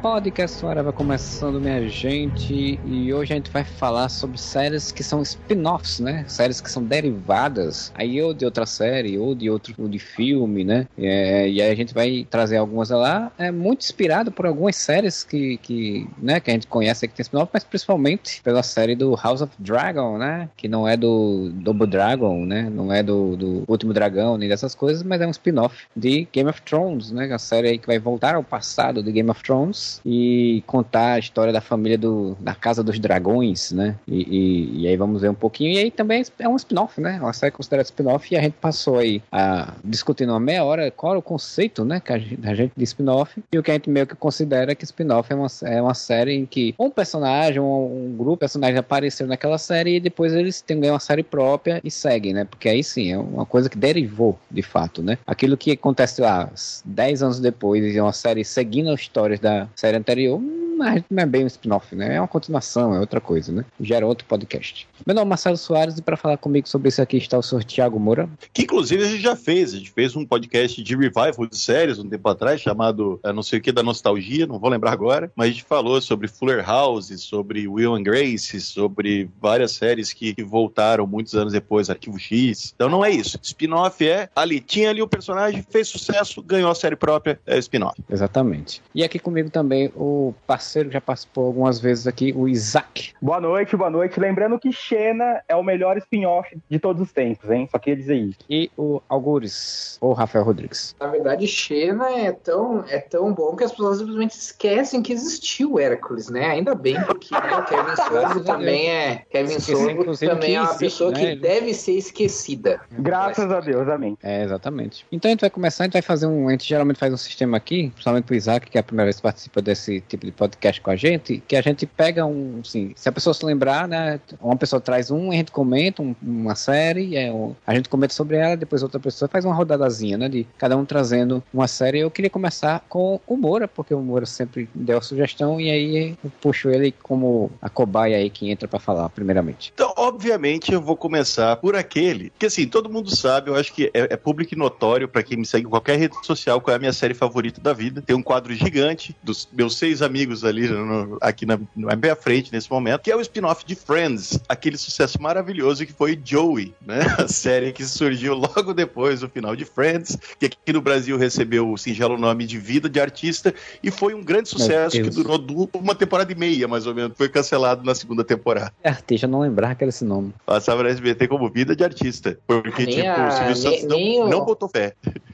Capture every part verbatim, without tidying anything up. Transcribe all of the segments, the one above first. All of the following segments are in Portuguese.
Podcast Whatever começando, minha gente, e hoje a gente vai falar sobre séries que são spin-offs, né? Séries que são derivadas, aí ou de outra série, ou de outro ou de filme, né? É, e aí a gente vai trazer algumas lá, é muito inspirado por algumas séries que, que, né, que a gente conhece que tem spin-off, mas principalmente pela série do House of Dragon, né? Que não é do Double Dragon, né? Não é do, do Último Dragão, nem dessas coisas, mas é um spin-off de Game of Thrones, né? A série aí que vai voltar ao passado de Game of Thrones e contar a história da família do, da Casa dos Dragões, né? E, e, e aí vamos ver um pouquinho. E aí também é um spin-off, né? Uma série considerada spin-off, e a gente passou aí a, discutindo uma meia hora qual é o conceito, né? Que a gente, a gente de spin-off, e o que a gente meio que considera que spin-off é uma, é uma série em que um personagem, um, um grupo de personagens apareceu naquela série e depois eles têm uma série própria e seguem, né? Porque aí sim, é uma coisa que derivou, de fato, né? Aquilo que acontece lá dez anos depois e uma série seguindo as histórias da série anterior, mas não é bem um spin-off, né? É uma continuação, é outra coisa, né? Gera outro podcast. Meu nome é Marcelo Soares e para falar comigo sobre isso aqui está o senhor Thiago Moura. Que inclusive a gente já fez, a gente fez um podcast de revival de séries um tempo atrás, chamado não sei o que da nostalgia, não vou lembrar agora, mas a gente falou sobre Fuller House, sobre Will and Grace, sobre várias séries que, que voltaram muitos anos depois, Arquivo X. Então não é isso. Spin-off é ali, tinha ali o personagem, fez sucesso, ganhou a série própria, é spin-off. Exatamente. E aqui comigo também o parceiro que já participou algumas vezes aqui, o Isaac. Boa noite, boa noite. Lembrando que Xena é o melhor spin-off de todos os tempos, hein? Só queria dizer isso. E o Algures, ou Rafael Rodrigues. Na verdade, Xena é tão, é tão bom que as pessoas simplesmente esquecem que existiu o Hércules, né? Ainda bem, porque né, o Kevin Sorbo também é... Kevin Sorbo também é uma existe, pessoa né? que deve ser esquecida. Graças a Deus, amém. É, exatamente. Então a gente vai começar, a gente vai fazer um... A gente geralmente faz um sistema aqui, principalmente pro Isaac, que é a primeira vez que participa desse tipo de podcast com a gente, que a gente pega um, assim, se a pessoa se lembrar, né, uma pessoa traz um, a gente comenta um, uma série, é um, a gente comenta sobre ela, depois outra pessoa faz uma rodadazinha, né, de cada um trazendo uma série. Eu queria começar com o Moura, porque o Moura sempre deu a sugestão, e aí eu puxo ele como a cobaia aí que entra pra falar, primeiramente. Então, obviamente, eu vou começar por aquele, que assim, todo mundo sabe, eu acho que é, é público e notório pra quem me segue em qualquer rede social, qual é a minha série favorita da vida. Tem um quadro gigante dos meus seis amigos ali no, aqui na, na minha frente nesse momento, que é o spin-off de Friends, aquele sucesso maravilhoso que foi Joey, né? A série que surgiu logo depois do final de Friends, que aqui no Brasil recebeu o singelo nome de Vida de Artista, e foi um grande sucesso que durou uma temporada e meia, mais ou menos. Foi cancelado na segunda temporada. É artista, eu não lembrava que era esse nome. Passava na S B T como Vida de Artista, porque nem tipo, a, o Silvio Santos não, o... não botou fé.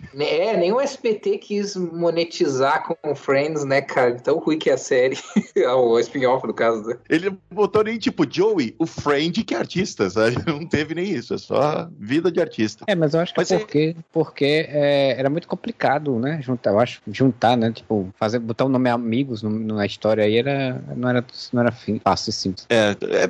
É, nem o S B T quis monetizar com Friends, né, cara? Tão ruim que é a série. O spin-off, no caso. Né? Ele não botou nem, tipo, Joey, o friend que é artista, sabe? Não teve nem isso, é só Vida de Artista. É, mas eu acho que mas é porque, é... porque é, era muito complicado, né? Juntar, eu acho, juntar, né? Tipo, fazer, botar o nome Amigos no, na história aí era, não era, não era fácil e simples. É,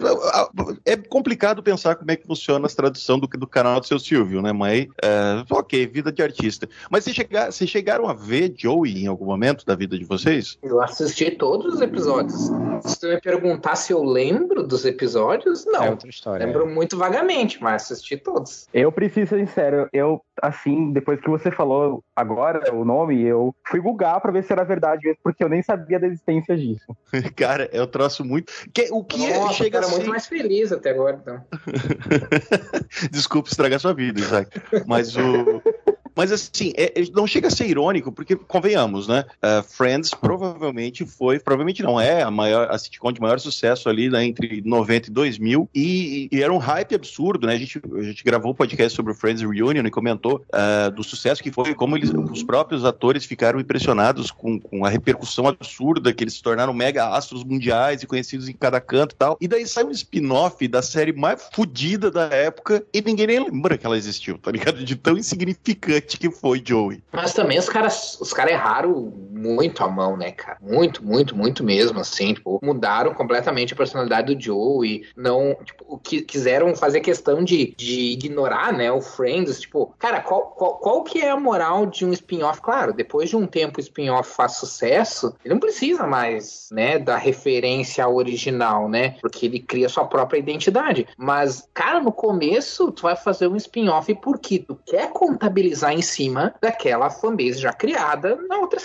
é, é complicado pensar como é que funciona a tradução do, do canal do seu Silvio, né? Mas, é, ok, Vida de Artista. Mas vocês chegar, vocês chegaram a ver Joey em algum momento da vida de vocês? Eu assisti todos os episódios. Se tu me perguntar se eu lembro dos episódios, não. É outra história. Lembro é. muito vagamente, mas assisti todos. Eu preciso ser sincero, eu, assim, depois que você falou agora o nome, eu fui googar pra ver se era verdade mesmo, porque eu nem sabia da existência disso. Cara, eu troço muito... Que, o que Nossa, é, chega eu era a ser... muito mais feliz até agora, então. Desculpa estragar sua vida, Isaac. Mas o... Mas assim, é, não chega a ser irônico, porque, convenhamos, né? Uh, Friends provavelmente foi, provavelmente não é a maior, a sitcom de maior sucesso ali, né, entre noventa e dois mil, e, e era um hype absurdo, né? A gente, a gente gravou um podcast sobre o Friends Reunion e comentou uh, do sucesso que foi, como eles, os próprios atores ficaram impressionados com, com a repercussão absurda, que eles se tornaram mega astros mundiais e conhecidos em cada canto e tal. E daí sai um spin-off da série mais fodida da época e ninguém nem lembra que ela existiu, tá ligado? De tão insignificante que foi Joey. Mas também os caras os caras erraram muito a mão, né, cara? Muito, muito, muito mesmo, assim, tipo, mudaram completamente a personalidade do Joey, não, tipo, que, quiseram fazer questão de, de ignorar, né, o Friends, tipo, cara, qual, qual, qual que é a moral de um spin-off? Claro, depois de um tempo o spin-off faz sucesso, ele não precisa mais, né, da referência ao original, né, porque ele cria sua própria identidade, mas, cara, no começo, tu vai fazer um spin-off porque tu quer contabilizar em cima daquela fanbase já criada na outra série.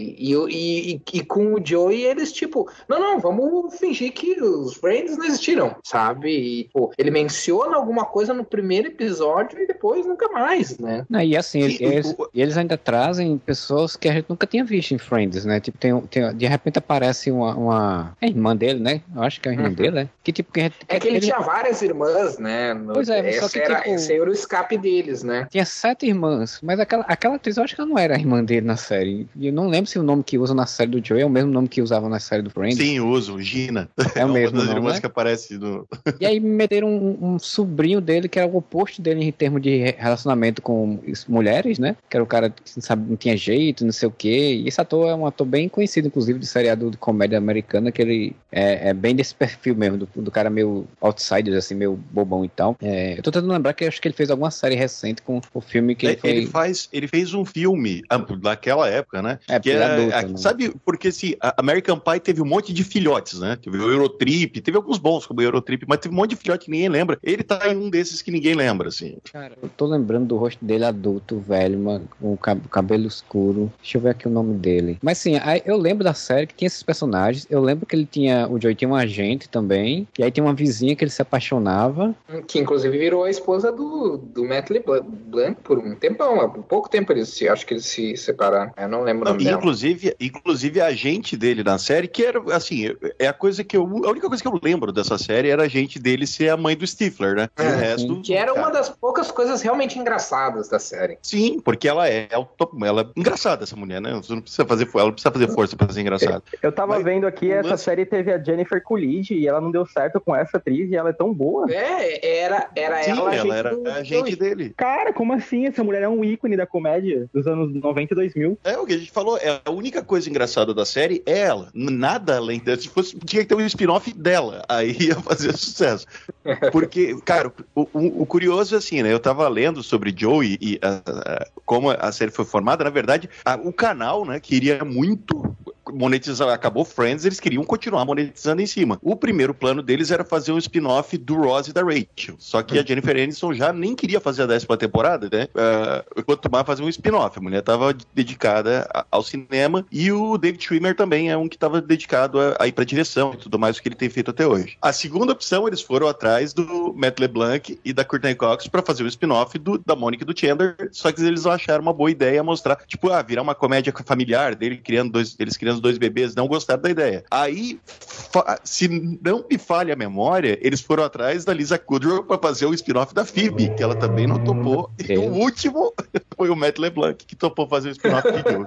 E, e, e, e com o Joey, eles, tipo, não, não, vamos fingir que os Friends não existiram, sabe? E, pô, ele menciona alguma coisa no primeiro episódio e depois nunca mais, né? Não, e assim, Sim, eles, o- eles ainda trazem pessoas que a gente nunca tinha visto em Friends, né? Tipo, tem, tem, de repente aparece uma, uma... É a irmã dele, né? Eu acho que é a irmã Uhum. dele, né? Que tipo, que a gente, É que ele, tinha várias irmãs, né? No, Pois é, mas só essa que, era, tipo- esse era o escape deles, né? tinha sete irmãs, mas aquela, aquela atriz eu acho que ela não era a irmã dele na série. E eu não lembro se o nome que usa na série do Joey é o mesmo nome que usavam na série do Friends. Sim, uso, Gina. É o mesmo uma das nome, irmãs né? que aparece no... E aí meteram um, um sobrinho dele que era o oposto dele em termos de relacionamento com is- mulheres, né? Que era o cara que sabe, não tinha jeito, não sei o quê. E esse ator é um ator bem conhecido, inclusive, de seriado de comédia americana, que ele é, é bem desse perfil mesmo, do, do cara meio outsider, assim, meio bobão e tal. É, eu tô tentando lembrar que eu acho que ele fez alguma série recente com o filme que ele É, foi... ele, faz, ele fez um filme ah, daquela época, né? É, que porque ele é era, adulto, a- né? sabe, porque assim, a American Pie teve um monte de filhotes, né? Teve o Eurotrip, teve alguns bons como o Eurotrip, mas teve um monte de filhote que ninguém lembra. Ele tá em um desses que ninguém lembra, assim. Cara, eu tô lembrando do rosto dele adulto, velho, mano, com o cab- cabelo escuro. Deixa eu ver aqui o nome dele. Mas sim, aí eu lembro da série que tinha esses personagens. Eu lembro que ele tinha. O Joey tinha um agente também. E aí tinha uma vizinha que ele se apaixonava. Que inclusive virou a esposa do, do Matt LeBlanc por um tempão, há pouco tempo eles se, acho que eles se separaram. Eu não lembro o Não, nome dela. inclusive, inclusive a agente dele na série, que era assim, é a coisa que eu. A única coisa que eu lembro dessa série era a agente dele ser a mãe do Stifler, né? E É, o resto. Que era uma cara, das poucas coisas realmente engraçadas da série. Sim, porque ela é, ela é engraçada, essa mulher, né? Você não precisa fazer, ela não precisa fazer força pra ser engraçada. Eu tava Mas vendo aqui, o essa lance- série teve a Jennifer Coolidge e ela não deu certo com essa atriz e ela é tão boa. É, era, era Sim, ela, ela era do- a agente dele. Cara, como assim? Essa mulher é um ícone da comédia dos anos noventa e dois mil. É o que a gente falou, é a única coisa engraçada da série é ela. Nada além dela. Se fosse, tinha que ter um spin-off dela. Aí ia fazer sucesso. Porque, cara, o, o- o curioso é assim, né? Eu tava lendo sobre Joey e a- a- como a série foi formada. Na verdade, a- o canal, né, queria muito monetizar, acabou Friends, eles queriam continuar monetizando em cima. O primeiro plano deles era fazer um spin-off do Ross e da Rachel. Só que a Jennifer Aniston já nem queria fazer a décima temporada, né? Uh, quanto mais fazer um spin-off. A mulher estava dedicada a- ao cinema e o David Schwimmer também é um que estava dedicado a, a ir pra direção e tudo mais o que ele tem feito até hoje. A segunda opção, eles foram atrás do Matt LeBlanc e da Courtney Cox para fazer o spin-off do- da Monica e do Chandler, só que eles não acharam uma boa ideia mostrar, tipo, ah, virar uma comédia familiar dele criando dois, eles criando dois bebês, não gostaram da ideia. Aí, fa- se não me falha a memória, eles foram atrás da Lisa Kudrow para fazer o spin-off da Phoebe, que ela também não topou. E Deus. o último foi o Matt LeBlanc que topou fazer o spin-off de Joey.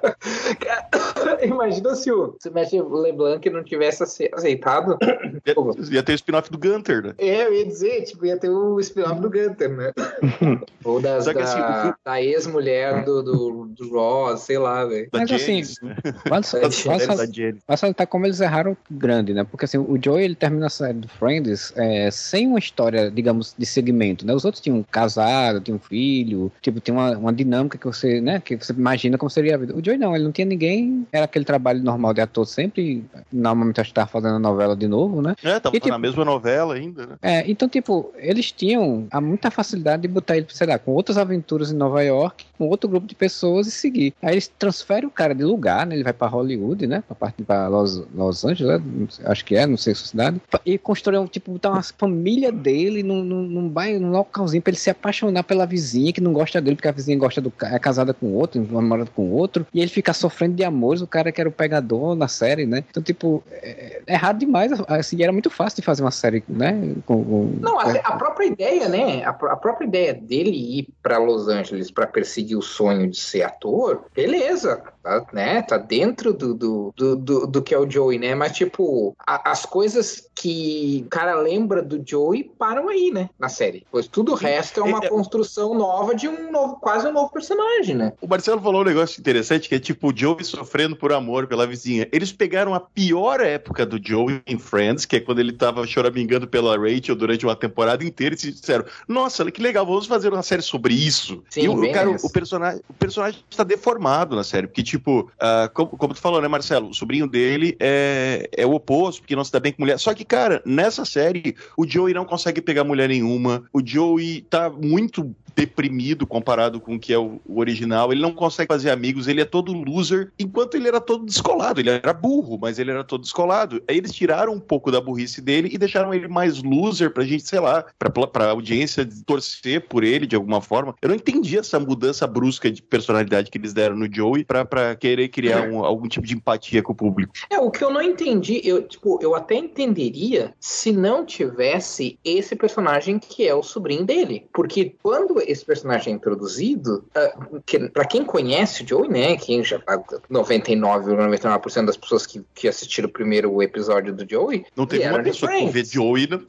Imagina se o, se o Matt LeBlanc não tivesse ace- aceitado. Ia, ia ter o spin-off do Gunter, né? É, eu ia dizer, tipo, ia ter o spin-off do Gunter, né? Ou das, Só que da, assim, o- da ex-mulher do, do, do Ross, sei lá, velho. Da Mas assim, Janice, né? Vale só- É, vale Da só- Janice. Mas só tá como eles erraram grande, né? Porque assim, o Joey ele termina a série do Friends é, sem uma história, digamos, de segmento, né? Os outros tinham um casado, tinham um filho, tipo, tem uma, uma dinâmica que você, né? Que você imagina como seria a vida. O Joey não, ele não tinha ninguém, era aquele trabalho normal de ator sempre, normalmente acho que tava fazendo a novela de novo, né? É, tava E, tipo, na mesma novela ainda, né? É, então, tipo, eles tinham a muita facilidade de botar ele, sei lá, com outras aventuras em Nova York, com outro grupo de pessoas e seguir. Aí eles transferem o cara de lugar, né? Ele vai pra Hollywood, né? Pra parte pra Los, Los Angeles, né? Acho que é, não sei se é a cidade. E constroem, tipo, botar uma família dele num, num, num bairro, num localzinho pra ele se apaixonar pela vizinha que não gosta dele, porque a vizinha gosta do ca- é casada com outro, namorada com outro, e ele fica sofrendo de amores, o cara que era o pegador na série, né? Então, tipo, é, é errado demais, assim, era muito fácil de fazer uma série, né? Com, com- Não, a, a própria ideia, né? A, pró- a própria ideia dele ir pra Los Angeles pra perseguir o sonho de ser ator, beleza, tá, né? Tá dentro do, do, do, do, do que é o Joey, né? Mas, tipo, a- as coisas que o cara lembra do Joey param aí, né? Na série. Pois tudo o resto é uma É- construção nova de um novo, quase um novo personagem, né? O Marcelo falou um negócio interessante, que é tipo o Joey sofrendo por amor pela vizinha. Eles pegaram a pior época do Joey em Friends, que é quando ele tava choramingando pela Rachel durante uma temporada inteira, e se disseram, nossa, que legal, vamos fazer uma série sobre isso. Sim, e o, bem cara, essa. o personagem, o personagem está deformado na série, porque tipo, ah, como, como tu falou, né, Marcelo, o sobrinho dele é, é o oposto, porque não se dá bem com mulher. Só que, cara, nessa série, o Joey não consegue pegar mulher nenhuma, o Joey tá muito deprimido comparado com o que é o, o original. Ele não consegue fazer amigos, ele é todo loser, enquanto ele era todo descolado. Ele era burro, mas ele era todo descolado. Aí eles tiraram um pouco da burrice dele e deixaram ele mais loser pra gente, sei lá, pra, pra audiência torcer por ele de alguma forma. Eu não entendi essa mudança brusca de personalidade que eles deram no Joey pra, pra querer criar um, algum tipo de empatia com o público. É, o que eu não entendi, eu, tipo, eu até entenderia se não tivesse esse personagem que é o sobrinho dele. Porque quando esse personagem é introduzido, uh, que, pra quem conhece o Joey, né, quem já, noventa e nove vírgula noventa e nove por cento das pessoas que, que assistiram o primeiro episódio do Joey, não teve uma pessoa que vê Joey, né?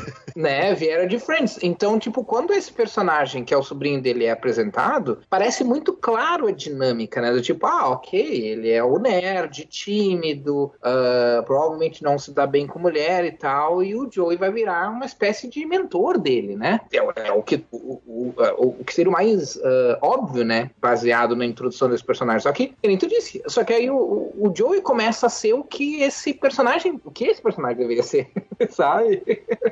né, vieram de Friends. Então, tipo, quando esse personagem que é o sobrinho dele é apresentado, parece muito claro a dinâmica, né, do tipo, ah, ok, ele é o nerd, tímido, uh, provavelmente não se dá bem com mulher e tal, e o Joey vai virar uma espécie de mentor dele, né? É, é o, que, o, o, o, o que seria o mais uh, óbvio, né? Baseado na introdução desse personagem. Só que, que nem tu disse, só que aí o, o, o Joey começa a ser o que esse personagem, o que esse personagem deveria ser, sabe?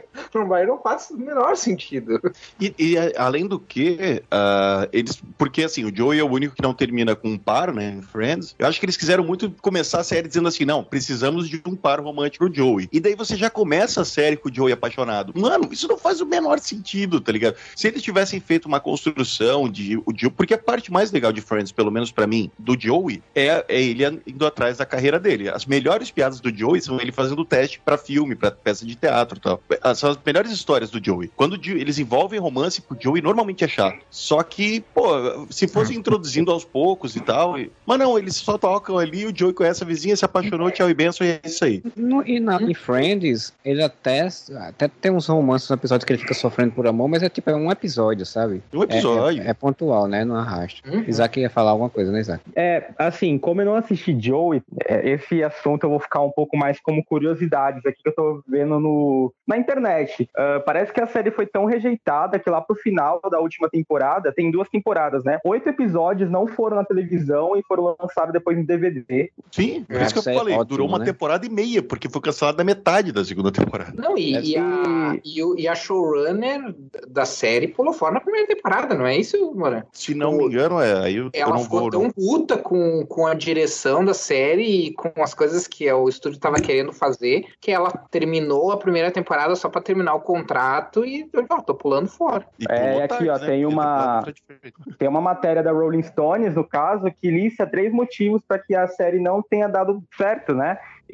Não faz o menor sentido. E, e além do que, uh, eles, porque assim, o Joey é o único que não termina com um par, né, em Friends. Eu acho que eles quiseram muito começar a série dizendo assim, não, precisamos de um par romântico do Joey. E daí você já começa a série com o Joey apaixonado. Mano, isso não faz o menor sentido, tá ligado? Se eles tivessem feito uma construção de o Joey, porque a parte mais legal de Friends, pelo menos pra mim, do Joey, é, é ele indo atrás da carreira dele. As melhores piadas do Joey são ele fazendo teste pra filme, pra peça de teatro e tal. São as melhores histórias do Joey. Quando eles envolvem romance, o Joey normalmente é chato. Só que, pô, se fosse introduzindo aos poucos e tal, e... mas não, eles só tocam ali, o Joey conhece a vizinha, se apaixonou, tchau e benção, e é isso aí. No, e na, em Friends, ele até, até tem uns romances no episódio que ele fica sofrendo por amor, mas é tipo, é um episódio, sabe? Um episódio. É, é, é pontual, né? Não arrasta. Uhum. Isaac ia falar alguma coisa, né, Isaac? É, assim, como eu não assisti Joey, é, esse assunto eu vou ficar um pouco mais como curiosidades aqui que eu tô vendo no, na internet. Uh, parece que a série foi tão rejeitada que lá pro final da última temporada, tem duas temporadas, né? Oito episódios não foram na televisão e foram lançados depois em D V D. Sim, é isso que eu falei. É ótimo, durou uma né? temporada e meia, porque foi cancelado da metade da segunda temporada. Não, e, é, e, a, e, o, e a showrunner da série pulou fora na primeira temporada, não é isso, Moran? Se não me engano, é. Aí eu, ela eu não ficou vou, tão não. puta com, com a direção da série e com as coisas que o estúdio tava querendo fazer, que ela terminou a primeira temporada só pra terminar o contrato e eu ó, tô pulando fora. E é, aqui, tarde, ó, né? tem uma tem uma matéria da Rolling Stones, no caso, que lista três motivos para que a série não tenha dado certo, né?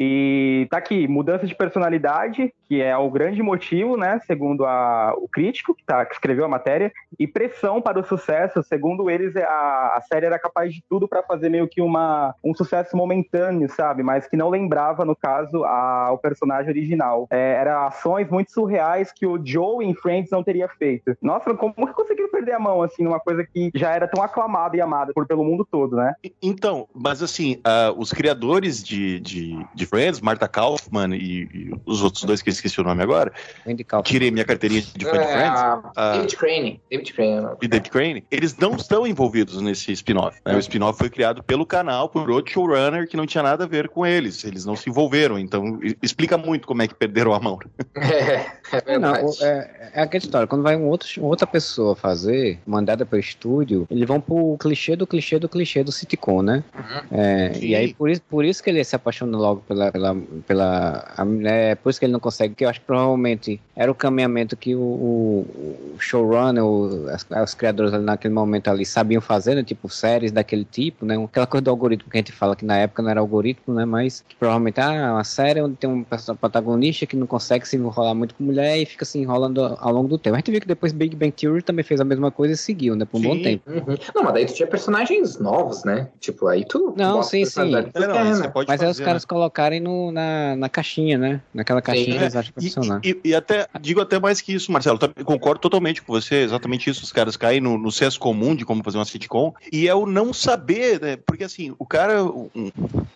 E tá aqui, mudança de personalidade, que é o grande motivo, né, segundo a, o crítico que, tá, que escreveu a matéria, e pressão para o sucesso, segundo eles, a, a série era capaz de tudo para fazer meio que uma, um sucesso momentâneo, sabe, mas que não lembrava, no caso, a, o personagem original. É, era ações muito surreais que o Joey em Friends não teria feito. Nossa, como que conseguiram perder a mão, assim, numa coisa que já era tão aclamada e amada por, pelo mundo todo, né? Então, mas assim, uh, os criadores de, de, de Friends, Martha Kaufman e, e os outros dois que eu esqueci o nome agora, tirei minha carteirinha de fã de Friends. Uh, David Crane. David Crane. E David Crane. Eles não estão envolvidos nesse spin-off. Né? O spin-off foi criado pelo canal, por outro showrunner que não tinha nada a ver com eles. Eles não se envolveram. Então, explica muito como é que perderam a mão. É, é verdade. Não, é, é aquela história. Quando vai um outro, outra pessoa fazer, mandada pelo estúdio, eles vão pro clichê do clichê do clichê do sitcom, né? Uhum. É, e aí, por isso, por isso que ele se apaixona logo pela pela, pela a, é, por isso que ele não consegue, que eu acho que provavelmente era o caminhamento que o, o, o showrunner, o, as, os criadores ali naquele momento ali sabiam fazer, né, tipo séries daquele tipo, né, aquela coisa do algoritmo que a gente fala que na época não era algoritmo, né, mas que provavelmente, ah, uma série onde tem um protagonista que não consegue se enrolar muito com mulher e fica se enrolando ao longo do tempo. A gente viu que depois Big Bang Theory também fez a mesma coisa e seguiu, né, por um sim. bom tempo. Uhum. Não, mas daí tu tinha personagens novos, né, tipo, aí tu... Não, sim, sim. É, não, quer, né? Mas aí os caras né? colocarem no, na, na caixinha, né? Naquela caixinha que eles acham que vai funcionar. E, e, e até, digo até mais que isso, Marcelo, tá, concordo totalmente com você, exatamente isso, os caras caem no, no senso comum de como fazer uma sitcom, e é o não saber, né? Porque assim, o cara... Um,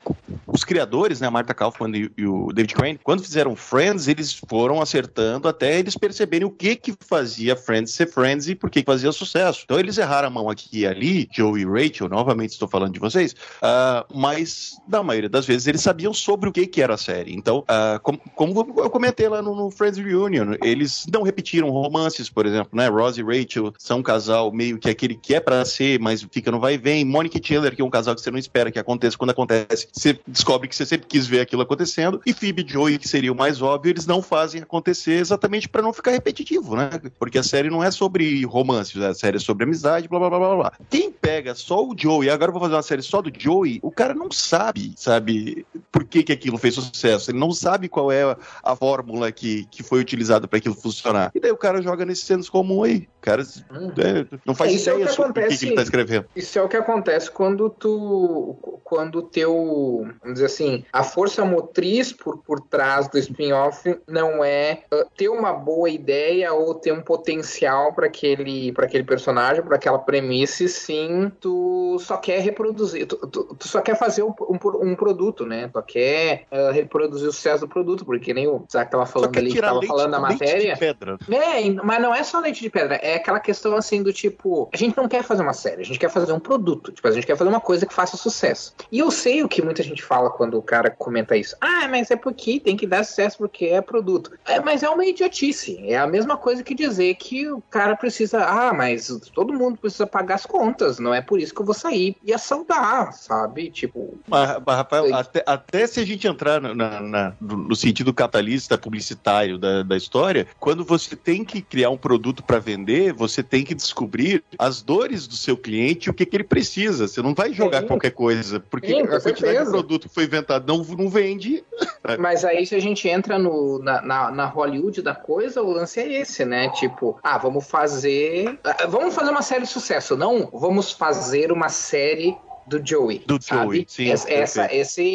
os criadores, né, a Martha Kaufman e, e o David Crane, quando fizeram Friends, eles foram acertando até eles perceberem o que que fazia Friends ser Friends e por que que fazia sucesso. Então eles erraram a mão aqui e ali, Joey e Rachel, novamente estou falando de vocês, uh, mas na maioria das vezes eles sabiam sobre o que que era a série. Então, uh, como, como eu comentei lá no, no Friends Reunion, eles não repetiram romances, por exemplo, né? Ross e Rachel são um casal meio que aquele que é pra ser, mas fica no vai e vem. Monica e Chandler, que é um casal que você não espera que aconteça, quando acontece, você descobre que você sempre quis ver aquilo acontecendo. E Phoebe e Joey, que seria o mais óbvio, eles não fazem acontecer exatamente pra não ficar repetitivo, né? Porque a série não é sobre romances, a série é sobre amizade, blá blá blá blá blá. Quem pega só o Joey, e agora eu vou fazer uma série só do Joey, o cara não sabe, sabe, por que que aquilo fez sucesso. Ele não sabe qual é a fórmula que, que foi utilizada pra aquilo funcionar. E daí o cara joga nesse senso comum aí. O cara hum. é, não faz é, ideia é sobre o que, que ele tá escrevendo. Isso é o que acontece quando tu, quando teu, vamos dizer assim, a força motriz por, por trás do spin-off não é uh, ter uma boa ideia ou ter um potencial para aquele, para aquele personagem, para aquela premissa, e sim, tu só quer reproduzir, tu, tu, tu só quer fazer um, um, um produto, né? Tu quer uh, reproduzir o sucesso do produto, porque nem o Zac tava falando ali, que tava falando da matéria. De pedra. É, mas não é só leite de pedra, é aquela questão assim do tipo, a gente não quer fazer uma série, a gente quer fazer um produto, tipo, a gente quer fazer uma coisa que faça sucesso. E eu sei o que muita gente fala quando o cara comenta isso. Ah, mas é porque tem que dar sucesso porque é produto. É, mas é uma idiotice. É a mesma coisa que dizer que o cara precisa, ah, mas todo mundo precisa pagar as contas, não é por isso que eu vou sair e saudar, sabe? Tipo... Mas, mas Rafael, eu... até, até se a gente entrar na, na, no sentido capitalista, publicitário da, da história, quando você tem que criar um produto para vender, você tem que descobrir as dores do seu cliente e o que, que ele precisa. Você não vai jogar Sim. qualquer coisa, porque Sim, a quantidade certeza. de produto que foi inventado não, não vende. Mas aí se a gente entra no, na, na, na Hollywood da coisa, o lance é esse, né? Tipo, ah, vamos fazer... Vamos fazer uma série de sucesso. Não, vamos fazer uma série... do Joey, do sabe? Joey, sim. Essa, essa,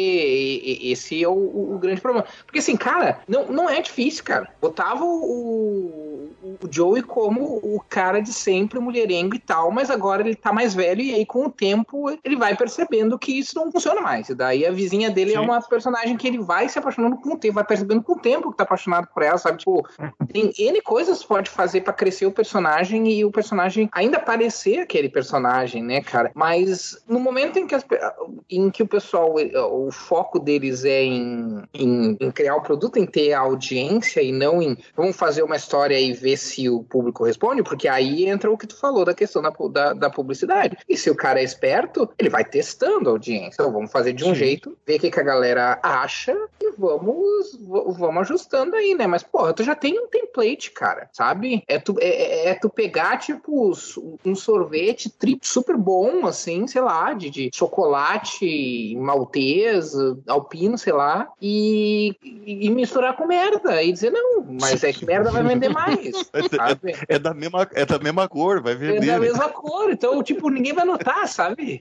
esse, esse é o, o, o grande problema. Porque assim, cara, não, não é difícil, cara. Botava o, o, o Joey como o cara de sempre, mulherengo e tal, mas agora ele tá mais velho e aí com o tempo ele vai percebendo que isso não funciona mais. E daí a vizinha dele sim. é uma personagem que ele vai se apaixonando com o tempo, vai percebendo com o tempo que tá apaixonado por ela, sabe? Tipo, tem N coisas que pode fazer pra crescer o personagem e o personagem ainda parecer aquele personagem, né, cara? Mas no momento em que, as, em que o pessoal, o foco deles é em, em, em criar o produto, em ter a audiência e não em vamos fazer uma história e ver se o público responde, porque aí entra o que tu falou da questão da, da, da publicidade. E se o cara é esperto, ele vai testando a audiência. Então vamos fazer de um Sim. jeito, ver o que, que a galera acha e vamos, vamos ajustando aí, né? Mas, porra, tu já tem um template, cara, sabe? É tu, é, é tu pegar, tipo, um sorvete trip super bom, assim, sei lá, de de chocolate maltês, alpino, sei lá, e, e misturar com merda e dizer, não, mas é que merda vai vender mais. É, é, da mesma, é da mesma cor, vai vender. É da mesma cor, então, tipo, ninguém vai notar, sabe?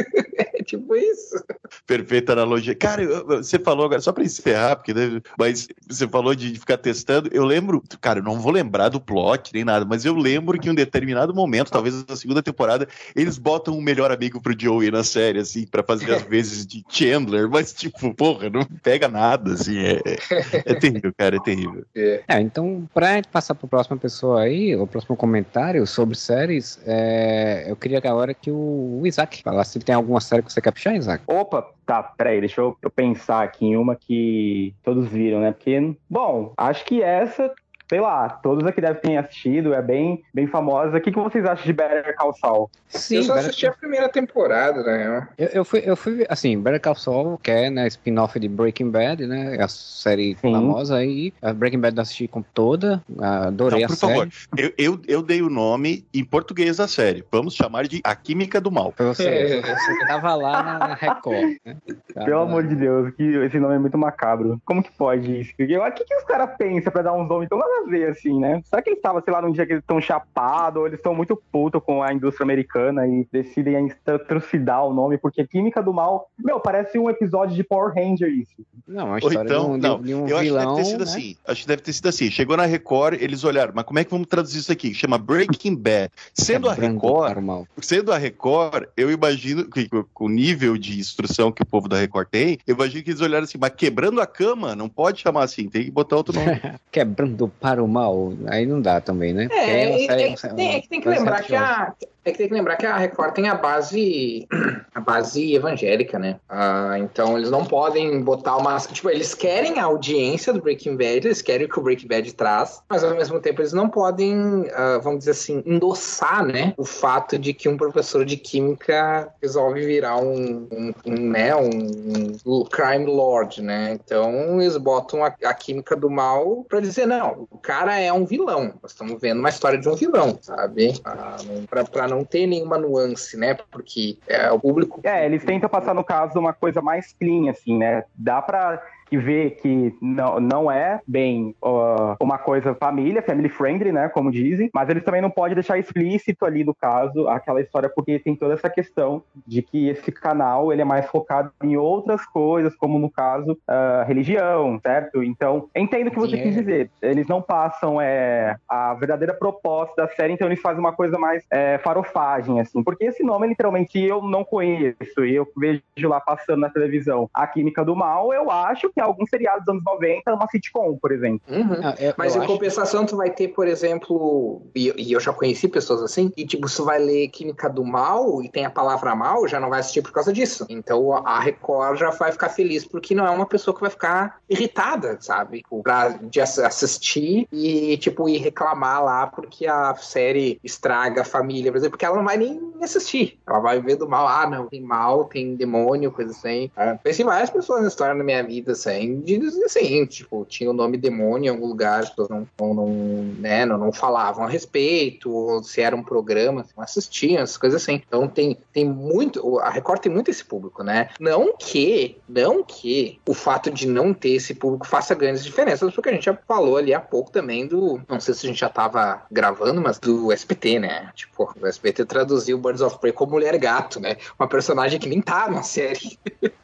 É tipo isso. Perfeita analogia. Cara, você falou agora, só pra encerrar, porque, né, mas você falou de ficar testando, eu lembro, cara, eu não vou lembrar do plot nem nada, mas eu lembro que em um determinado momento, talvez na segunda temporada, eles botam um melhor amigo pro Joey na série, assim, pra fazer as vezes de Chandler, mas, tipo, porra, não pega nada, assim, é, é terrível, cara, é terrível. É, é então, pra passar pra próxima pessoa aí, o próximo comentário sobre séries, é, eu queria agora que o, o Isaac falasse se tem alguma série que você quer puxar, Isaac. Opa, tá, peraí, deixa eu, eu pensar aqui em uma que todos viram, né, porque, bom, acho que essa... Sei lá, todos aqui devem ter assistido, é bem, bem famosa. O que, que vocês acham de Better Call Saul? Sim, eu só assisti Better... a primeira temporada, né? Eu, eu, fui, eu fui, assim, Better Call Saul, que é, né, spin-off de Breaking Bad, né, a série Sim. famosa aí. A Breaking Bad eu assisti com toda, adorei Não, por a série. favor, eu, eu, eu dei o nome em português da série. Vamos chamar de A Química do Mal. Foi você, é. você que tava lá na Record, né? Tava Pelo lá. amor de Deus, que esse nome é muito macabro. Como que pode isso? O que, que os caras pensam pra dar uns nomes tão a ver, assim, né? Será que eles estavam, sei lá, num dia que eles estão chapados, ou eles estão muito putos com a indústria americana e decidem trucidar o nome, porque Química do Mal, meu, parece um episódio de Power Ranger isso. Não, a história então, de um, não, de um eu vilão, acho que deve ter sido né? assim. Acho que deve ter sido assim. Chegou na Record, eles olharam, mas como é que vamos traduzir isso aqui? Chama Breaking Bad. Sendo a Record, sendo a Record, eu imagino que com o nível de instrução que o povo da Record tem, eu imagino que eles olharam assim, mas quebrando a cama, não pode chamar assim, tem que botar outro nome. Quebrando para o mal, aí não dá também, né? É, é, é, é, que tem, é que tem que lembrar que a é que tem que lembrar que a Record tem a base a base evangélica, né? Ah, então eles não podem botar uma... Tipo, eles querem a audiência do Breaking Bad, eles querem o que o Breaking Bad traz, mas ao mesmo tempo eles não podem, uh, vamos dizer assim, endossar, né? O fato de que um professor de química resolve virar um, um, um né? Um, um crime lord, né? Então eles botam a, a química do mal pra dizer, não, o cara é um vilão. Nós estamos vendo uma história de um vilão, sabe? Ah, pra, pra não ter nenhuma nuance, né? Porque é o público... É, eles tentam passar, no caso, uma coisa mais clean, assim, né? Dá pra... e ver que não, não é bem uh, uma coisa família, family friendly, né, como dizem, mas eles também não podem deixar explícito ali, no caso, aquela história, porque tem toda essa questão de que esse canal, ele é mais focado em outras coisas, como no caso, uh, religião, certo? Então, entendo o que você yeah. quis dizer. Eles não passam é, a verdadeira proposta da série, então eles fazem uma coisa mais é, farofagem, assim, porque esse nome, literalmente, eu não conheço, e eu vejo lá passando na televisão A Química do Mal, eu acho que alguns seriados dos anos noventa, uma sitcom, por exemplo. Uhum. Ah, eu, Mas eu em acho... compensação, tu vai ter, por exemplo, e, e eu já conheci pessoas assim, e tipo, você vai ler Química do Mal e tem a palavra mal, já não vai assistir por causa disso. Então a Record já vai ficar feliz porque não é uma pessoa que vai ficar irritada, sabe? Pra, de assistir e, tipo, ir reclamar lá porque a série estraga a família, por exemplo, porque ela não vai nem assistir. Ela vai ver do mal, ah, não, tem mal, tem demônio, coisa assim. Ah, conheci várias pessoas na história da minha vida, assim, de dizer assim, tipo, tinha o nome demônio em algum lugar, as pessoas não, não, não, né, não, não falavam a respeito, ou se era um programa, não assistiam, essas coisas assim. Então tem, tem muito, a Record tem muito esse público, né? Não que, não que o fato de não ter esse público faça grandes diferenças, porque a gente já falou ali há pouco também do, não sei se a gente já tava gravando, mas do S B T, né? Tipo, o S B T traduziu Birds of Prey como Mulher Gato, né? Uma personagem que nem tá na série.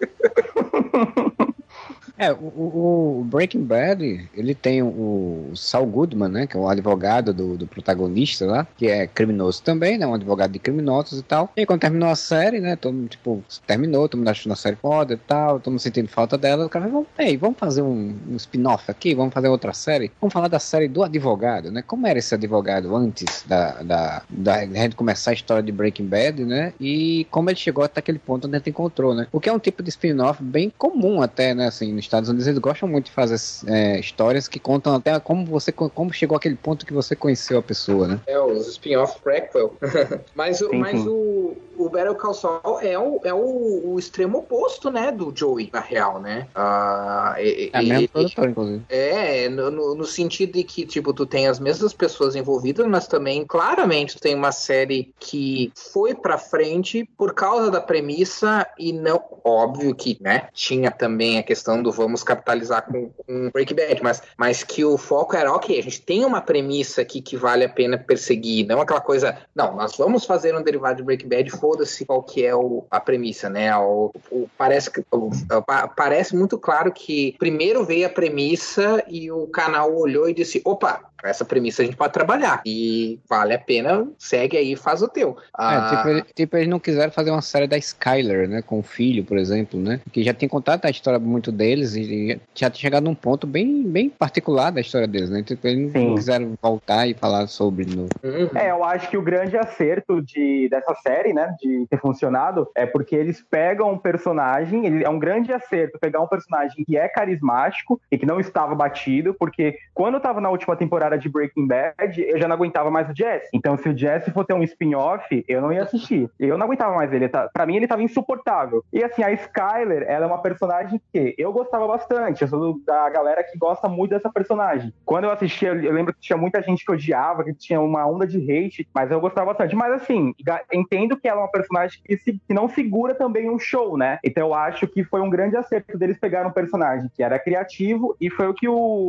É, o, o Breaking Bad, ele tem o Saul Goodman, né, que é o advogado do, do protagonista lá, que é criminoso também, né, um advogado de criminosos e tal. E aí, quando terminou a série, né, todo mundo, tipo, terminou, todo mundo achou a série foda e tal, todo mundo sentindo falta dela, o cara falou, ei, vamos fazer um, um spin-off aqui, vamos fazer outra série, vamos falar da série do advogado, né, como era esse advogado antes da, da, da, da gente começar a história de Breaking Bad, né, e como ele chegou até aquele ponto onde a gente encontrou, né, o que é um tipo de spin-off bem comum até, né, assim, nos Estados Unidos eles gostam muito de fazer é, histórias que contam até como você como chegou àquele ponto que você conheceu a pessoa, né? É, os spin-off prequel. mas o, mas o, o Better Call Saul é, o, é o, o extremo oposto, né, do Joey, na real, né? Uh, e, é mesmo produtor, inclusive. É, no, no, no sentido de que, tipo, tu tem as mesmas pessoas envolvidas, mas também, claramente, tu tem uma série que foi pra frente por causa da premissa e não... Óbvio que, né, tinha também a questão do vamos capitalizar com, com Breaking Bad, mas, mas que o foco era, ok, a gente tem uma premissa aqui que vale a pena perseguir, não aquela coisa, não, nós vamos fazer um derivado de Breaking Bad, foda-se qual que é o, a premissa, né, o, o, parece, que, o, parece muito claro que primeiro veio a premissa e o canal olhou e disse, opa, essa premissa a gente pode trabalhar e vale a pena, segue aí e faz o teu. Ah... É, tipo, ele, tipo, eles não quiseram fazer uma série da Skyler, né, com o filho, por exemplo, né, que já tinha contado a história muito deles e já tinha chegado num ponto bem, bem particular da história deles, né, tipo, eles Sim. não quiseram voltar e falar sobre no... Uhum. É, eu acho que o grande acerto de, dessa série, né, de ter funcionado, é porque eles pegam um personagem, ele, é um grande acerto pegar um personagem que é carismático e que não estava batido, porque quando eu tava na última temporada de Breaking Bad, eu já não aguentava mais o Jesse. Então, se o Jesse for ter um spin-off, eu não ia assistir. Eu não aguentava mais ele. Pra mim, ele tava insuportável. E assim, a Skyler, ela é uma personagem que eu gostava bastante. Eu sou da galera que gosta muito dessa personagem. Quando eu assisti, eu lembro que tinha muita gente que odiava, que tinha uma onda de hate, mas eu gostava bastante. Mas assim, entendo que ela é uma personagem que, se, que não segura também um show, né? Então eu acho que foi um grande acerto deles pegar um personagem que era criativo e foi o que o,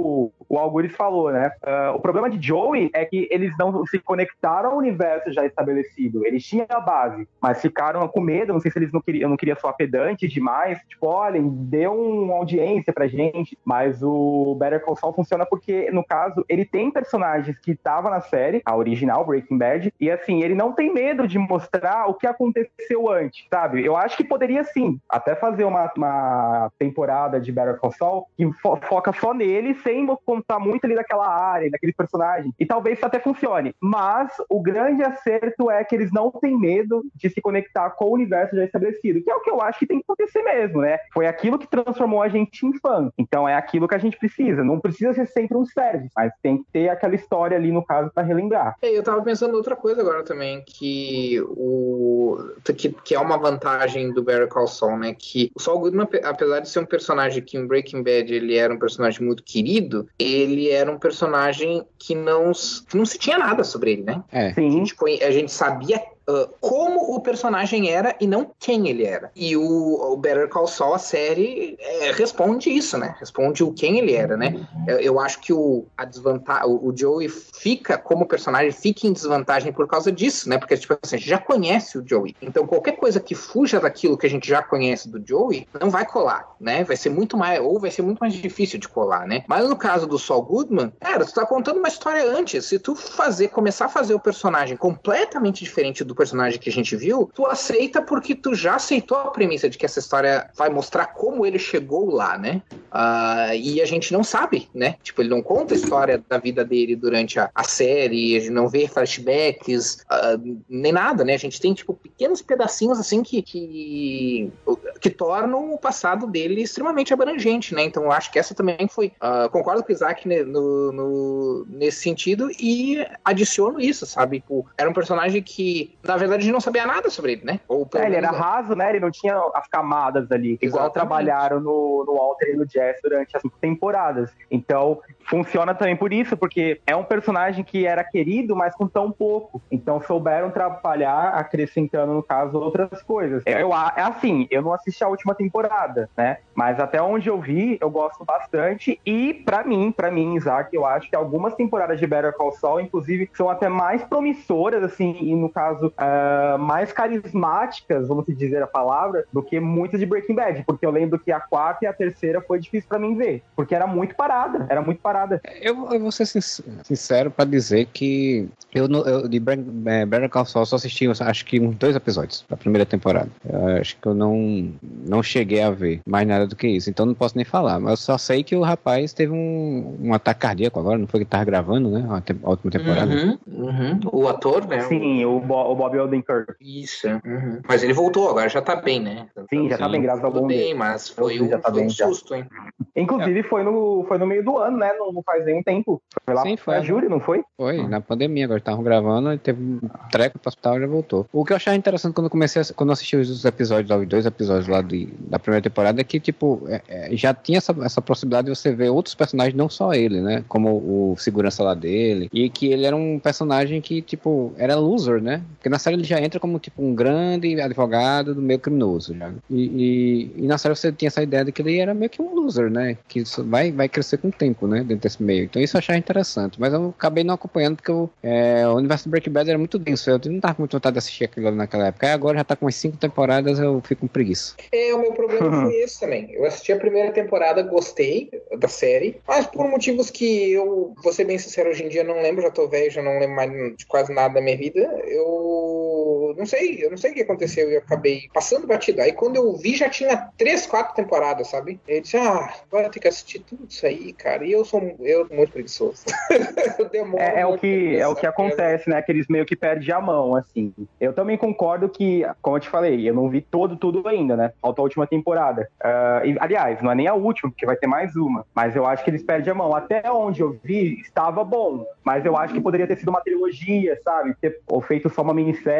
o Algures falou, né? Uh, o problema de Joey é que eles não se conectaram ao universo já estabelecido. Eles tinham a base, mas ficaram com medo. Não sei se eles não queriam, eu não queria soar pedante demais. Tipo, olha, deu uma audiência pra gente. Mas o Better Call Saul funciona porque, no caso, ele tem personagens que estavam na série, a original, Breaking Bad, e assim, ele não tem medo de mostrar o que aconteceu antes, sabe? Eu acho que poderia sim, até fazer uma, uma temporada de Better Call Saul que fo- foca só nele, sem contar muito ali daquela área, daquele personagem. E talvez isso até funcione. Mas o grande acerto é que eles não têm medo de se conectar com o universo já estabelecido, que é o que eu acho que tem que acontecer mesmo, né? Foi aquilo que transformou a gente em fã. Então é aquilo que a gente precisa. Não precisa ser sempre um service, mas tem que ter aquela história ali, no caso, para relembrar. É, eu tava pensando outra coisa agora também, que o que, que é uma vantagem do Better Call Saul, né? Que o Saul Goodman, apesar de ser um personagem que em Breaking Bad ele era um personagem muito querido, ele era um personagem que não, que não se tinha nada sobre ele, né? É. Sim. A gente, conhe- a gente sabia Uh, como o personagem era e não quem ele era. E o, o Better Call Saul, a série, é, responde isso, né? Responde o quem ele era, né? Eu, eu acho que o, a desvantagem, o, o Joey fica, como personagem, fica em desvantagem por causa disso, né? Porque, tipo assim, a gente já conhece o Joey. Então, qualquer coisa que fuja daquilo que a gente já conhece do Joey, não vai colar, né? Vai ser muito mais, ou vai ser muito mais difícil de colar, né? Mas no caso do Saul Goodman, cara, tu tá contando uma história antes. Se tu fazer, começar a fazer o personagem completamente diferente do personagem que a gente viu, tu aceita porque tu já aceitou a premissa de que essa história vai mostrar como ele chegou lá, né? Uh, e a gente não sabe, né? Tipo, ele não conta a história da vida dele durante a, a série, a gente não vê flashbacks, uh, nem nada, né? A gente tem, tipo, pequenos pedacinhos, assim, que, que, que tornam o passado dele extremamente abrangente, né? Então, eu acho que essa também foi... Uh, concordo com o Isaac no, no, nesse sentido e adiciono isso, sabe? Tipo, era um personagem que na verdade, a gente não sabia nada sobre ele, né? Ou, é, ele era menos, raso, né? Ele não tinha as camadas ali. Exatamente. Igual trabalharam no, no Walter e no Jess durante as cinco temporadas. Então, funciona também por isso, porque é um personagem que era querido, mas com tão pouco. Então, souberam trabalhar, acrescentando, no caso, outras coisas. Eu, é assim, eu não assisti a última temporada, né? Mas até onde eu vi, eu gosto bastante. E, pra mim, pra mim, Isaac, eu acho que algumas temporadas de Better Call Saul, inclusive, são até mais promissoras, assim, e no caso, Uh, mais carismáticas, vamos dizer a palavra, do que muitas de Breaking Bad, porque eu lembro que a quarta e a terceira foi difícil pra mim ver, porque era muito parada, era muito parada. Eu, eu vou ser sincero pra dizer que eu, eu de Better Call Saul só assisti, acho que uns dois episódios da primeira temporada. Eu acho que eu não, não cheguei a ver mais nada do que isso, então não posso nem falar, mas eu só sei que o rapaz teve um, um ataque cardíaco agora, não foi que ele tava gravando, né, a, te, a última temporada. Uhum, uhum. O ator, né? Sim, o, Bo, o Bob Odenkirk. Isso. Uhum. Mas ele voltou, agora já tá bem, né? Sim, já Sim. tá bem, graças ao bom Deus. bem, mas foi um, tá foi bem, um susto, hein? Inclusive, é. foi, no, foi no meio do ano, né? Não, não faz nenhum tempo. Foi lá Sim, foi. A Júri, não foi? Foi, ah. na pandemia, agora estavam gravando, teve um treco pro hospital e já voltou. O que eu achava interessante quando eu comecei, a, quando eu assisti os episódios, os dois episódios lá de, da primeira temporada, é que, tipo, é, é, já tinha essa, essa possibilidade de você ver outros personagens, não só ele, né? Como o segurança lá dele, e que ele era um personagem que, tipo, era loser, né? Porque na série ele já entra como, tipo, um grande advogado do meio criminoso, né? E, e, e na série você tinha essa ideia de que ele era meio que um loser, né? Que vai, vai crescer com o tempo, né? Dentro desse meio. Então isso eu achava interessante. Mas eu acabei não acompanhando porque eu, é, o universo do Breaking Bad era muito denso. Eu não tava com muita vontade de assistir aquilo naquela época. Aí agora já tá com umas cinco temporadas, eu fico com preguiça. É, o meu problema foi esse também. Eu assisti a primeira temporada, gostei da série, mas por motivos que eu, vou ser bem sincero, hoje em dia não lembro, já tô velho, já não lembro mais de quase nada da minha vida. Eu não sei, eu não sei o que aconteceu e eu acabei passando batida. Aí quando eu vi, já tinha três, quatro temporadas, sabe? Eu disse, ah, agora tem que assistir tudo isso aí, cara. E eu sou eu muito preguiçoso. eu demoro é, é, o que, é o que coisa. acontece, né? Que eles meio que perdem a mão, assim. Eu também concordo que, como eu te falei, eu não vi todo, tudo ainda, né? Falta a última temporada. Uh, e, aliás, não é nem a última, porque vai ter mais uma. Mas eu acho que eles perdem a mão. Até onde eu vi, estava bom. Mas eu acho que poderia ter sido uma trilogia, sabe? Ter ou feito só uma minissérie.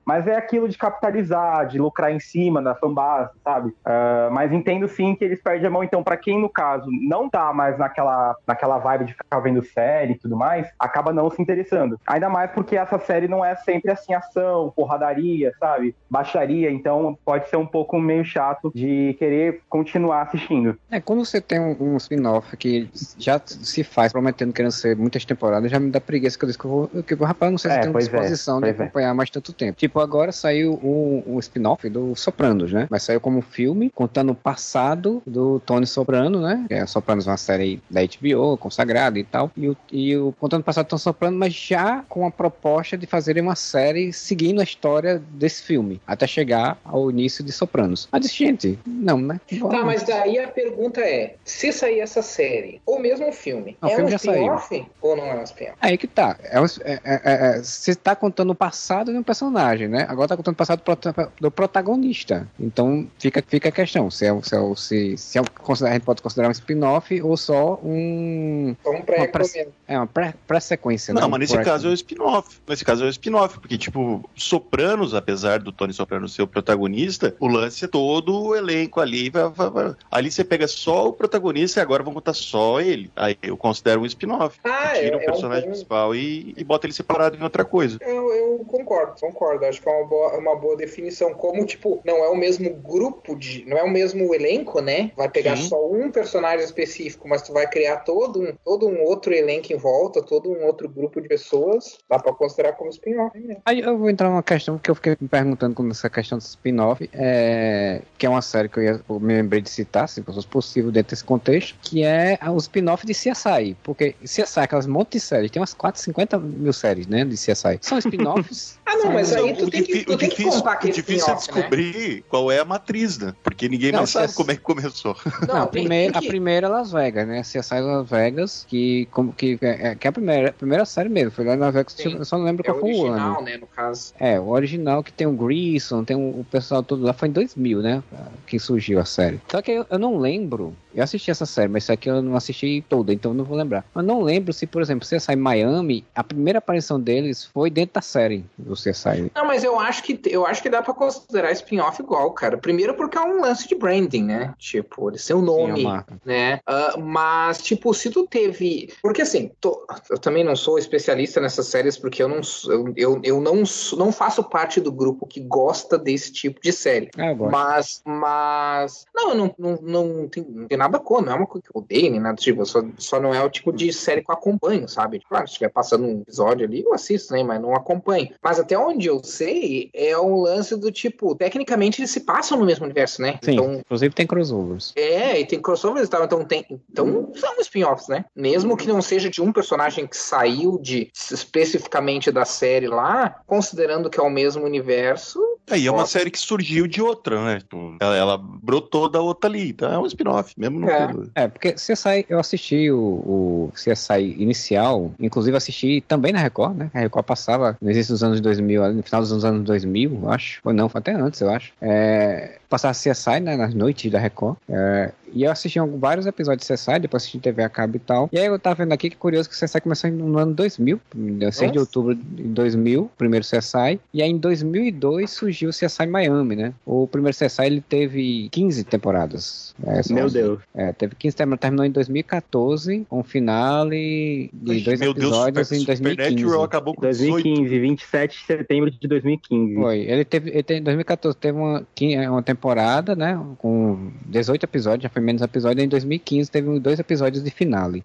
mas é aquilo de capitalizar, de lucrar em cima da fanbase, sabe? Uh, mas entendo sim que eles perdem a mão, então pra quem, no caso, não tá mais naquela, naquela vibe de ficar vendo série e tudo mais, acaba não se interessando. Ainda mais porque essa série não é sempre assim, ação, porradaria, sabe? Baixaria, então pode ser um pouco meio chato de querer continuar assistindo. É, quando você tem um, um spin-off que já se faz prometendo querendo ser muitas temporadas, já me dá preguiça que eu disse que eu vou, que, rapaz, não sei se é, eu tenho disposição é, de acompanhar é. mais tanto tempo. Tipo, agora saiu um, um spin-off do Sopranos, né? Mas saiu como filme, contando o passado do Tony Soprano, né? Que é Sopranos, uma série da H B O, consagrada e tal. E o, e o contando o passado do Tony Soprano, mas já com a proposta de fazerem uma série seguindo a história desse filme, até chegar ao início de Sopranos. Mas, gente, não, né? Vamos. Tá, mas daí a pergunta é, se sair essa série, ou mesmo o filme, não, é o filme um spin-off ou não é um spin-off? Aí que tá. É um, é, é, é, você tá contando o passado de um personagem, né? Agora tá contando o passado do protagonista. Então fica, fica a questão, se, é, se, é, se, se é, a gente pode considerar um spin-off ou só um... Só um pré pré, É uma pré-sequência. Não, né? mas nesse caso é o spin-off. Nesse caso é o spin-off, porque, tipo, Sopranos, apesar do Tony Soprano ser o protagonista, o lance é todo o elenco ali. Vai, vai, vai. Ali você pega só o protagonista e agora vão contar só ele. Aí eu considero um spin-off. Ah, tira é, o personagem é um... principal e, e bota ele separado em outra coisa. Eu, eu concordo, concordo. Acho que é uma boa, uma boa definição. Como, tipo, não é o mesmo grupo de... Não é o mesmo elenco, né? Vai pegar Sim. só um personagem específico, mas tu vai criar todo um, todo um outro elenco em volta, todo um outro grupo de pessoas. Dá pra considerar como spin-off mesmo. Aí eu vou entrar numa questão que eu fiquei me perguntando com essa questão do spin-off, é, que é uma série que eu, ia, eu me lembrei de citar, se fosse possível, dentro desse contexto, que é o spin-off de C S I. Porque C S I, aquelas monte de séries, tem umas quatrocentas e cinquenta mil séries, né, de C S I. São spin-offs. Ah, não, mas aí tu o tem que, tu tem que contar que é difícil é descobrir, né, qual é a matriz, né? Porque ninguém não, mais sabe como é que começou. Não, não a, primeira, que... a primeira é Las Vegas, né? C S I Las Vegas, que, como, que, é, que é a primeira, a primeira série mesmo. Foi lá em Las Vegas, Sim. eu só não lembro é qual foi o ano. É o original, né, no caso. É, o original que tem o Grissom, tem o, o pessoal todo lá, foi em dois mil, né? Que surgiu a série. Só que eu, eu não lembro, eu assisti essa série, mas isso aqui eu não assisti toda, então eu não vou lembrar. Mas não lembro se, por exemplo, C S I Miami, a primeira aparição deles foi dentro da série do C S I. Não, mas eu acho que, eu acho que dá pra considerar spin-off igual, cara. Primeiro porque é um lance de branding, né? Tipo, eles têm um nome, Sim, né? Uh, mas, tipo, se tu teve... Porque, assim, tô... eu também não sou especialista nessas séries, porque eu não, eu, eu, eu não, não faço parte do grupo que gosta desse tipo de série. Ah, eu gosto. Mas, mas... Não, eu não, não, não, tem, não tem nada contra, não é uma coisa que eu odeio, nem nada, tipo, só, só não é o tipo de série que eu acompanho, sabe? Claro, se estiver passando um episódio ali, eu assisto, né? Mas não acompanho. Mas até onde eu sei, é um lance do tipo, tecnicamente eles se passam no mesmo universo, né? Sim, então, inclusive tem crossovers. É, e tem crossovers e tal, então tem, então são spin-offs, né? Mesmo que não seja de um personagem que saiu de especificamente da série lá, considerando que é o mesmo universo. É, e é uma série que surgiu de outra, né? Ela, ela brotou da outra ali, então é um spin-off, mesmo não é. é, porque C S I, eu assisti o, o C S I inicial, inclusive assisti também na Record, né? A Record passava no início dos anos dois mil, no final dos anos dois mil, eu acho. Ou não, foi até antes, eu acho. É, passava C S I, né, nas noites da Record. É, e eu assisti vários episódios de C S I, depois assisti T V a cabo e tal. E aí eu tava vendo aqui que curioso que o C S I começou no ano dois mil, seis de outubro de dois mil, primeiro C S I. E aí em dois mil e dois surgiu o C S I Miami, né? O primeiro C S I ele teve quinze temporadas. É, Meu Deus. É, teve quinze temporadas, terminou em dois mil e catorze, com um finale de Ai, dois episódios Deus, em dois mil e quinze. Acabou com dois mil e quinze, vinte e sete de setembro de dois mil e quinze. Foi. Ele teve, ele teve em dois mil e catorze teve uma, uma temporada, né? Com dezoito episódios, já foi menos episódios. Em dois mil e quinze teve dois episódios de finale.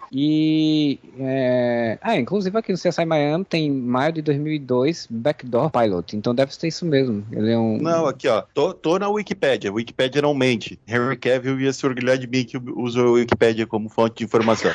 E. É... Ah, inclusive aqui no C S I Miami tem maio de dois mil e dois Backdoor Pilot. Então deve ser isso mesmo. Ele é um. Não, aqui ó. Tô, tô na Wikipédia. Wikipédia não mente. Henry Cavill ia se orgulhar de mim que usa a Wikipédia como fonte de informação.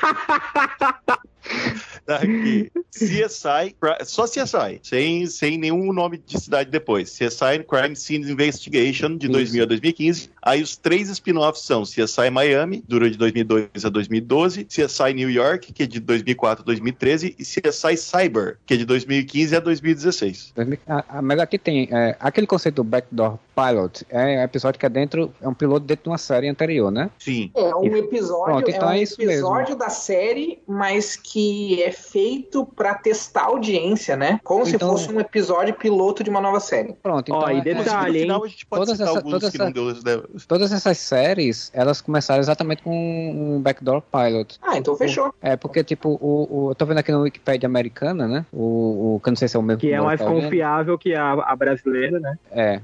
Aqui, C S I, só C S I, sem, sem nenhum nome de cidade depois. C S I Crime Scene Investigation, de Isso. dois mil a dois mil e quinze. Aí os três spin-offs são C S I Miami, dura de dois mil e dois a dois mil e doze, C S I New York, que é de dois mil e quatro a dois mil e treze, e C S I Cyber, que é de dois mil e quinze a dois mil e dezesseis. Mas aqui tem é, aquele conceito do Backdoor Pilot, é um episódio que é dentro, é um piloto dentro de uma série anterior, né? Sim. É um episódio, Pronto, então é um é episódio mesmo. da série, mas que é feito pra pra testar a audiência, né? Como Então- se fosse um episódio piloto de uma nova série. Pronto, então Ó, e é- detalhe, Inclusive, no hein? final a gente pode Todas citar essa- alguns todas que essa- não deu... Né? todas essas séries, elas começaram exatamente com um backdoor pilot. Ah, então fechou. É, porque, tipo, o, o, eu tô vendo aqui no Wikipedia americana, né? O, o que eu não sei se é o mesmo Que é eu mais tô vendo. confiável que a, a brasileira, né? É,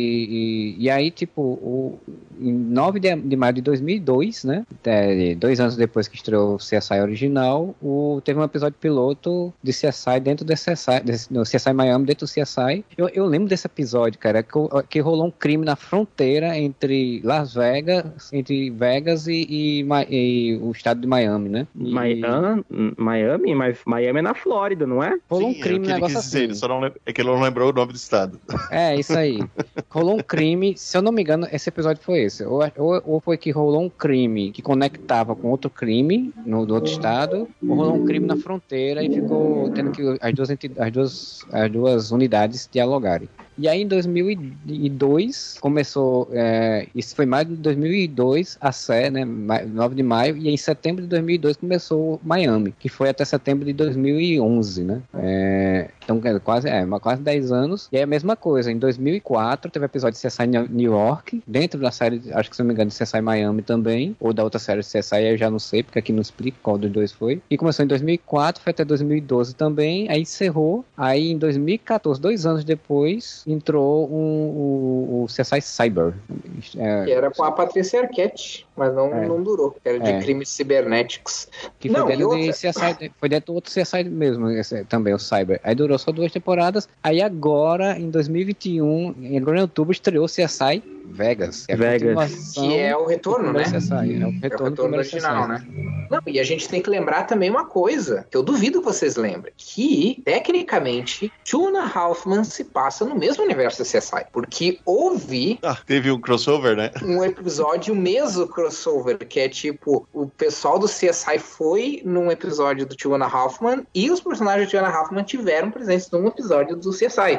e, e, e aí, tipo, o, em nove de, de maio de dois mil e dois, né? É, dois anos depois que estreou o C S I original, o, teve um episódio piloto de C S I dentro do C S I, desse, no C S I Miami, dentro do C S I. Eu, eu lembro desse episódio, cara, que, que rolou um crime na fronteira entre Las Vegas, entre Vegas e, e, Ma- e o estado de Miami, né? E, Miami, Miami, mas Miami é na Flórida, não é? rolou um Sim, crime, é o que ele negócio quis dizer, assim. ele só não lem- é que ele não lembrou o nome do estado. É, isso aí. Rolou um crime, se eu não me engano, esse episódio foi esse. Ou, ou, ou foi que rolou um crime que conectava com outro crime no do outro estado, ou rolou um crime na fronteira e ficou tendo que as duas, enti- as duas, as duas unidades dialogarem. E aí em dois mil e dois começou, é, isso foi mais de dois mil e dois, a série, né, ma- nove de maio, e em setembro de dois mil e dois começou Miami, que foi até setembro de dois mil e onze, né, é, então é, quase, é, uma- quase dez anos, e aí a mesma coisa, em dois mil e quatro teve episódio de C S I New York, dentro da série, acho que se não me engano, de C S I Miami também, ou da outra série de C S I, eu já não sei, porque aqui não explica qual dos dois foi, e começou em dois mil e quatro, foi até dois mil e doze também, aí encerrou, aí em dois mil e quatorze, dois anos depois, entrou um, o, o C S I Cyber. É, Que era com a Patrícia Arquette, mas não, É. não durou. Que era de É. crimes cibernéticos. que foi Não, e dentro de outra- C S I, foi dentro do outro C S I mesmo, esse, também o Cyber. Aí durou só duas temporadas. Aí agora, em dois mil e vinte e um, em agora em outubro, estreou C S I Vegas. Que é a Vegas. continuação Que é o retorno, do né? primeiro C S I, é o É o retorno, do retorno primeiro original, C S I. né? Não, e a gente tem que lembrar também uma coisa, que eu duvido que vocês lembrem, que, tecnicamente, Two and a Half Men se passa no mesmo universo da C S I, porque houve Ah, teve um crossover, né? um episódio mesmo crossover, que é tipo, o pessoal do C S I foi num episódio do Two and a Half Men e os personagens do Two and a Half Men tiveram presentes num episódio do C S I.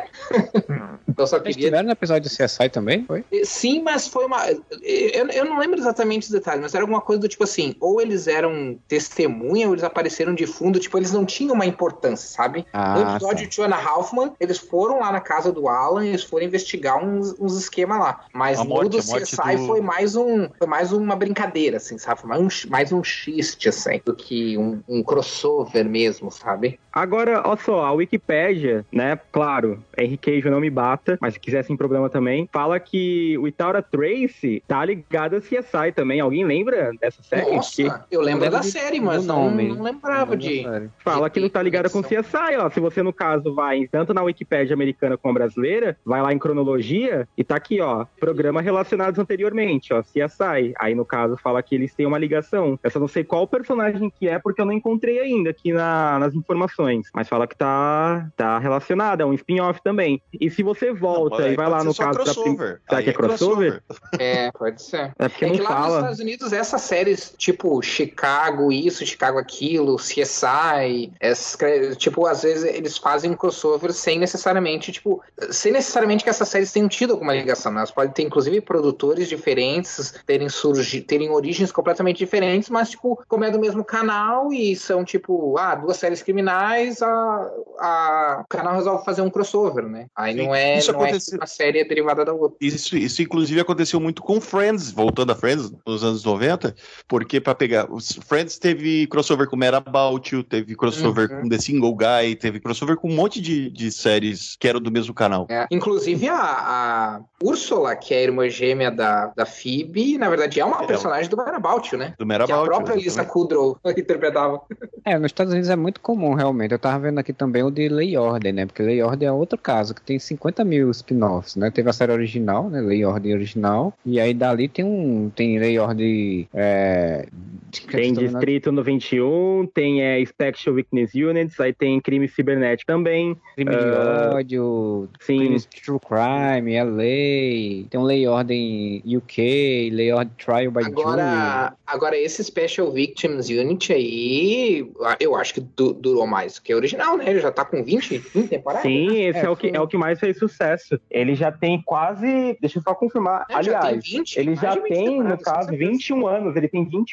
Eu só Eles queria... tiveram no episódio do C S I também? Foi? Sim, mas foi uma... Eu, eu não lembro exatamente os detalhes, mas era alguma coisa do tipo assim, ou eles eram testemunha, ou eles apareceram de fundo, tipo, eles não tinham uma importância, sabe? Ah, No episódio de Two and a Half Men, eles foram lá na casa do Alan, eles foram investigar uns, uns esquemas lá. Mas A no morte- do a morte C S I do- foi mais um foi mais uma brincadeira, assim, sabe? Foi mais um, mais um xiste, assim, do que um, um crossover mesmo, sabe? Agora, olha só, a Wikipédia, né, claro, Henry Queijo não me bata, mas se quiser sem problema também, fala que o Itaura Tracy tá ligado a C S I também. Alguém lembra dessa série? Nossa, Que eu lembro da de- série, do mas não, nome. não lembrava de... Sério. fala que não tá ligada com C S I, ó. Se você, no caso, vai tanto na Wikipédia americana como a brasileira, vai lá em cronologia e tá aqui, ó, programa relacionados anteriormente, ó, C S I. Aí, no caso, fala que eles têm uma ligação. Eu só não sei qual personagem que é, porque eu não encontrei ainda aqui na- nas informações. Mas fala que tá, tá relacionado, é um spin-off também. E se você volta Não, e vai pode lá ser no só caso da prim- crossover. Será Aí que é crossover? É, pode ser. É porque É não que lá nos fala. Estados Unidos, essas séries, tipo, Chicago isso, Chicago aquilo, C S I, essas, tipo, às vezes eles fazem um crossover sem necessariamente, tipo, sem necessariamente que essas séries tenham tido alguma ligação, né? Elas podem ter, inclusive, produtores diferentes, terem surgido, terem origens completamente diferentes, mas, tipo, como é do mesmo canal e são, tipo, ah, duas séries criminais, a, a, o canal resolve fazer um crossover, né? Aí Sim. não é, Isso não é aconteceu- que uma série é derivada da outra. Isso, isso inclusive aconteceu muito com Friends, voltando a Friends nos anos noventa, porque para pegar, os Friends teve crossover com Mad About You, teve crossover Uhum. com The Single Guy, teve crossover com um monte de, de séries que eram do mesmo canal. É. Inclusive a, a Úrsula, que é a irmã gêmea da, da Phoebe, na verdade é uma É. personagem do Mad About You, né? Do Mad Que a About You, própria Lisa exatamente. Kudrow interpretava. É, nos Estados Unidos é muito comum, realmente. Eu tava vendo aqui também o de Lei e Ordem, né? Porque Lei e Ordem é outro caso, que tem cinquenta mil spin-offs, né? Teve a série original, né? Lei e Ordem original. E aí dali tem um... Tem Lei e Ordem... É, Tem Distrito noventa e um, tem é, Special Weakness Units, aí tem Crime Cibernético também. Crime de Ah, ódio, sim. crimes True Crime, L A, tem um Lei e Ordem U K, Lei e Ordem Trial by Jury. Agora, agora, esse Special Victims Unit aí, eu acho que du- durou mais que a original, né? Ele já tá com vinte, vinte temporadas. Sim, esse é, É, o que, foi- é o que mais fez sucesso. Ele já tem quase. Deixa eu só confirmar. É, já Aliás, tem vinte, ele mais já de vinte tem, no temporadas, com caso, certeza. vinte e um anos. Ele tem vinte e um anos.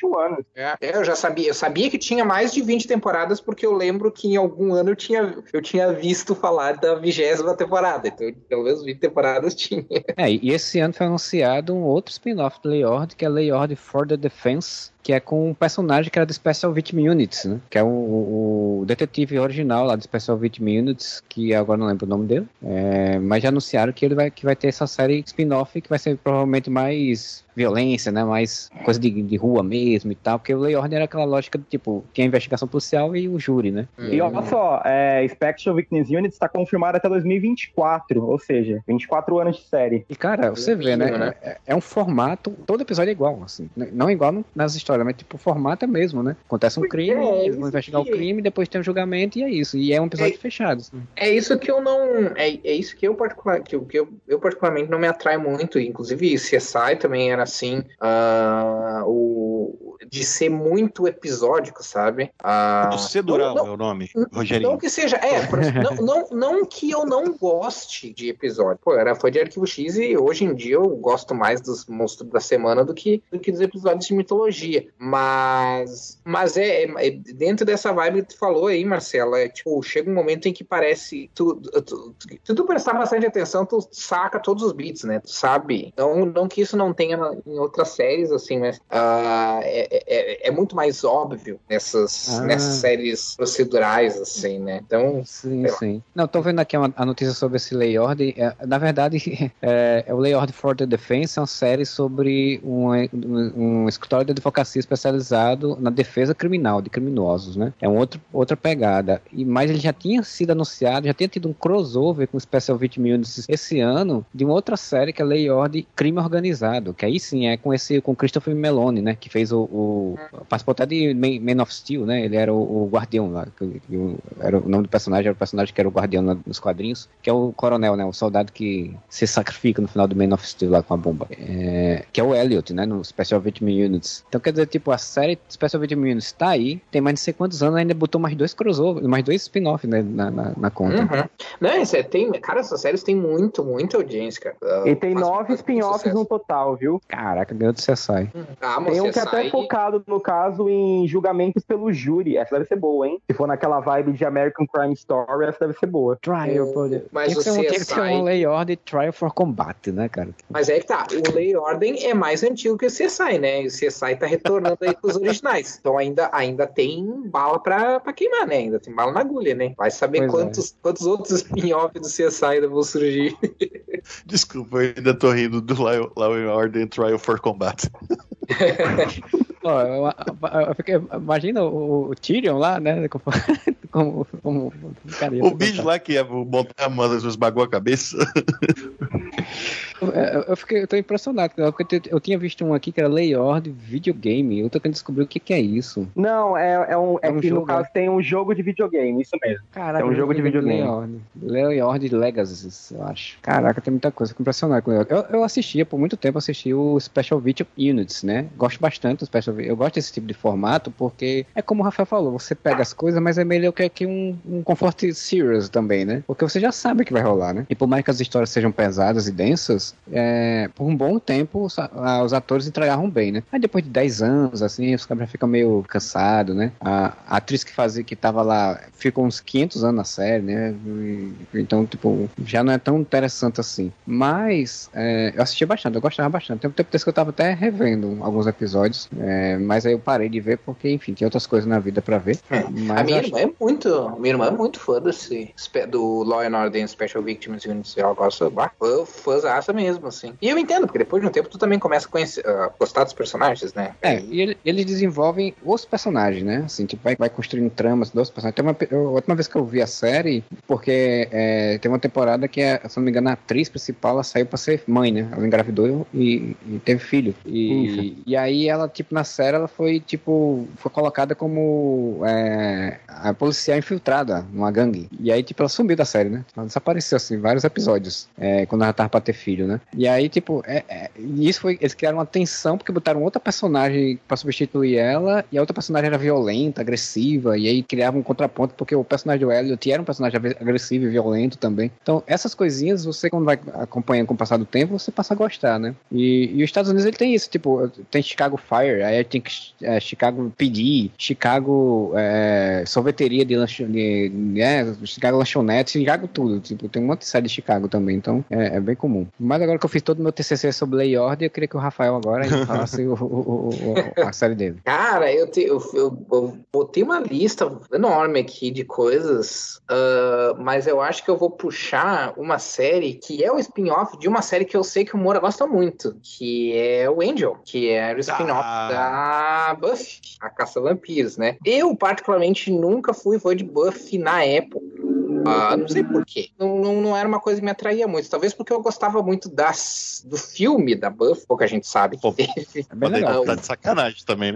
É, eu já sabia, eu sabia que tinha mais de vinte temporadas, porque eu lembro que em algum ano eu tinha, eu tinha visto falar da vigésima temporada, então pelo menos vinte temporadas tinha. É, e esse ano foi anunciado um outro spin-off do Lei Ordem, que é Lei Ordem for the Defense, que é com um personagem que era do Special Victim Units, né? Que é o, o detetive original lá do Special Victim Units, que agora não lembro o nome dele, é, mas já anunciaram que ele vai, que vai ter essa série spin-off, que vai ser provavelmente mais violência, né? Mais coisa de, de rua mesmo e tal, porque o Lei Ordem era aquela lógica de, tipo, tinha a investigação policial e o júri, né? E, e olha só, é, Special Victims Unit está confirmado até dois mil e vinte e quatro, ou seja, vinte e quatro anos de série. E, cara, você vê, né? né? É, é um formato, todo episódio é igual, assim. Não igual nas histórias, mas, tipo, o formato é mesmo, né? Acontece um crime, é, eles vão investigar que... o crime, depois tem um julgamento e é isso. E é um episódio é, fechado. Assim. É isso que eu não... É, é isso que eu, particular, que eu, que eu, eu particularmente não me atrai muito. Inclusive, C S I também era assim, uh, o, de ser muito episódico, sabe? Uh, Procedural não, não, é o nome, Rogerinho. Não que seja... É, não, não, não que eu não goste de episódio. Pô, era, foi de Arquivo X e hoje em dia eu gosto mais dos monstros da semana do que, do que dos episódios de mitologia. Mas, mas é, é, é dentro dessa vibe que tu falou aí, Marcela, é tipo, chega um momento em que parece tu, tu, tu, tu, tu prestar bastante atenção, tu saca todos os beats, né? Tu sabe. Não, não que isso não tenha em outras séries, assim, mas uh, é, é, é muito mais óbvio nessas, ah. nessas séries procedurais, assim, né? Então, sim, sim. Não, tô vendo aqui uma, a notícia sobre esse Lei Ordem. É, na verdade, é, é o Lei Ordem for the Defense, é uma série sobre um, um, um escritório de advocacia especializado na defesa criminal, de criminosos, né? É uma outro, outra pegada. E, mas ele já tinha sido anunciado, já tinha tido um crossover com o Special Victim Units esse ano, de uma outra série que é Lei Ordem Crime Organizado, que aí sim é com esse, com Christopher Meloni, né? Que fez o, o participou até de Man, Man of Steel, né? Ele era o, o guardião lá, que, que, era o nome do personagem, era o personagem que era o guardião lá nos quadrinhos, que é o coronel, né? O soldado que se sacrifica no final do Man of Steel lá com a bomba. É, que é o Elliot, né? No Special Victim Units. Então quer dizer, tipo, a série Special Victim Units tá aí, tem mais de não sei quantos anos, ainda botou mais dois crossover, mais dois spin-off, né? Na, na, na conta. Uhum. Não, isso é, tem, cara, essas séries tem muito, muita audiência, cara. E tem nove spin-offs no total, viu? Caraca, ganhou do C S I. Ah, tem um C S I... que é até focado, no caso, em julgamentos pelo júri. Essa deve ser boa, hein? Se for naquela vibe de American Crime Story, essa deve ser boa. Trial, o... Mas tem, o que C S I... tem que ser um Lei Ordem Trial for Combat, né, cara? Mas é que tá, o Lei Ordem é mais antigo que o C S I, né? E o C S I tá retornando aí pros originais. Então ainda, ainda tem bala pra, pra queimar, né? Ainda tem bala na agulha, né? Vai saber quantos, é. quantos outros spin-offs do C S I ainda vão surgir. Desculpa, eu ainda tô rindo do Law and Order Trial for Combat. Oh, eu, eu, eu fiquei, imagina o, o Tyrion lá, né? Como, como, como, cara, o bicho lá que ia montar umas esbagou a cabeça. Eu, eu, fiquei, eu tô impressionado, porque eu, eu tinha visto um aqui que era Lei Ordem Videogame. Eu tô querendo descobrir o que, que é isso. Não, é, é um. É, é um que jogo, no caso é? Tem um jogo de videogame, isso mesmo. Caraca, é um jogo de videogame. Lei Ordem. Lei Ordem Legacy, eu acho. Caraca, tem muita coisa. Fico impressionado com o Lei Ordem. Eu, eu assistia, por muito tempo, assisti o Special Victim Units, né? Gosto bastante do Special Victim. Eu gosto desse tipo de formato porque é como o Rafael falou, você pega as coisas, mas é meio que, que um, um comfort series também, né? Porque você já sabe o que vai rolar, né? E por mais que as histórias sejam pesadas e densas, é, por um bom tempo os, os atores entregavam bem, né? Aí depois de dez anos, assim, os caras ficam meio cansados, né? A, a atriz que fazia, que tava lá, ficou uns quinhentos anos na série, né? E, então, tipo, já não é tão interessante assim. Mas é, eu assistia bastante, eu gostava bastante. Tem um tempo desse que eu tava até revendo alguns episódios, é, mas aí eu parei de ver porque, enfim, tinha outras coisas na vida pra ver. É. A minha irmã acho... é muito, minha irmã é muito fã desse, do Law and Order Special Victims Unit. Ela gosta, fã, fãzaça mesmo, assim. E eu entendo, porque depois de um tempo tu também começa a conhecer, uh, gostar dos personagens, né? É, e ele, eles desenvolvem os personagens, né? Assim, tipo, vai, vai construindo tramas dos personagens. Tem uma, eu, a última vez que eu vi a série, porque é, tem uma temporada que, é, se não me engano, a atriz principal, ela saiu pra ser mãe, né? Ela engravidou e, e teve filho. E, e aí ela, tipo, na série, ela foi, tipo, foi colocada como é, a policial infiltrada numa gangue. E aí, tipo, ela sumiu da série, né? Ela desapareceu, assim, vários episódios, é, quando ela tava pra ter filho, né? E aí, tipo, é, é, isso foi, eles criaram uma tensão porque botaram outra personagem pra substituir ela, e a outra personagem era violenta, agressiva, e aí criavam um contraponto porque o personagem do Elliot era um personagem agressivo e violento também. Então, essas coisinhas, você quando vai acompanhando com o passar do tempo, você passa a gostar, né? E, e os Estados Unidos, ele tem isso, tipo, tem Chicago Fire, aí tem é, Chicago P D, Chicago é, sorveteria de lanchonete, é, Chicago lanchonete, Chicago tudo, tipo, tem um monte de série de Chicago também, então é, é bem comum. Mas agora que eu fiz todo o meu T C C sobre Lei e Ordem, eu queria que o Rafael agora falasse o, o, o, a série dele. Cara, eu, te, eu, eu, eu botei uma lista enorme aqui de coisas, uh, mas eu acho que eu vou puxar uma série que é o spin-off de uma série que eu sei que o Moura gosta muito, que é o Angel, que é o spin-off ah. da Buffy, a Caça-Vampiros, né? Eu, particularmente, nunca fui fã de Buffy na época. Uh, não sei porquê. Não, não, não era uma coisa que me atraía muito. Talvez porque eu gostava muito das, do filme da Buffy, pouca gente sabe que Pô, teve. É bem legal. Tá de sacanagem também, né?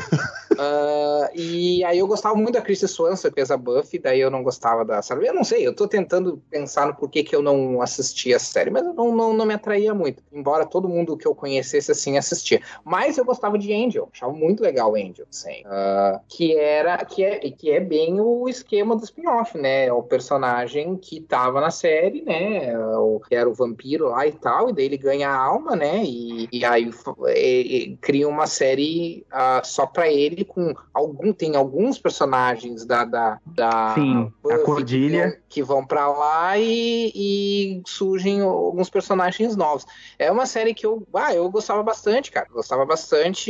Uh, e aí eu gostava muito da Kristen Swanson, que fez a Buffy, daí eu não gostava da série. Eu não sei, eu tô tentando pensar no porquê que eu não assistia a série, mas não, não, não me atraía muito. Embora todo mundo que eu conhecesse assim assistia. Mas eu gostava de Angel, achava muito legal o Angel, sim. Uh, que era, que é, que é bem o esquema do spin-off, né? O personagem que tava na série, né? O, que era o vampiro lá e tal, e daí ele ganha a alma, né? E, e aí e, e, cria uma série uh, só pra ele, com algum, tem alguns personagens da, da, da Sim, Buffy a Cordilha que, que vão pra lá e, e surgem alguns personagens novos. É uma série que eu, ah, eu gostava bastante, cara, gostava bastante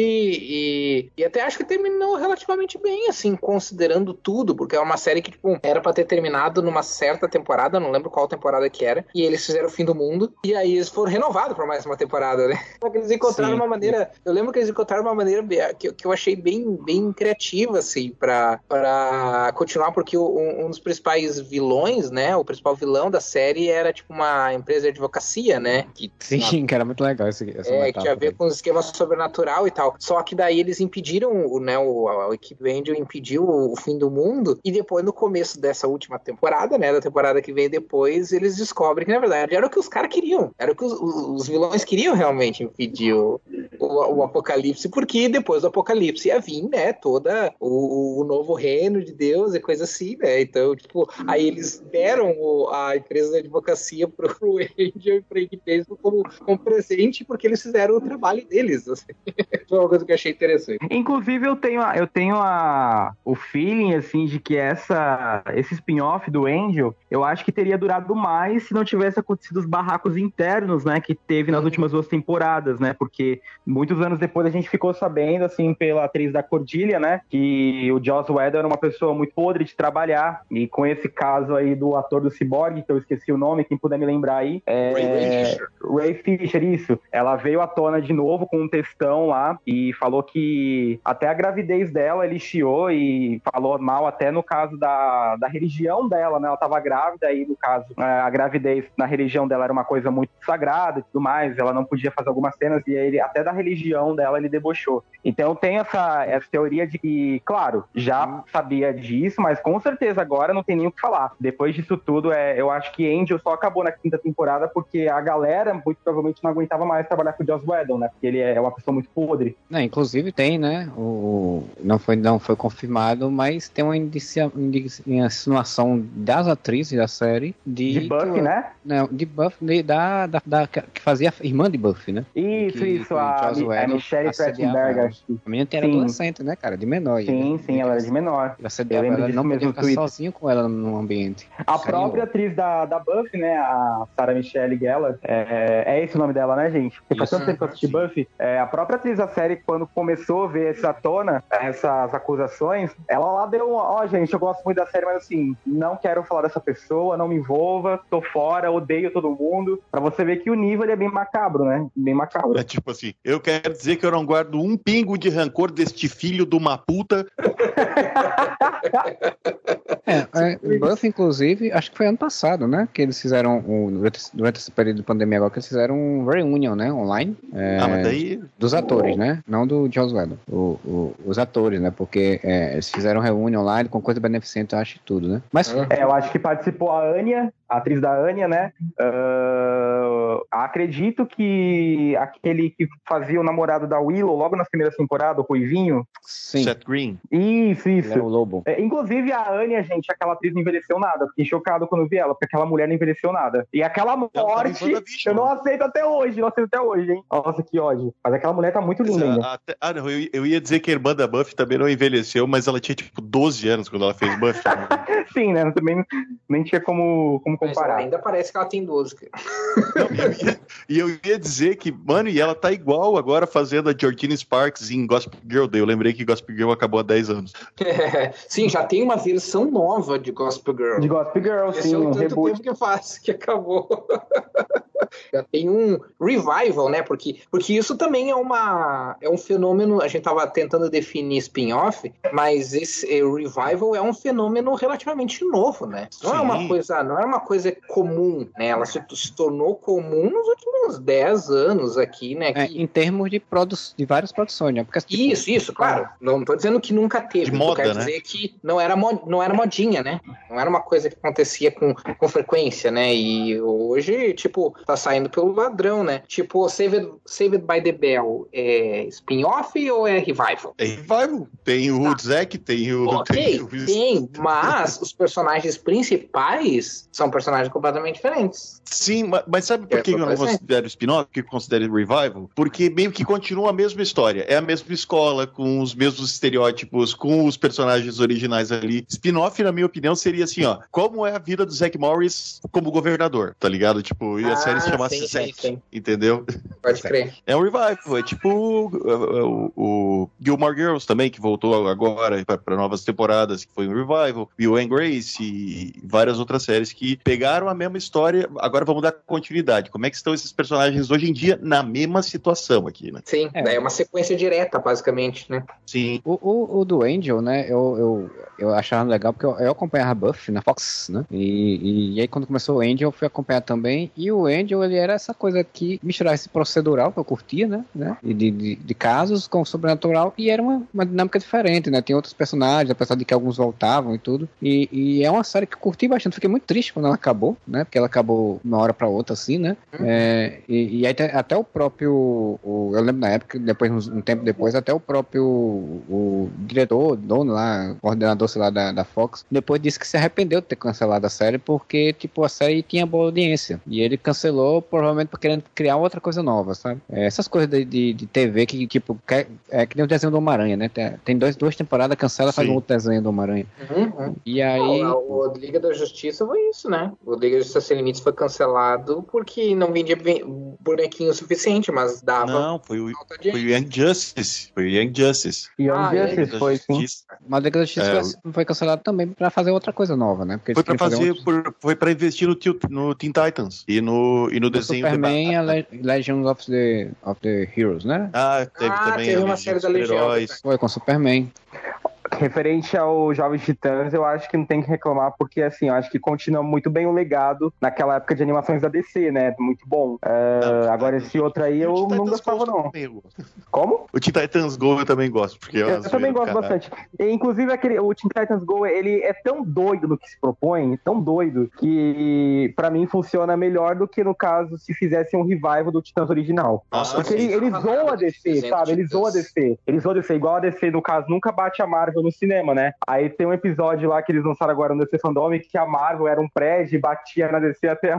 e, e até acho que terminou relativamente bem, assim, considerando tudo, porque é uma série que, tipo, era pra ter terminado numa certa temporada, não lembro qual temporada que era, e eles fizeram o fim do mundo, e aí eles foram renovados pra mais uma temporada, né? Porque eles encontraram Sim. uma maneira, eu lembro que eles encontraram uma maneira que, que eu achei bem, bem criativa, assim, pra, pra continuar, porque um, um dos principais vilões, né, o principal vilão da série era, tipo, uma empresa de advocacia, né? Que, Sim, na, que era muito legal esse, essa É, que tinha a ver com os esquemas sobrenatural e tal. Só que daí eles impediram, né, o, a, a equipe Angel impediu o, o fim do mundo, e depois, no começo dessa última temporada, né, da temporada que veio depois, eles descobrem que, na verdade, era o que os caras queriam. Era o que os, os vilões queriam realmente impedir o, o, o apocalipse, porque depois do apocalipse ia vir, né, toda o, o novo reino de Deus e coisa assim, né, então, tipo, aí eles deram o, a empresa de advocacia pro, pro Angel e pra equipe Angel como, como presente, porque eles fizeram o trabalho deles, assim. Foi uma coisa que eu achei interessante. Inclusive, eu tenho, a, eu tenho a, o feeling, assim, de que essa, esse spin-off do Angel, eu acho que teria durado mais se não tivesse acontecido os barracos internos, né, que teve nas últimas duas temporadas, né, porque muitos anos depois a gente ficou sabendo, assim, pela atriz da Cordilha, né, que o Joss Whedon era uma pessoa muito podre de trabalhar, e com esse caso aí do ator do Cyborg, que eu esqueci o nome, quem puder me lembrar aí, é... Ray Fisher. Ray Fisher, isso. Ela veio à tona de novo com um textão lá e falou que até a gravidez dela ele chiou e falou mal até no caso da, da religião dela, né? Ela tava grávida e, no caso, a gravidez na religião dela era uma coisa muito sagrada e tudo mais, ela não podia fazer algumas cenas e ele, até da religião dela, ele debochou. Então tem essa, essa teoria de que, claro, já sabia disso, mas com certeza agora não tem nem o que falar. Depois disso tudo, é, eu acho que Angel só acabou na quinta temporada porque a galera, muito provavelmente, não aguentava mais trabalhar com o Joss Whedon, né? Porque ele é uma pessoa muito podre. Não, inclusive tem, né? O, não, foi, não foi confirmado, mas tem uma indicia, insinuação das atrizes da série de... De Buffy, né? Não, de Buffy, de, da, da, da, que fazia a irmã de Buffy, né? Isso, que, isso, que a, a Michelle Trachtenberg, acho que... A menina era adolescente, né, cara? De menor. Sim, né? sim, ela era de menor. Eu lembro ela, disso não mesmo no Twitter. Sozinho com ela no ambiente. A própria atriz da, da Buffy, né, a Sarah Michelle Gellar, é, é esse o nome dela, né, gente? Porque faz tanto tempo que eu assisti Buffy. É, a própria atriz da série, quando começou a ver essa tona, essas acusações, ela lá deu, ó, oh, gente, eu gosto muito da série, mas assim, não quero falar dessa pessoa, não me envolva, tô fora, odeio todo mundo. Pra você ver que o nível ele é bem macabro, né? Bem macabro. É tipo assim, eu quero dizer que eu não guardo um pingo de rancor deste filho de uma puta. É, é, Buffy, inclusive, acho que foi ano passado, né? Que eles fizeram, um, durante esse período de pandemia agora, que eles fizeram um reunion, né? Online. É, ah, mas daí... Dos atores, né? Não do Joss Whedon. O, o, os atores, né? Porque é, eles fizeram reunion online com coisa beneficente, eu acho, e tudo, né? Mas... É, eu acho que participou a Anya, a atriz da Anya, né? Uh, a acredito que aquele que fazia o namorado da Willow logo na primeira temporada, o Ruivinho. Sim. Seth Green. Isso, isso. Ele era o lobo. É, inclusive a Anya, gente, aquela atriz não envelheceu nada. Fiquei chocado quando vi ela, porque aquela mulher não envelheceu nada. E aquela morte, eu não aceito até hoje, não aceito até hoje, hein? Nossa, que ódio. Mas aquela mulher tá muito linda ainda. Até, ah, não, eu, eu ia dizer que a irmã da Buffy também não envelheceu, mas ela tinha tipo doze anos quando ela fez Buffy. Sim, né? Também nem tinha como, como comparar. Mas ainda parece que ela tem doze. Não, eu ia, e eu ia dizer que, mano, e ela tá igual agora fazendo a Georgina Sparks em Gossip Girl. Daí eu lembrei que Gossip Girl acabou há dez anos. É, sim, já tem uma versão nova de Gossip Girl. De Gossip Girl, Esse sim, é o um tanto reboot. tempo que faz, que acabou. Já tem um revival, né? Porque, porque isso também é, uma, é um fenômeno. A gente tava tentando definir spin-off, mas esse eh, revival é um fenômeno relativamente novo, né? Não Sim. é uma coisa, não é uma coisa comum, né? Ela se, se tornou comum nos últimos dez anos aqui, né? É, Que... em termos de, produ de várias produções, né? Porque, tipo, Isso, isso, claro. Não tô dizendo que nunca teve. De moda, eu quero né? dizer que não era, mod, não era modinha, né? Não era uma coisa que acontecia com, com frequência, né? E hoje, tipo, tá saindo pelo ladrão, né? Tipo, Saved, Saved by the Bell é spin-off ou é revival? É revival. Tem o Tá. Zack, tem o... Ok, tem, o... tem, mas os personagens principais são personagens completamente diferentes. Sim, mas, mas sabe por É, que eu não por exemplo. considero spin-off? Por que eu considero revival? Porque meio que continua a mesma história. É a mesma escola, com os mesmos estereótipos, com os personagens originais ali. Spin-off, na minha opinião, seria assim, ó. Como é a vida do Zack Morris como governador, tá ligado? Tipo, e a Ah, série se chamasse sim, Zack, sim, sim. entendeu? Pode crer. É um revival, é tipo o, o, o Gilmore Girls também, que voltou agora para novas temporadas, que foi um revival, Will and Grace e várias outras séries que pegaram a mesma história, agora vamos dar continuidade. Como é que estão esses personagens hoje em dia na mesma situação aqui, né? Sim, É. é uma sequência direta, basicamente, né? Sim. O, o, o do Angel, né, eu, eu, eu achava legal porque eu, eu acompanhava a Buffy na Fox, né, e, e, e aí quando começou o Angel eu fui acompanhar também, e o Angel ele era essa coisa que misturava esse procedural que eu curtia, né, né de, de, de casos com o sobrenatural, e era uma, uma dinâmica diferente, né, tem outros personagens, apesar de que alguns voltavam e tudo, e, e é uma série que eu curti bastante, fiquei muito triste quando ela acabou, né, porque ela acabou uma hora pra outra, assim, né, uhum. é, e, e aí até o próprio, o, eu lembro na época, depois, um tempo depois, até o próprio o diretor, dono lá, coordenador, sei lá, da, da Fox, depois disse que se arrependeu de ter cancelado a série porque, tipo, a série tinha boa audiência. E ele cancelou, provavelmente, por querendo criar outra coisa nova, sabe? É, essas coisas de, de, de T V que, tipo, que, é que nem o desenho do Homem-Aranha, né? Tem, tem dois, duas temporadas, cancela, Sim. faz um outro desenho do Homem-Aranha. Uhum. E aí... O, o Liga da Justiça foi isso, né? O Liga da Justiça Sem Limites foi cancelado porque não vendia bonequinho o suficiente, mas dava... Não, foi o, foi o Young Justice. Foi o Young Justice. Young Ah, Justice foi, sim. Mas a Liga da Justiça é, foi, foi cancelado também pra fazer outra coisa nova, né? Porque foi pra fazer, outros... por, foi pra investir no, no Teen Titans e no, e no desenho Superman e a Le Legends of the, of the Heroes, né? Ah, teve ah, também. Teve uma série da Legião. Foi com Superman. Referente ao Jovens Titãs, eu acho que não tem que reclamar, porque assim, eu acho que continua muito bem o legado naquela época de animações da D C, né? Muito bom. Uh, agora esse outro aí eu não gostava, não. Como? O Teen Titans Go eu também gosto. Porque eu, eu também gosto caralho. bastante. E, inclusive, aquele, o Teen Titans Go, ele é tão doido no que se propõe, tão doido, que pra mim funciona melhor do que, no caso, se fizesse um revival do Titãs original. Nossa, porque ele, ele zoa a D C, sabe? Ele zoa a D C. Ele zoa a D C. Igual a D C, no caso, nunca bate a Marvel no cinema, né? Aí tem um episódio lá que eles lançaram agora no D C Fandom que a Marvel era um prédio e batia na D C até...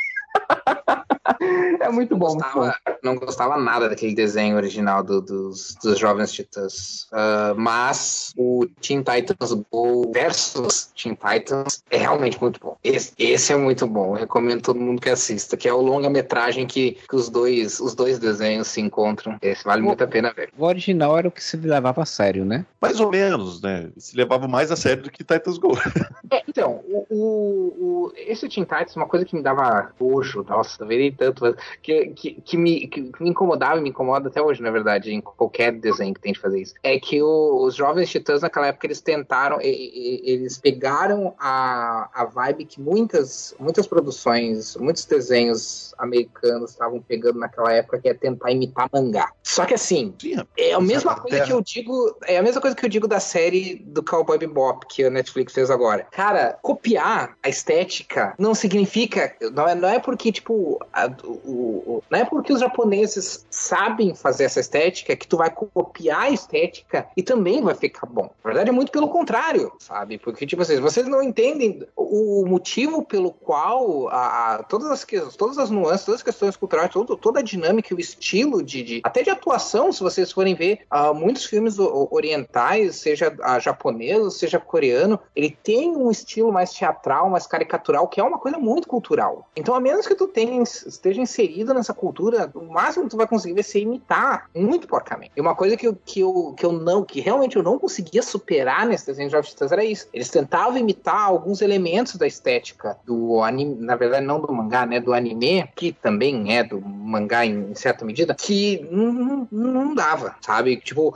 É muito bom, gostava, muito bom. Não gostava nada daquele desenho original do, dos, dos Jovens Titãs. Uh, mas o Teen Titans Go versus Teen Titans é realmente muito bom. Esse, esse é muito bom. Eu recomendo todo mundo que assista, que é o longa-metragem que, que os, dois, os dois desenhos se encontram. Esse vale o, muito a pena ver. O original era o que se levava a sério, né? Mais ou menos, né? Se levava mais a sério do que Titans Go. É, então, o, o, o, esse Teen Titans, uma coisa que me dava nojo, nossa, eu verei tanto, mas que, que, que, me, que me incomodava e me incomoda até hoje, na verdade, em qualquer desenho que tem de fazer isso, é que o, os Jovens Titãs, naquela época, eles tentaram, e, e, eles pegaram a, a vibe que muitas, muitas produções, muitos desenhos americanos estavam pegando naquela época, que é tentar imitar mangá. Só que assim, Sim, é a mesma coisa terra. que eu digo, é a mesma coisa que eu digo da série do Cowboy Bebop que a Netflix fez agora. Cara, copiar a estética não significa, não é, não é porque tipo, a, o, o, não é porque os japoneses sabem fazer essa estética que tu vai copiar a estética e também vai ficar bom. Na verdade é muito pelo contrário, sabe? Porque tipo assim, vocês não entendem o motivo pelo qual a, a, todas, as, todas as nuances, todas as questões culturais, todo, toda a dinâmica e o estilo de, de até de atuação, se vocês forem ver uh, muitos filmes orientais, seja uh, japonês, seja coreano, ele tem um estilo mais teatral, mais caricatural, que é uma coisa muito cultural. Então, a menos que tu tenha, esteja inserido nessa cultura, o máximo que tu vai conseguir vai ser imitar muito porcamente. E uma coisa que eu, que eu, que eu não, que realmente eu não conseguia superar nesse desenho de Jovens Titãs era isso. Eles tentavam imitar alguns elementos da estética do anime, na verdade não do mangá, né, do anime, que também é do mangá em, em certa medida, que não, não dava, sabe? Tipo,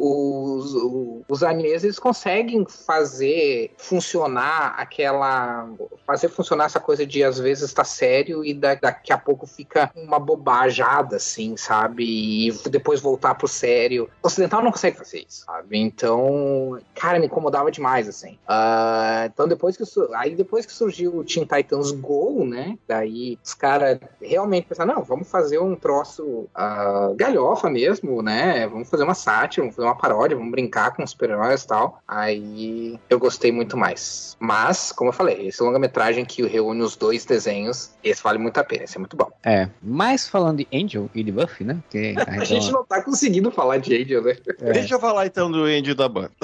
os, os, os animes, eles conseguem fazer funcionar aquela... fazer funcionar essa coisa de, às vezes, estar sério e da, daqui a pouco fica uma bobajada, assim, sabe? E depois voltar pro sério. O ocidental não consegue fazer isso, sabe? Então, cara, me incomodava demais, assim. Uh, então, depois que, aí depois que surgiu o Teen Titans Go, né? Daí os caras realmente pensaram, não, vamos fazer um troço uh, galhofa mesmo, né? Vamos fazer uma sátira, vamos fazer uma paródia, vamos brincar com os super-heróis e tal. Aí eu gostei muito mais. Mas, como eu falei, esse longa-metragem que reúne os dois desenhos, esse vale muito a pena, esse é muito bom. É, mas falando de Angel e de Buffy, né? Que a, a gente não tá conseguindo falar de Angel, né? É. Deixa eu falar então do Angel da banda.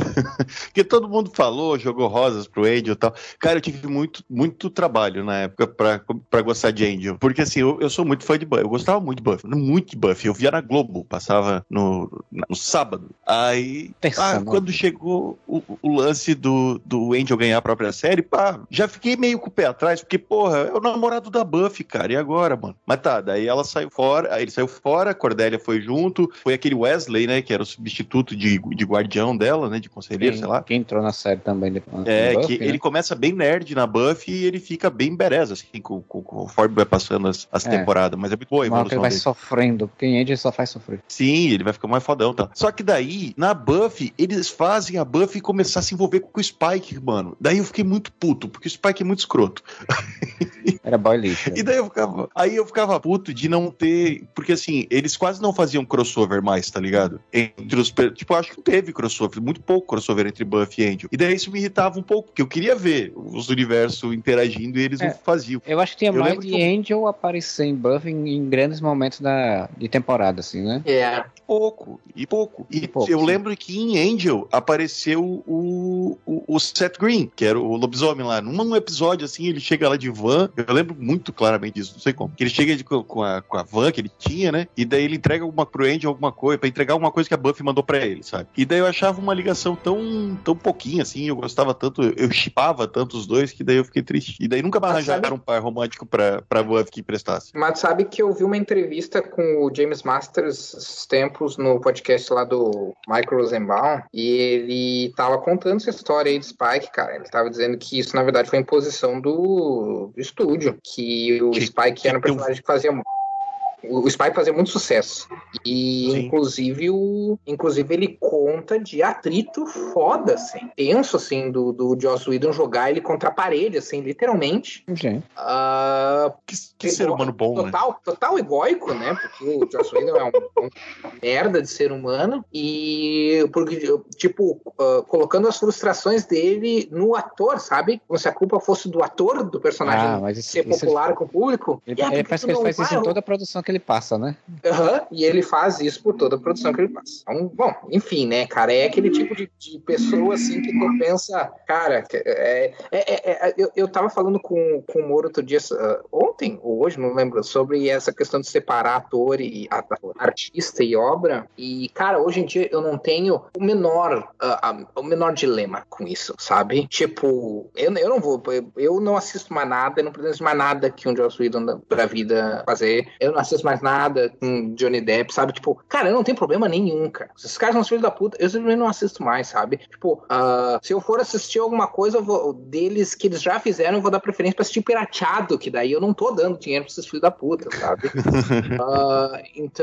Porque todo mundo falou, jogou rosas pro Angel e tal. Cara, eu tive muito, muito trabalho na época pra, pra gostar de Angel. Porque assim, eu, eu sou muito fã de Buffy. Eu gostava muito de Buffy. Muito de Buffy. Eu via na Globo, passava no, no sábado. Aí, ah, quando chegou o, o lance do, do Angel ganhar a própria série, pá, já fiquei meio com o pé atrás, porque, porra, é o namorado da Buffy, cara. E agora, mano? Mas tá, daí ela saiu fora, aí ele saiu fora, a Cordelia foi junto, foi aquele Wesley, né, que era o substituto de, de guardião dela, né, de conselheiro, quem, sei lá. Quem entrou na série também depois. É, Buffy, que né? ele começa bem nerd na Buffy e ele fica bem bereza, assim, com, com, conforme vai passando as, as é. temporadas. Mas é muito boa a evolução ele vai dele. sofrendo, porque em Angel só faz sofrer. Sim, ele vai ficar mais fodão, tá? Só que daí, na Buffy, eles fazem a Buffy começar a se envolver com o Spike, mano. Daí eu fiquei muito puto, porque o Spike é muito escroto. Era boy lixo. E daí eu ficava, aí eu ficava puto de não ter, porque assim, eles quase não faziam crossover mais, tá ligado? Entre os, tipo, eu acho que não teve crossover, muito pouco crossover entre Buffy e Angel. E daí isso me irritava um pouco, porque eu queria ver os universos interagindo e eles é, não faziam. Eu acho que tinha eu mais de que... Angel aparecer em Buffy em, em grandes momentos da, de temporada, assim, né? É. Yeah. Pouco, e pouco. E, e pouco, eu sim. lembro que em Angel apareceu o, o, o Seth Green, que era o lobisomem lá. Num episódio, assim, ele chega lá de van, eu lembro muito claramente disso, não sei como. Que ele chega de, com, a, com a van que ele tinha, né? E daí ele entrega alguma pro Angel, alguma coisa, pra entregar alguma coisa que a Buffy mandou pra ele, sabe? E daí eu achava uma ligação tão, tão pouquinha, assim, eu gostava tanto, eu chipava tanto os dois, que daí eu fiquei triste. E daí nunca mais arranjaram sabe... um par romântico pra, pra Buffy que prestasse. Mas sabe que eu vi uma entrevista com o James Masters esses tempos no podcast lá do Michael Rosenbaum, e ele tava contando essa história aí de Spike, cara. Ele tava dizendo que isso, na verdade, foi imposição do, do estúdio, que o que, Spike que era um personagem que fazia... O Spike fazia muito sucesso. E, Sim. inclusive, o, inclusive, ele conta de atrito foda, assim. Tenso, assim, do, do Joss Whedon jogar ele contra a parede, assim, literalmente. Okay. Uh, que que ser humano bom, total, né? Total egóico, né? Porque o Joss Whedon é um, um merda de ser humano. E, porque, tipo, uh, colocando as frustrações dele no ator, sabe? Como se a culpa fosse do ator, do personagem ah, mas isso, ser isso popular é... com o público. Ele, ele parece que ele faz isso em toda a produção que ele passa, né? Aham, uhum, e ele faz isso por toda a produção que ele passa. Então, bom, enfim, né, cara, é aquele tipo de, de pessoa, assim, que tu pensa, cara, é, é, é, é, eu, eu tava falando com, com o Moro outro dia, uh, ontem ou hoje, não lembro, sobre essa questão de separar ator e a, artista e obra, e, cara, hoje em dia eu não tenho o menor, uh, uh, o menor dilema com isso, sabe? Tipo, eu, eu não vou, eu não assisto mais nada, eu não pretendo mais nada que um Joss Whedon da, da vida fazer, eu não assisto filmes mais nada com Johnny Depp, sabe? Tipo, cara, eu não tenho problema nenhum, cara. Se esses caras são filhos da puta, eu simplesmente não assisto mais, sabe? Tipo, uh, se eu for assistir alguma coisa eu vou, deles que eles já fizeram, eu vou dar preferência pra assistir pirateado, que daí eu não tô dando dinheiro pra esses filhos da puta, sabe? uh,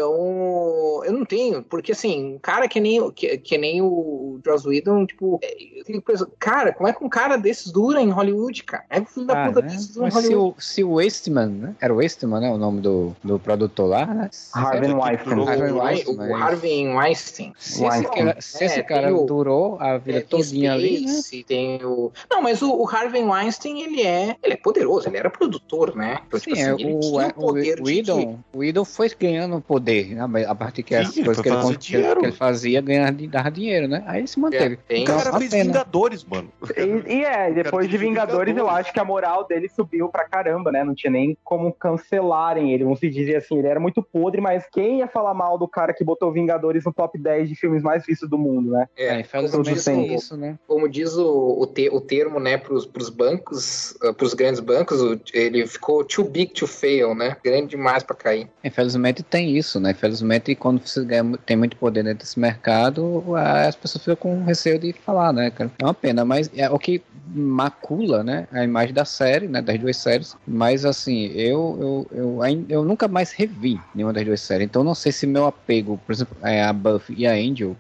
então, eu não tenho, porque assim, um cara que nem, que, que nem o Joss Whedon, tipo, eu fico pensando, cara, como é que um cara desses dura em Hollywood, cara? É que o filho da ah, puta né? desses dura em Mas Hollywood. se o, se o Westman, né? Era o Westman, né? O nome do, do produtor lá, né? Harvey Weinstein. Harvey O, Weinstein, o Harvey Weinstein. Se esse cara, se esse É, cara o, durou a vida é, tem todinha ali, né? Space, tem o... Não, mas o, o Harvey Weinstein, ele é, ele é poderoso, ele era produtor, né? Então, Sim, tipo assim, é, ele o, tinha o poder o, de... Whedon, o Whedon foi ganhando poder, né? A partir que Sim, as ele coisas foi que ele, fazer que, ele, dinheiro. que ele fazia, ganhar, dava dinheiro, né? Aí ele se manteve. É, tem- Então, O cara uma fez pena. Vingadores, mano. E, e é, depois de dirigiu Vingadores, eu Vingadores. acho que a moral dele subiu pra caramba, né? Não tinha nem como cancelarem ele. Vamos se dizer assim, ele era muito podre, mas quem ia falar mal do cara que botou Vingadores no top dez de filmes mais vistos do mundo, né? É, É, infelizmente como tem diz o- isso, né? como diz o, o, te, o termo, né, pros, pros bancos, uh, pros grandes bancos, o- ele ficou too big to fail, né? Grande demais pra cair. Infelizmente tem isso, né? Infelizmente, quando você ganha, tem muito poder dentro desse mercado, as pessoas ficam com receio de falar, né, cara? É uma pena, mas é o que macula, né, a imagem da série, né, das duas séries. Mas, assim, eu, eu, eu, ainda, eu nunca mais revi nenhuma das duas séries. Então, não sei se meu apego, por exemplo, é, a Buffy e a Angel,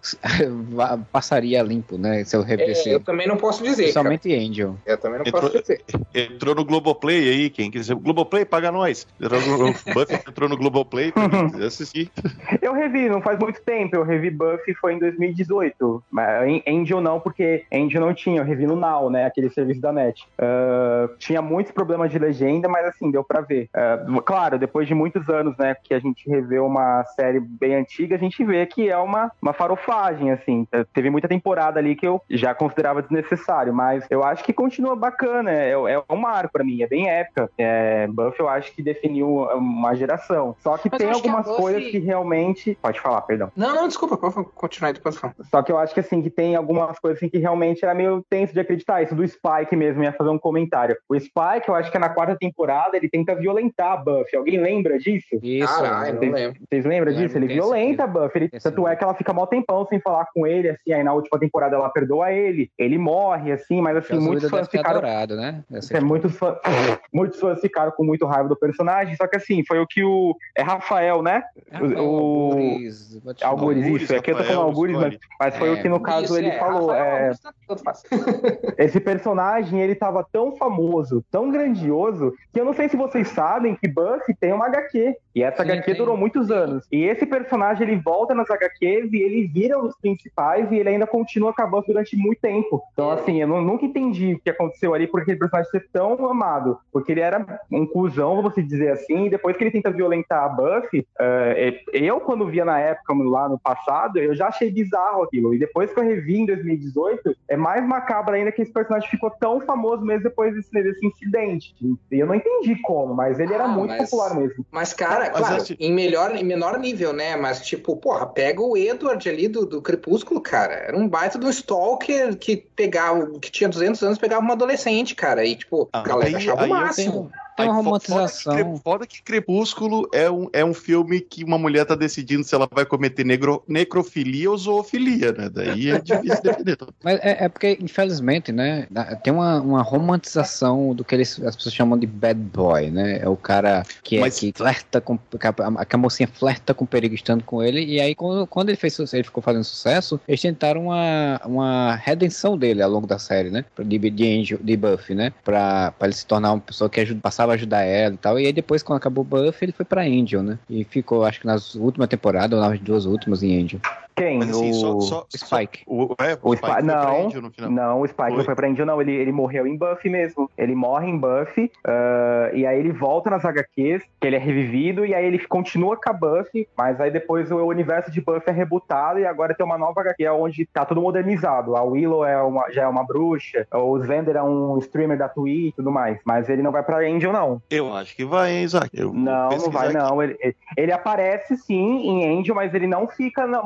passaria limpo, né, se eu revisse. É, eu também não posso dizer, Principalmente Angel. cara. Eu também não Entrou, posso dizer. entrou no Globoplay aí, quem quiser. Globoplay, paga nós. Entrou no, o Buffy entrou no Globoplay pra quem quiser assistir. Eu revi, não faz muito tempo. Eu revi Buffy, foi em dois mil e dezoito. Mas Angel não, porque Angel não tinha. Eu revi no Now, né? Aquele serviço da net. Uh, tinha muitos problemas de legenda, mas assim, deu pra ver. Uh, claro, depois de muitos anos, né? Que a gente revê uma série bem antiga, a gente vê que é uma, uma farofagem, assim. Teve muita temporada ali que eu já considerava desnecessário, mas eu acho que continua bacana. É, é um marco pra mim, é bem épica. É, Buffy eu acho que definiu uma geração. Só que Mas tem eu acho que a algumas Buffy- coisas que realmente... Pode falar, perdão. Não, não, desculpa, pode continuar aí, depois eu falo. Só que eu acho que assim, que tem algumas coisas assim, que realmente era meio tenso de acreditar. Isso do Spike mesmo, ia fazer um comentário. O Spike, eu acho que é na quarta temporada, ele tenta violentar a Buffy. Alguém lembra disso? Isso. Caralho, não Vocês, lembro. vocês lembram Lembro, disso? Ele tem violenta a esse- Buffy. Ele, esse tanto lembro. é que ela fica mó tempão sem falar com ele, assim, aí na última temporada ela perdoa ele, ele morre, assim, mas assim, Joss muitos Whedon fãs deve ter ficaram... adorado, né? Essa É, muitos, fãs, muitos fãs ficaram com muito raiva do personagem, só que assim, foi o que o... É Rafael, né? Rafael O- Algures, vou te chamar. Algures, Algures, isso. Aqui eu tô falando Rafael, Algures, mas, escolhe. mas foi É, o que no caso Isso, ele é, falou. Rafael, é, Augusto, tanto faz. Esse personagem, ele tava tão famoso, tão grandioso, que eu não sei se vocês sabem que Buffy tem uma agá quê. E essa Sim, agá quê tem. durou muitos anos. E esse personagem, ele volta nas agá quês e ele vira um dos principais e ele ainda continua com a Buffy durante muito tempo. Então, assim, eu não- nunca entendi o que aconteceu ali por aquele personagem ser tão amado. Porque ele era um cuzão, vamos dizer assim, e depois que ele tenta violentar a Buffy, eh, eu, quando via na época, lá no passado, eu já achei bizarro aquilo. E depois que eu revi em dois mil e dezoito, é mais macabro ainda que esse personagem ficou tão famoso mesmo depois desse, desse incidente. E eu não entendi como, mas ele era Ah, muito mas- popular mesmo. Mas, cara, Mas claro, assim- em, melhor, em menor nível, né? Mas, tipo, porra, pega o Edward ali do, do Crepúsculo, cara. Era um baita de um stalker que pegava, que tinha duzentos anos, pegava uma adolescente, cara. E, tipo, Ah, a galera aí- achava aí o eu máximo. Tem uma Aí, fo- romantização. Foda que, foda que Crepúsculo é um, é um filme que uma mulher tá decidindo se ela vai cometer negro, necrofilia ou zoofilia, né? Daí é difícil definir. Mas é, é porque, infelizmente, né, tem uma, uma romantização do que eles, as pessoas chamam de bad boy, né? É o cara que, é, Mas- que flerta com... Que a, que a mocinha flerta com o perigo estando com ele, e aí quando, quando ele fez sucesso, ele ficou fazendo sucesso, eles tentaram uma, uma redenção dele ao longo da série, né? De, de, Angel, de Buffy, né? Pra, pra ele se tornar uma pessoa que ajuda, passava a ajudar ela e tal, e aí depois, quando acabou Buffy, ele foi pra Angel, né? E ficou, acho que nas últimas temporadas, ou nas duas últimas em Angel. Quem? Mas assim, o... só, só, Spike. Só, o, é, O o Spike, Spike foi pra não, Angel no final. não, o Spike Foi? não foi pra Angel, não. Ele, ele morreu em Buffy mesmo. Ele morre em Buffy, uh, e aí ele volta nas agá quês, que ele é revivido, e aí ele continua com a Buffy, mas aí depois o universo de Buffy é rebutado, e agora tem uma nova agá quê, onde tá tudo modernizado. A Willow é uma, já é uma bruxa, o Xander é um streamer da Twitch e tudo mais. Mas ele não vai pra Angel, não. Eu acho que vai, hein, Isaac? Eu vou Não, não pesquisar vai, aqui. não. Ele, ele- ele aparece sim em Angel, mas ele não fica na- é,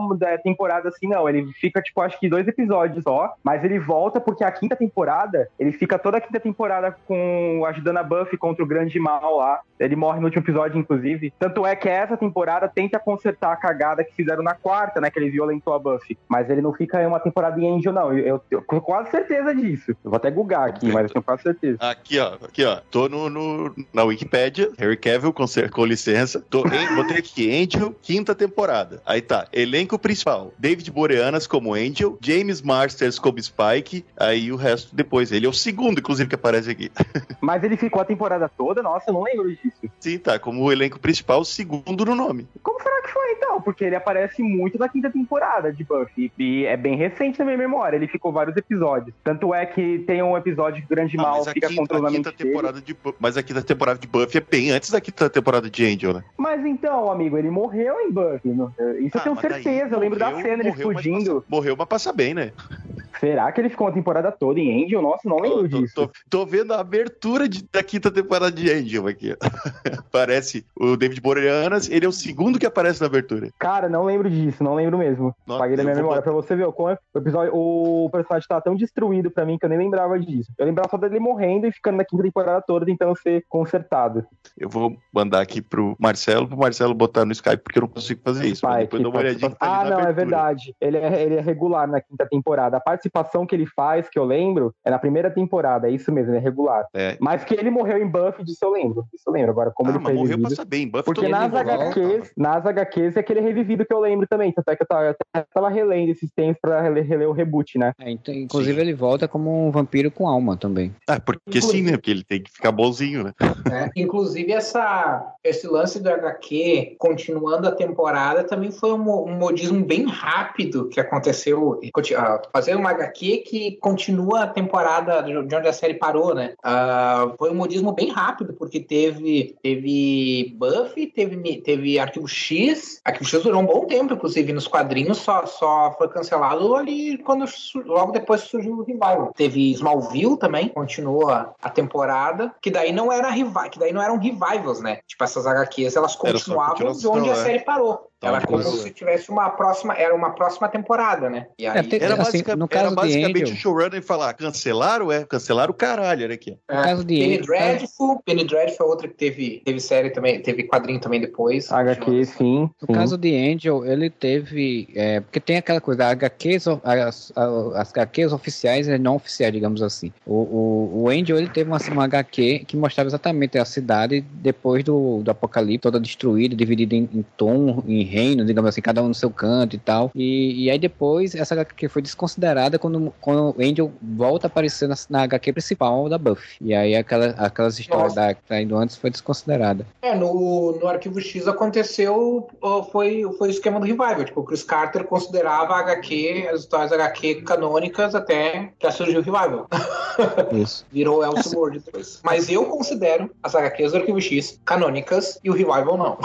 temporada assim, não. Ele fica, tipo, acho que dois episódios só, mas ele volta porque a quinta temporada, ele fica toda a quinta temporada com ajudando a Buffy contra o grande mal lá. Ele morre no último episódio, inclusive. Tanto é que essa temporada tenta consertar a cagada que fizeram na quarta, né? Que ele violentou a Buffy. Mas ele não fica em uma temporada em Angel, não. Eu, eu tenho quase certeza disso. Eu vou até googar aqui, mas eu tenho quase certeza. Aqui, ó. Aqui, ó. Tô no, no, na Wikipédia. Harry Cavill, com, com licença. Tô em, botei aqui. Angel, quinta temporada. Aí tá. Elenco principal. David Boreanaz como Angel. James Marsters como Spike. Aí o resto depois. Ele é o segundo, inclusive, que aparece aqui. Mas ele ficou a temporada toda? Nossa, eu não lembro disso. Sim, tá. Como o elenco principal, segundo no nome. Como será que foi, então? Porque ele aparece muito na quinta temporada de Buffy. E é bem recente na minha memória. Ele ficou vários episódios. Tanto é que tem um episódio que o Grande ah, Mal fica quinta, controlando a quinta mente temporada de Mas a quinta temporada de Buffy é bem antes da quinta temporada de Angel, né? Mas então, amigo, ele morreu em Buffy. Isso ah, eu tenho certeza. Eu lembro morreu, da cena, ele fugindo. Mas, morreu, mas passa bem, né? Será que ele ficou a temporada toda em Angel? Nossa, não lembro tô, disso. Tô, tô vendo a abertura de, da quinta temporada de Angel aqui. Aparece o David Boreanaz, ele é o segundo que aparece na abertura. Cara, não lembro disso, não lembro mesmo. Nossa, paguei da minha memória botar. Pra você ver como o episódio, o personagem tá tão destruído pra mim que eu nem lembrava disso. Eu lembrava só dele morrendo e ficando na quinta temporada toda tentando ser consertado. Eu vou mandar aqui pro Marcelo, pro Marcelo botar no Skype, porque eu não consigo fazer isso. Pai, depois dá uma olhadinha que tá Ah, ali na não, abertura. é verdade. Ele é, ele é regular na quinta temporada. A participação que ele faz, que eu lembro, é na primeira temporada. É isso mesmo, ele é regular. É. Mas que ele morreu em Buffy, disso eu lembro. Isso eu lembro. Agora, como ah, ele foi morreu revivido... passa bem. Buffy porque nas H Qs, nas H Qs é aquele revivido que eu lembro também. Tanto é que eu tava, eu tava relendo esses tempos pra reler, reler o reboot, né? É, então, inclusive, sim. Ele volta como um vampiro com alma também. Ah, porque inclusive, sim, né? Porque ele tem que ficar bonzinho, né? É, inclusive, essa, esse lance do H Q, continuando a temporada, também foi um, um modismo bem rápido que aconteceu. Uh, fazer uma H Q que continua a temporada de onde a série parou, né? Uh, foi um modismo bem rápido, porque teve, teve Buffy, teve, teve Arquivo X. Arquivo X durou um bom tempo, inclusive, nos quadrinhos, só, só foi cancelado ali quando logo depois surgiu o revival. Teve Smallville também, continua a temporada, que daí não era rival, que daí não eram revivals, né? Tipo, essas H Qs, elas continuavam de onde a série parou. Era como se tivesse uma próxima, era uma próxima temporada, né? E aí, é, era, assim, basic, no caso era basicamente o showrunner falar, cancelaram, é, cancelaram o caralho, olha aqui. É, no caso de Penny Dreadful, Penny Dreadful é outra que teve, teve série também, teve quadrinho também depois. H Q, sim. No sim. caso de Angel, ele teve, é, porque tem aquela coisa, H Qs, as, as H Qs oficiais e não oficiais, digamos assim. O, o, o Angel, ele teve uma, uma H Q que mostrava exatamente a cidade depois do, do apocalipse, toda destruída, dividida em, em tom, em reino, digamos assim, cada um no seu canto e tal. E, e aí depois, essa H Q foi desconsiderada quando, quando o Angel volta a aparecer na, na H Q principal da Buffy. E aí aquela, aquelas histórias da, que tá indo antes foi desconsiderada. É, no, no Arquivo X aconteceu, foi, foi o esquema do revival. Tipo, o Chris Carter considerava a H Q, as histórias H Q canônicas até que surgiu o revival. Isso. Virou Elseworld depois. Mas eu considero as H Qs do Arquivo X canônicas e o revival não.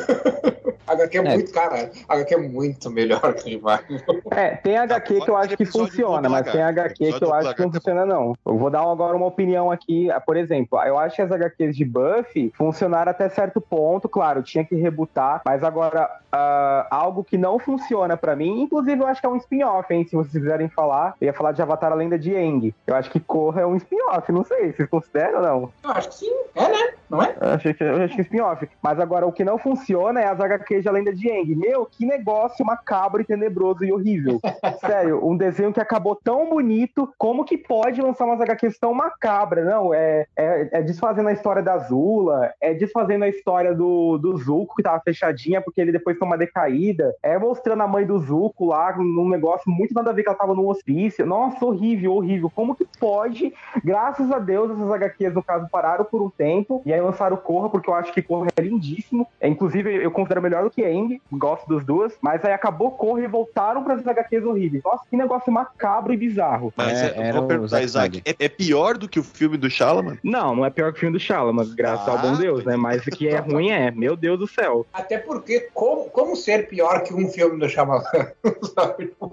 A H Q é, é muito, cara, a H Q é muito melhor que o Revival. É, tem H Q que eu acho que funciona, mas tem H Q que eu acho que não funciona, não. Eu vou dar agora uma opinião aqui, por exemplo, eu acho que as H Qs de Buffy funcionaram até certo ponto, claro, tinha que rebutar, mas agora, uh, algo que não funciona pra mim, inclusive eu acho que é um spin-off, hein, se vocês quiserem falar, eu ia falar de Avatar, a Lenda de Aang. Eu acho que Korra é um spin-off, não sei, vocês consideram ou não? Eu acho que sim, é, né? Não é? Eu acho que, eu acho que é spin-off. Mas agora, o que não funciona é as H Qs de A Lenda de Aang. Meu, que negócio macabro e tenebroso e horrível. Sério, um desenho que acabou tão bonito, como que pode lançar umas H Qs tão macabras? Não, é, é, é desfazendo a história da Zula, é desfazendo a história do, do Zuko, que tava fechadinha, porque ele depois toma uma decaída, é mostrando a mãe do Zuko lá, num negócio muito nada a ver que ela tava num hospício. Nossa, horrível, horrível. Como que pode? Graças a Deus, essas H Qs, no caso, pararam por um tempo, e aí lançaram Korra, porque eu acho que Korra é lindíssimo. É, inclusive, eu considero melhor do que Aang, gosto dos duas, mas aí acabou Korra e voltaram para as H Qs horríveis. Nossa, que negócio macabro e bizarro. Mas é, é, vou perguntar, Isaac, é, é pior do que o filme do Shyamalan? Não, não é pior que o filme do Shyamalan, graças ah, ao bom Deus, né? Mas o que é ruim é, meu Deus do céu. Até porque, como, como ser pior que um filme do Shyamalan?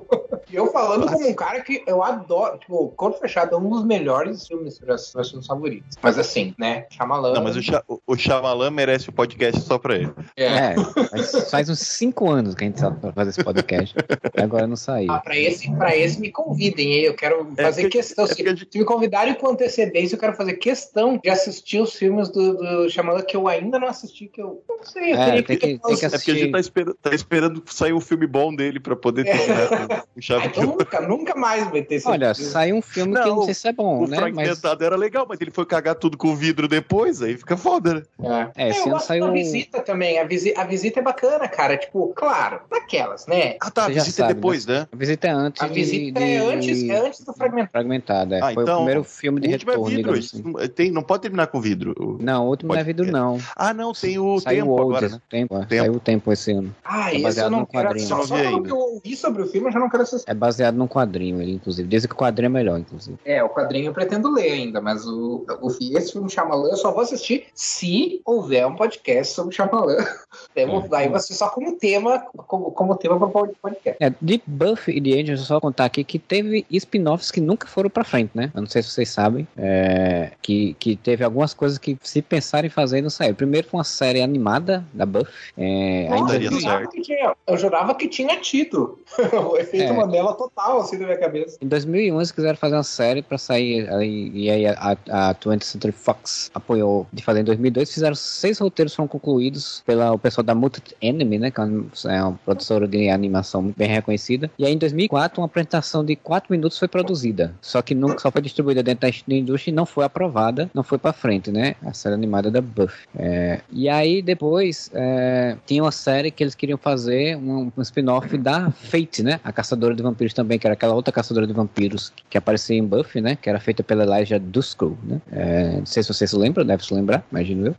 Eu falando Nossa. como um cara que eu adoro, tipo, Corpo Fechado é um dos melhores filmes que eu já assisti, meus filmes favoritos. Mas assim, né, Shyamalan... Não, mas o, Sha- o Shyamalan merece o podcast só pra ele. É, é mas faz uns cinco anos que a gente sabe fazer esse podcast. E agora não saiu. Ah, pra esse, pra esse me convidem, hein? Eu quero fazer é, questão. é se, gente... se me convidarem com antecedência, eu quero fazer questão de assistir os filmes do, do Shyamalan que eu ainda não assisti, que eu não sei, eu é, teria tem que, que, tem que É porque a gente tá esperando, tá esperando sair um filme bom dele pra poder terminar é. com chave ah, então de nunca, nunca mais vai ter esse Olha, filme. saiu um filme não, que eu não sei se é bom, o né? O Fragmentado mas... era legal, mas ele foi cagar tudo com o vidro depois, aí fica foda, né? É, é esse eu ano gosto saiu... da Visita também, a, visi, a Visita é bacana, cara, tipo, claro, daquelas, né? Ah, tá, a Visita sabe, é depois, né? né? A Visita é antes A Visita de... é, antes, é antes do Fragmentado. Fragmentado, é. Ah, foi então, o primeiro filme de o último retorno, é vidro, assim. tem, não pode terminar com vidro. Não, o último pode... não é vidro, não. Ah, não, tem o saiu Tempo o Old, agora. Né? Tempo, é. Tempo. Saiu o Tempo esse ano. Ah, é esse eu não quero quadrinho. só, só pelo que eu ouvi sobre o filme, eu já não quero assistir. É baseado num quadrinho, ele, inclusive. Dizem que o quadrinho é melhor, inclusive. É, o quadrinho eu pretendo ler ainda, mas o, o, esse filme Shyamalan eu só vou assistir se houver um podcast sobre Shyamalan. Devo, é. Daí vai ser só como tema, como, como tema para o podcast. É, de Buffy e de Angel, só contar aqui que teve spin-offs que nunca foram pra frente, né? Eu não sei se vocês sabem, é, que, que teve algumas coisas que se pensarem em fazer não saiu. Primeiro foi uma série animada da Buffy. É, Nossa, ainda eu, jurava que tinha, eu jurava que tinha tido. O efeito é. Mandela total, assim, na minha cabeça. Em dois mil e onze quiseram fazer uma série pra sair, aí, e aí a, a twentieth Century Fox apoiou de fazer em dois mil e dois, fizeram seis roteiros, foram concluídos pelo pessoal da Mutant Enemy, né, que é uma produtora de animação muito bem reconhecida, e aí em dois mil e quatro uma apresentação de quatro minutos foi produzida, só que nunca, só foi distribuída dentro da indústria e não foi aprovada, não foi pra frente, né, a série animada da Buffy. É, e aí depois é, tinha uma série que eles queriam fazer um, um spin-off da Fate, né, a caçadora de vampiros também, que era aquela outra caçadora de vampiros que aparecia em Buffy, né, que era feita pela Elijah Dusko, né, é, não sei se vocês se lembram, deve se lembrar, imagino eu,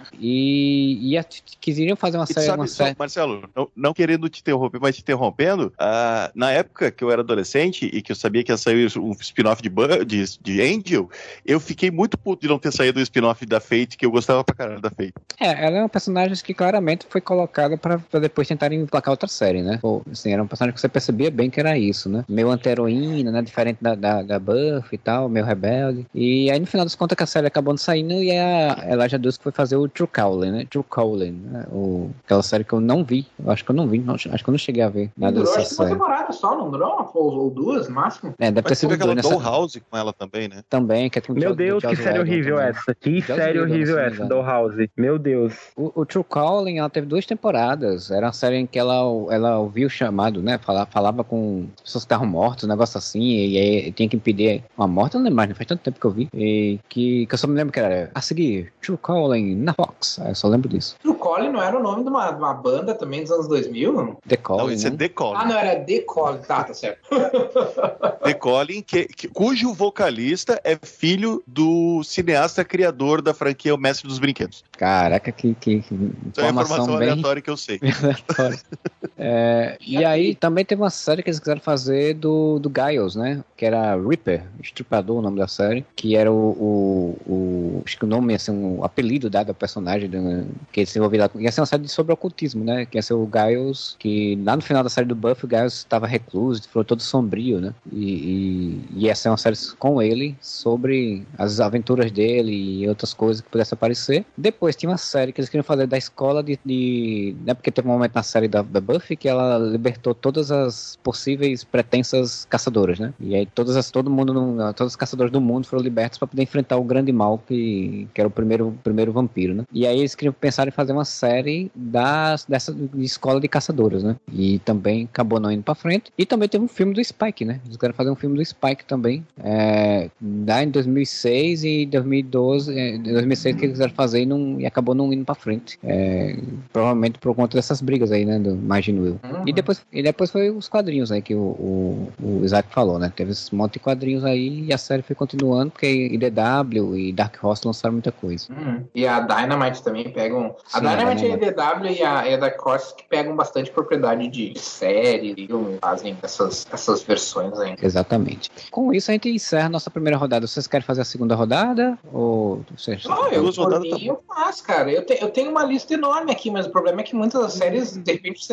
e, e a, queriam fazer uma série, sabe, uma série... Só, Marcelo, não, não querendo te interromper, mas te interrompendo, uh, na época que eu era adolescente e que eu sabia que ia sair um spin-off de, de, de Angel, eu fiquei muito puto de não ter saído o spin-off da Fate, que eu gostava pra caralho da Fate. É, ela é uma personagem que claramente foi colocada pra, pra depois tentarem emplacar outra série, né? Pô, assim, era um personagem que você percebia bem que era isso, né? Meio anti-heroína, né? Diferente da, da, da Buffy e tal, meio rebelde. E aí, no final das contas, que a série acabou não saindo e a Elijah Dusk foi fazer o True Calling, né? True Calling, né? O, aquela série que eu não vi. Eu acho que eu não vi. Não, acho que eu não cheguei a ver nada durou, dessa acho série. Uma temporada só, não durou? Uma ou duas, no máximo? É, deve Mas ter sido aquela nessa... Dollhouse com ela também, né? Também, que é Meu Deus, que série horrível essa. Que série horrível essa, Dollhouse. Meu Deus. O, o True Calling, ela teve duas temporadas. Era uma série em que ela, ela ouvia o chamado, né? Falava, falava com pessoas que estavam mortas, um negócio assim, e aí tinha que impedir uma morte, eu não lembro mais, faz tanto tempo que eu vi. E que, que eu só me lembro que era a seguir, True Calling na Fox. Eu só lembro disso. True Calling não era o nome de uma, de uma banda também dos anos dois mil? The Calling. Não, isso é The Calling. Ah, não, era The Calling. Tá, tá certo. The Calling, que, que, cujo vocalista é filho do cineasta criador da franquia O Mestre dos Brinquedos. Caraca, que, que, que informação, é informação bem... aleatória que eu sei. é, e aí também teve uma série que eles quiseram fazer do, do Giles, né? Que era Reaper, Estripador, o nome da série, que era o, o, o acho que o nome, assim, o apelido dado ao personagem do, que ele se envolvia lá. Ia ser uma série sobre ocultismo, né? Que ia ser o Giles, que lá no final da série do Buffy, o Giles estava recluso, ficou todo sombrio, né? E, e ia ser uma série com ele sobre as aventuras dele e outras coisas que pudessem aparecer. Depois tinha uma série que eles queriam fazer da escola de... de né? Porque teve um momento na série da, da Buffy que ela libertou todas as possíveis pretensas caçadoras, né? E aí todas as, todo mundo, todos os caçadores do mundo foram libertos para poder enfrentar o grande mal que, que era o primeiro, primeiro vampiro, né? E aí eles queriam pensar em fazer uma série das, dessa de escola de caçadoras, né? E também acabou não indo pra frente. E também teve um filme do Spike, né? Eles queriam fazer um filme do Spike também. É, lá em dois mil e seis e dois mil e doze, é, dois mil e seis que eles quiseram fazer e, não, e acabou não indo pra frente. É, provavelmente por conta dessas brigas aí, né? Do, imagino eu. Uhum. E, depois, e depois foi os quadrinhos aí que o, o, o Isaac falou, né? Teve esse monte de quadrinhos aí e a série foi continuando, porque I D W e Dark Horse lançaram muita coisa. Uhum. E a Dynamite também pegam... A Sim, Dynamite é a I D W e a, e a Dark Horse que pegam bastante propriedade de série, de filme, fazem essas, essas versões aí. Exatamente. Com isso a gente encerra a nossa primeira rodada. Vocês querem fazer a segunda rodada? Ou vocês... Não, eu, por mim, eu faço, cara. Eu, te, eu tenho uma lista enorme aqui, mas o problema é que muitas das séries, de repente, você nem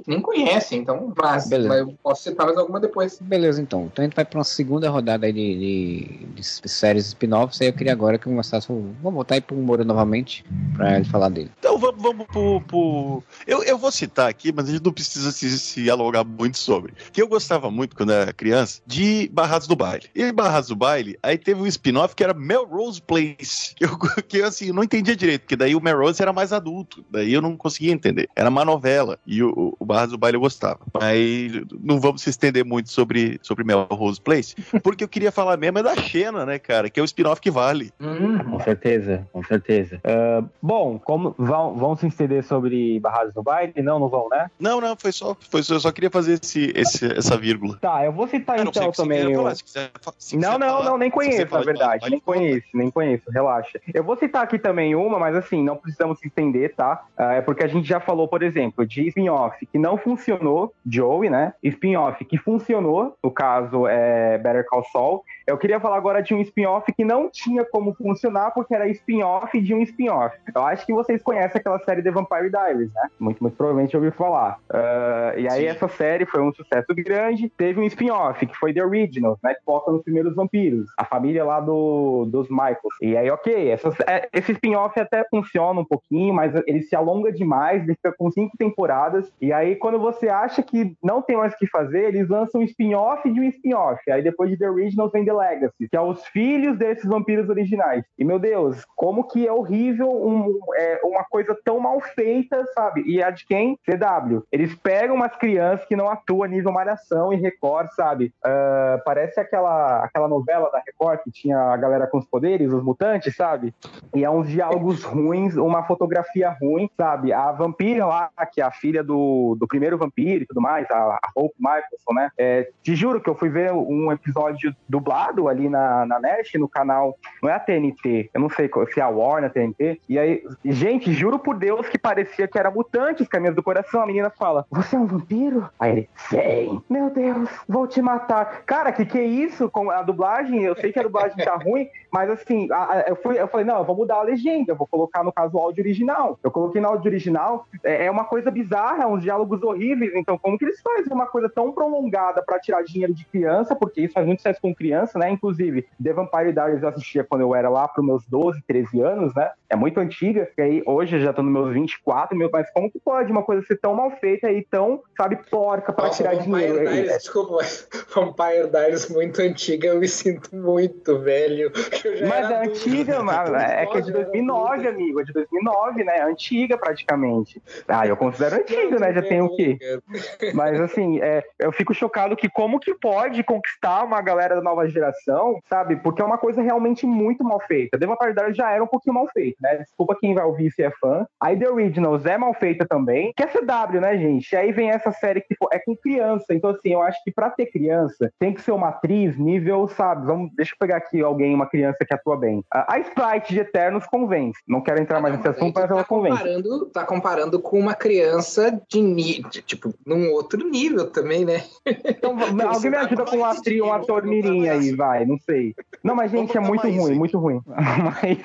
nem conhece, então, mas, mas eu posso citar mais alguma depois. Beleza, então. Então a gente vai para uma segunda rodada aí de, de, de séries spin-offs, aí eu queria agora que começasse, vamos voltar aí pro Moura novamente, pra ele falar dele. Então vamos, vamos pro... pro... Eu, eu vou citar aqui, mas a gente não precisa se, se alongar muito sobre. Que eu gostava muito, quando era criança, de Barrados do Baile. E Barrados do Baile, aí teve um spin-off que era Melrose Place, que eu, que eu assim, eu não entendia direito, porque daí o Melrose era mais adulto, daí eu não conseguia entender. Era uma novela, e o, o Barrados do Baile eu gostava. Mas não vamos se estender muito sobre, sobre Melrose Place, porque eu queria falar mesmo é da Xena, né, cara, que é o spin-off que vale. Hum, com certeza, com certeza. Uh, bom, como vão, vão se estender sobre Barrados do Baile? Não, não vão, né? Não, não, foi só, foi só eu só queria fazer esse, esse, essa vírgula. Tá, eu vou citar eu então também. Falar, se quiser, se não, não, falar, não, nem conheço, na verdade. Falar, nem conheço, falar. nem conheço, relaxa. Eu vou citar aqui também uma, mas assim, não precisamos se estender, tá? Uh, é porque a gente já falou, por exemplo, de spin-off que não funcionou, Joey, né? Spin-off que funcionou, no caso é Better Call Saul. Eu queria falar agora de um spin-off que não tinha como funcionar, porque era spin-off de um spin-off. Eu acho que vocês conhecem aquela série The Vampire Diaries, né? Muito, muito provavelmente ouviu falar. Uh, e aí Sim. essa série foi um sucesso grande. Teve um spin-off, que foi The Originals, né? Que foca nos primeiros vampiros. A família lá do, dos Michaels. E aí, ok, essa, esse spin-off até funciona um pouquinho, mas ele se alonga demais, ele fica com cinco temporadas. E aí, quando você acha que não tem mais o que fazer, eles lançam um spin-off de um spin-off. Aí depois de The Originals vem The Legacy, que é os filhos desses vampiros originais. E, meu Deus, como que é horrível um, é, uma coisa tão mal feita, sabe? E a de quem? C W. Eles pegam umas crianças que não atuam a nível Malhação e Record, sabe? Uh, parece aquela, aquela novela da Record que tinha a galera com os poderes, os mutantes, sabe? E é uns diálogos ruins, uma fotografia ruim, sabe? A vampira lá, que é a filha do, do primeiro vampiro e tudo mais, a, a Hope Michelson, né? É, te juro que eu fui ver um episódio dublado ali na, na Nest, no canal, não é a T N T, eu não sei se é a Warner, a T N T, e aí, gente, juro por Deus que parecia que era Mutantes, Caminhos do Coração. A menina fala, você é um vampiro? Aí ele, sim. Meu Deus, vou te matar. Cara, que que é isso? Com a dublagem, eu sei que a dublagem tá ruim, mas assim, a, a, eu, fui, eu falei, não, eu vou mudar a legenda, eu vou colocar, no caso, o áudio original. Eu coloquei no áudio original, é, é uma coisa bizarra, uns diálogos horríveis, então como que eles fazem uma coisa tão prolongada pra tirar dinheiro de criança, porque isso faz muito sucesso com criança, né? Inclusive, The Vampire Diaries eu assistia quando eu era lá pros meus doze, treze anos, né? É muito antiga, e aí hoje eu já tô nos meus vinte e quatro, meu, mas como que pode uma coisa ser tão mal feita e tão, sabe, porca pra Nossa, tirar Vampire dinheiro? Diaries, é, desculpa, mas Vampire Diaries muito antiga, eu me sinto muito velho. Eu já mas é adulto, antiga, mano, é que é de dois mil e nove, amigo, é de dois mil e nove, né? É antiga praticamente. Ah, eu considero antigo, né? Já tem o quê? Mas assim, é, eu fico chocado que como que pode conquistar uma galera da nova geração, sabe? Porque é uma coisa realmente muito mal feita. The Vampire Diaries já era um pouquinho mal feita, né? Desculpa quem vai ouvir se é fã. Aí The Originals é mal feita também, que é C W, né, gente? Aí vem essa série que é com criança. Então, assim, eu acho que pra ter criança, tem que ser uma atriz nível, sabe? Vamos, deixa eu pegar aqui alguém, uma criança que atua bem. A Sprite de Eternos convence. Não quero entrar mais nesse assunto, mas ela tá convence. Comparando, tá comparando com uma criança de nível, tipo, num outro nível também, né? Então, alguém me ajuda com um, atri, um ator mirim aí, vai, não sei. Não, mas, gente, é muito ruim, muito ruim. Mas...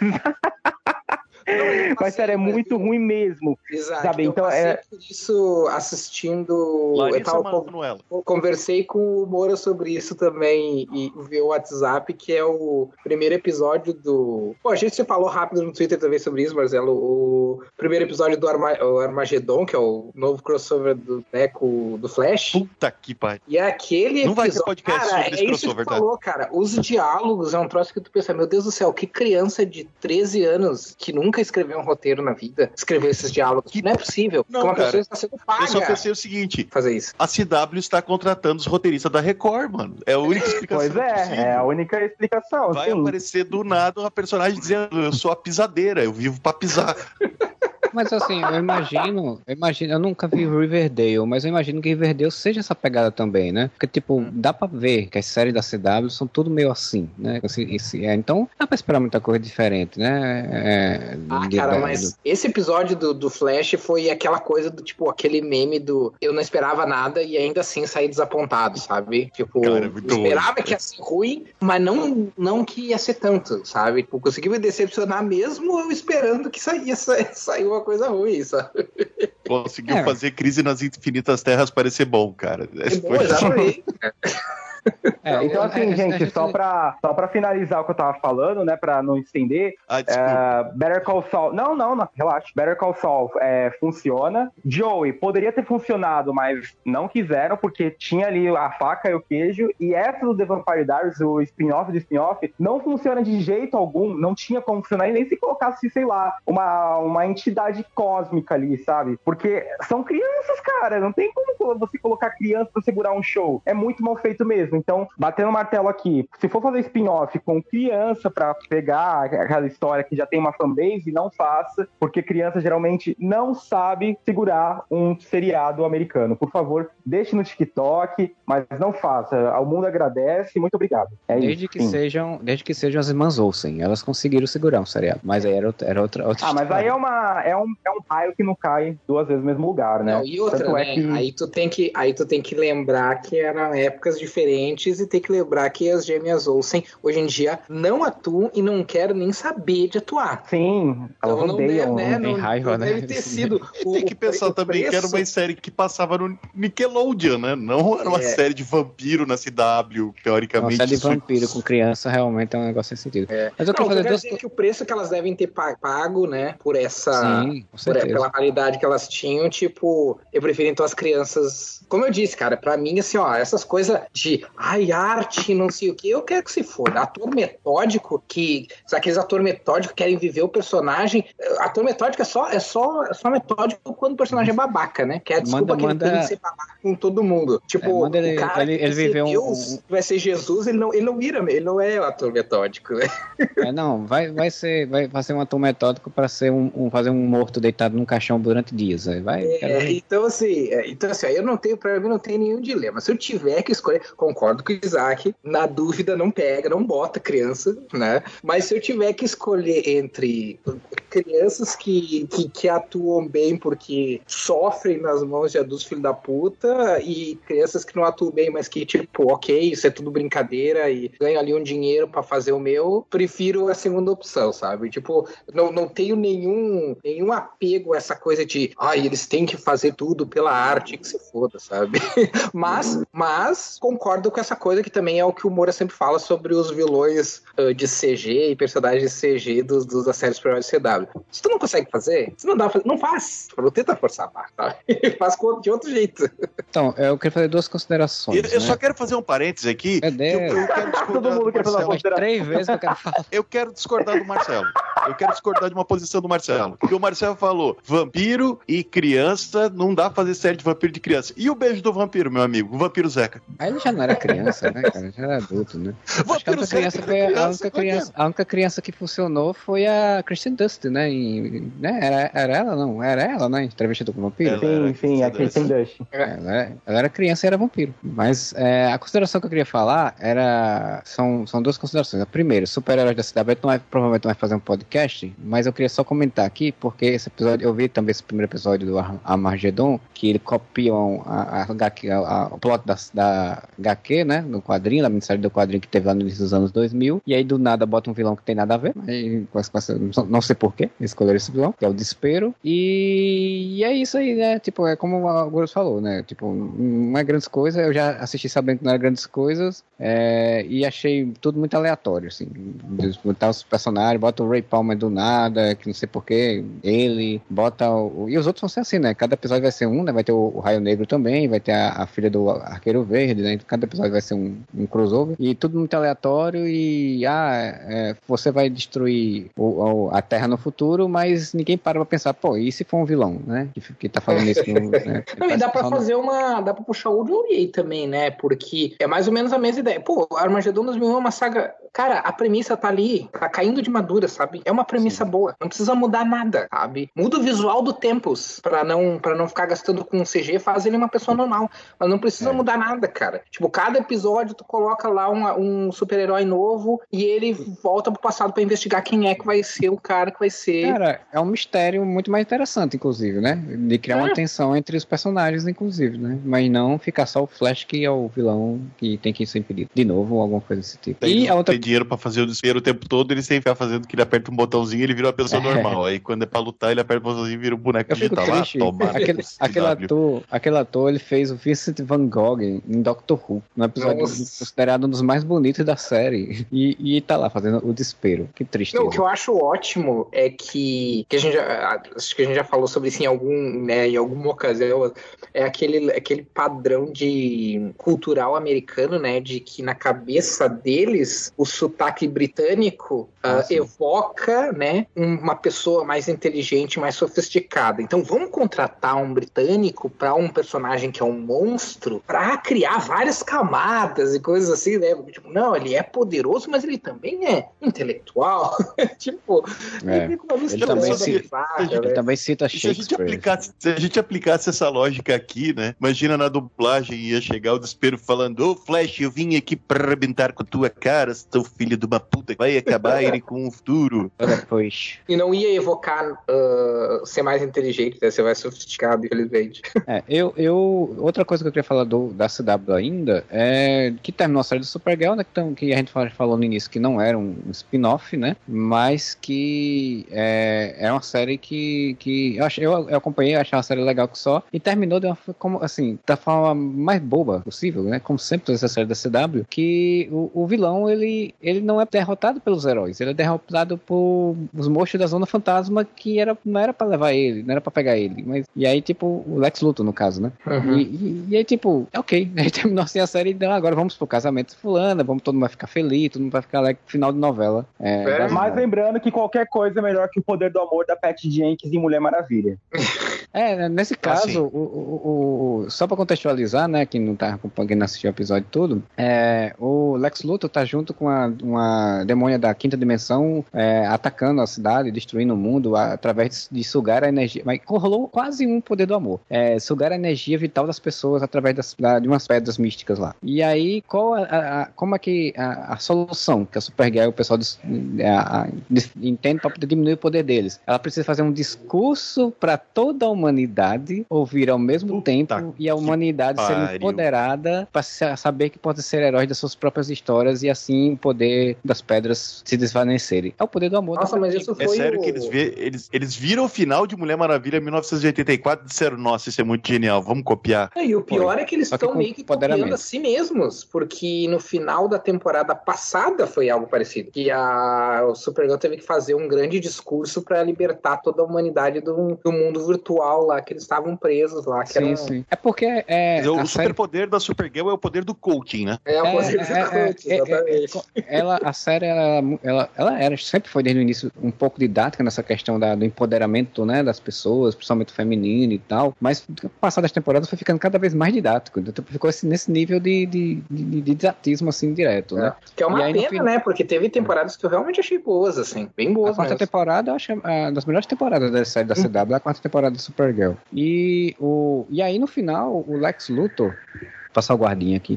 Não, mas sério, é muito ruim mesmo. Exato. Sabe? Eu então passei é por isso assistindo. Larissa eu tava, Manoela. Conversei com o Moura sobre isso também e vi o WhatsApp, que é o primeiro episódio do. Pô, a gente se falou rápido no Twitter também sobre isso, Marcelo. O primeiro episódio do Arma... o Armagedon, que é o novo crossover do Teco do Flash. Puta que pariu. E é aquele Não episódio. vai ter podcast cara, sobre esse é isso crossover, que tu falou, cara. Os diálogos é um troço que tu pensa, meu Deus do céu, que criança de treze anos que nunca escreveu um roteiro na vida escreveu esses diálogos. Que... Não é possível. Não, uma cara, pessoa está sendo paga. Eu só pensei o seguinte: fazer isso. A C W está contratando os roteiristas da Record, mano. É a única explicação. Pois é, possível. é a única explicação. Vai sim. aparecer do nada uma personagem dizendo: eu sou a pisadeira, eu vivo pra pisar. Mas assim, eu imagino, eu imagino, eu nunca vi Riverdale, mas eu imagino que Riverdale seja essa pegada também, né? Porque, tipo, dá pra ver que as séries da C W são tudo meio assim, né? Esse, esse, é, então, dá pra esperar muita coisa diferente, né? É, ah, de, cara, de, mas do... esse episódio do, do Flash foi aquela coisa do, tipo, aquele meme do eu não esperava nada e ainda assim saí desapontado, sabe? Tipo, cara, eu esperava ruim. Que ia ser ruim, mas não, não que ia ser tanto, sabe? Tipo, consegui me decepcionar mesmo eu esperando que saía, sa, saiu coisa ruim, sabe? Conseguiu É. fazer Crise nas Infinitas Terras parecer bom, cara. É bom, exatamente. É, Então, é, assim, é, gente, a gente- só pra, só pra finalizar o que eu tava falando, né, pra não estender, Ah, desculpa. é, Better Call Saul... Não, não, não, relaxa. Better Call Saul é, funciona. Joey poderia ter funcionado, mas não quiseram, porque tinha ali a faca e o queijo, e essa do The Vampire Diaries, o spin-off do spin-off, não funciona de jeito algum, não tinha como funcionar, e nem se colocasse, sei lá, uma, uma entidade cósmica ali, sabe? Porque são crianças, cara, não tem como você colocar criança pra segurar um show. É muito mal feito mesmo. Então, batendo o martelo aqui, se for fazer spin-off com criança pra pegar aquela história que já tem uma fanbase, não faça, porque criança geralmente não sabe segurar um seriado americano. Por favor, deixe no TikTok, mas não faça. O mundo agradece. Muito obrigado. É Desde isso. que sim. sejam, desde que sejam as irmãs Olsen, elas conseguiram segurar um seriado, mas aí era, outra- era outra, outra Ah, mas história. aí é, uma, é, um, é um raio que não cai duas vezes no mesmo lugar, né? Não, e outra, Tanto né? é que... Aí tu tem que, aí tu tem que lembrar que eram épocas diferentes e tem que lembrar que as gêmeas Olsen hoje em dia não atuam e não querem nem saber de atuar. Sim, elas Então não deve, odeiam. né? tem Não, raiva, não né? deve ter sido. O, Tem que o pensar pre- o também que era preço- uma série que passava no Nickelodeon, né? Não era uma É. série de vampiro na C W, Uma teoricamente. série de isso- vampiro com criança realmente é um negócio sem sentido. É. Mas eu Não, quero o que eu fazer quero duas dizer é que o preço que elas devem ter pa- pago, né, por essa, Sim, com por, certeza. pela qualidade que elas tinham, tipo, eu prefiro então as crianças, como eu disse, cara, pra mim, assim, ó, essas coisas de, ai, arte, não sei o que, eu quero que se for. Ator metódico, que, aqueles atores metódicos querem viver o personagem, ator metódico é só, é só, é só metódico quando o personagem é babaca, né, que é a desculpa Manda- que ele manda- tem de ser babaca com todo mundo. Tipo, É, manda ele- o cara ele- que ele vai ser viveu um- Deus, um- que vai ser Jesus, ele não, ele não vira, ele não é o ator metódico, né? É, não, vai, vai ser, vai fazer um ator metódico para ser um, um- fazer um morto deitado num caixão durante dias. Aí vai, quero É, ver. então assim, é, então assim, ó, eu não tenho, pra mim não tem nenhum dilema. Se eu tiver que escolher, concordo com o Isaac, na dúvida não pega, não bota criança, né? Mas se eu tiver que escolher entre crianças que, que, que atuam bem porque sofrem nas mãos de adultos filho da puta e crianças que não atuam bem, mas que tipo, ok, isso é tudo brincadeira e ganho ali um dinheiro pra fazer o meu, prefiro a segunda opção, sabe? Tipo, não, não tenho nenhum, nenhum apego a essa coisa de, ai, eles têm que fazer tudo pela arte, que se foda, sabe? Mas, mas concordo com essa coisa que também é o que o Moura sempre fala sobre os vilões uh, de C G e personagens de C G dos, dos da série superior de C W. Se tu não consegue fazer, se não dá pra fazer, não faz. Não tenta forçar a barra, sabe? Faz de outro jeito. Então, eu queria fazer duas considerações. Eu, eu né? só quero fazer um parênteses aqui. Meu que eu, Deus. eu quero discordar Todo mundo do quer fazer uma Marcelo. Faz três vezes que eu quero falar. Eu quero discordar do Marcelo. Eu quero discordar de uma posição do Marcelo. Porque o Marcelo falou: vampiro e criança, não dá pra fazer série de vampiro de criança. E o beijo do vampiro, meu amigo? O vampiro Zeca. Aí ele já não era criança, né, cara? Já era adulto, né? Acho que a Vampiro única Zeca criança era foi a, a criança, única como é que é? criança, a única criança que funcionou foi a Kristen Dust, né? Em, né? Era, era ela, não? Era ela, né? Entrevista do vampiro? Ela Sim, era sim, a Kristen Kristen Dust. Ela, ela era criança e era vampiro. Mas é, a consideração que eu queria falar era. São, são duas considerações. A primeira, super-heróis da C W não vai, provavelmente não vai fazer um podcast, mas eu queria só comentar aqui, porque esse episódio, eu vi também esse primeiro episódio do Ar- Armagedon, que ele copiam a, a, H Q, a, a, o plot da, da H Q, né? No quadrinho, da minissérie do quadrinho que teve lá no início dos anos dois mil, e aí do nada bota um vilão que tem nada a ver, aí, não, não sei porquê, escolheram esse vilão, que é o Desespero, e, e é isso aí, né? Tipo, é como o Goros falou, né? Tipo, não é grandes coisas, eu já assisti sabendo que não era grandes coisas, é, e achei tudo muito aleatório, assim, botar os personagens, bota o Ray Palmer do nada, que não sei porquê, ele, bota o... E os outros vão ser assim, né? Cada episódio vai ser um, né? Vai ter o, o Raio Negro também, vai ter a, a filha do Arqueiro Verde, né? Cada episódio vai ser um, um crossover, e tudo muito aleatório, e ah, é, você vai destruir o, o, a Terra no futuro, mas ninguém para pra pensar, pô, e se for um vilão, né? Que, que tá falando isso no, né? Não, e dá pra Não- fazer uma. Dá pra puxar o Joey também, né? Porque é mais ou menos a mesma ideia. Pô, Armagedon dois mil e um é uma saga. Cara, a premissa tá ali, tá caindo de madura, sabe? É uma premissa Sim. boa. Não precisa mudar nada, sabe? Muda o visual do Tempos pra não, pra não ficar gastando com C G, faz ele uma pessoa normal. Mas não precisa É. mudar nada, cara. Tipo, cada episódio tu coloca lá um, um super-herói novo e ele volta pro passado pra investigar quem é que vai ser o cara que vai ser. Cara, é um mistério muito mais interessante, inclusive, né? De criar uma É. tensão entre os personagens, inclusive, né? Mas não ficar só o Flash que é o vilão que tem que ser impedido. De novo, alguma coisa desse tipo. Tem, e a outra tem dinheiro pra fazer o desespero o tempo todo, ele sempre fica fazendo que ele aperta um botãozinho e ele vira uma pessoa é. normal. Aí quando é pra lutar, ele aperta um botãozinho e vira um boneco digital. Lá, toma. Aquele, aquele, ator, aquele ator, ele fez o Vincent Van Gogh em Doctor Who, um episódio Nossa. considerado um dos mais bonitos da série. E, e tá lá fazendo o desespero. Que triste. Não, o que eu acho ótimo é que, que a gente já, acho que a gente já falou sobre isso em algum, né, em alguma ocasião, é aquele, aquele padrão de cultural americano, né, de que na cabeça deles o sotaque britânico uh, evoca, né, uma pessoa mais inteligente, mais sofisticada. Então vamos contratar um britânico para um personagem que é um monstro para criar várias camadas e coisas assim, né? Tipo, não, ele é poderoso, mas ele também é intelectual. tipo, é. ele, ele, também cita, vaga, ele né? também cita Shakespeare. Se a, gente aplicasse, se a gente aplicasse essa lógica aqui, né? Imagina na dublagem ia chegar o desespero falando: ô, oh, Flash, eu vim aqui para arrebentar com a tua cara, seu filho de uma puta, vai acabar ele com o futuro. Depois. E não ia evocar uh, ser mais inteligente, né? Ser mais sofisticado, infelizmente. É, eu, eu... Outra coisa que eu queria falar do, da C W ainda é que terminou a série do Supergirl, né? Que, que a gente falou no início que não era um spin-off, né? Mas que é, é uma série que, que eu, ach, eu, eu acompanhei, achei uma série legal que só, e terminou de uma, como, assim, da forma mais boba possível, né? Como sempre toda essa série da C W, que o, o vilão, ele, ele não é derrotado pelos heróis, ele é derrotado por os monstros da Zona Fantasma, que era, não era pra levar ele, não era pra pegar ele, mas, e aí, tipo, o Lex Luthor, no caso, né? Uhum. E, e, e aí, tipo, ok, aí terminou assim a série, então agora vamos pro casamento de fulana, vamos, todo mundo vai ficar feliz, todo mundo vai ficar like, final de novela. É, é, mas lembrando que qualquer coisa é melhor que o poder do amor da Patty Jenkins em Mulher Maravilha. É, nesse caso, assim. o, o, o, só pra contextualizar, né, quem não tá acompanhando, assistir o episódio todo, é, o Lex Luthor tá junto com a, uma demônia da quinta dimensão é, atacando a cidade, destruindo o mundo a, através de, de sugar a energia, mas rolou quase um poder do amor, é, sugar a energia vital das pessoas através das, da, de umas pedras místicas lá. E aí, qual a, a, como é que a, a solução que a Supergirl, o pessoal des, a, a, des, entende para poder diminuir o poder deles? Ela precisa fazer um discurso para toda a humanidade ouvir ao mesmo Puta tempo e a humanidade pariu. ser empoderada para saber que pode ser herói das suas próprias histórias e assim o poder das pedras se desvanecerem. É o poder do amor. Nossa, mas isso foi É sério o... que eles, vê, eles, eles viram o final de Mulher Maravilha em mil novecentos e oitenta e quatro e disseram, nossa, isso é muito genial, vamos copiar. É, e o pior foi. é que eles estão meio que copiando a si mesmos, porque no final da temporada passada foi algo parecido, que a o Supergirl teve que fazer um grande discurso para libertar toda a humanidade do, do mundo virtual lá, que eles estavam presos lá. Que sim, era... sim. É porque... É, o superpoder série... da Supergirl é o poder do coaching, né? É o poder é, do é, coaching, é, exatamente. É, é, ela, a série, ela, ela, ela era, sempre foi desde o início um pouco didática nessa questão da, do empoderamento, né, das pessoas, principalmente feminino e tal, mas passadas as temporadas foi ficando cada vez mais didático, então ficou esse, nesse nível de, de, de, de didatismo, assim, direto, né? Que é uma aí, pena, final... né, porque teve temporadas que eu realmente achei boas, assim, bem boas. A quarta mesmo. temporada, eu acho uma das melhores temporadas da série da C W, a quarta temporada do Supergirl. E, o, e aí, no final, o Lex Luthor, vou passar o guardinha aqui.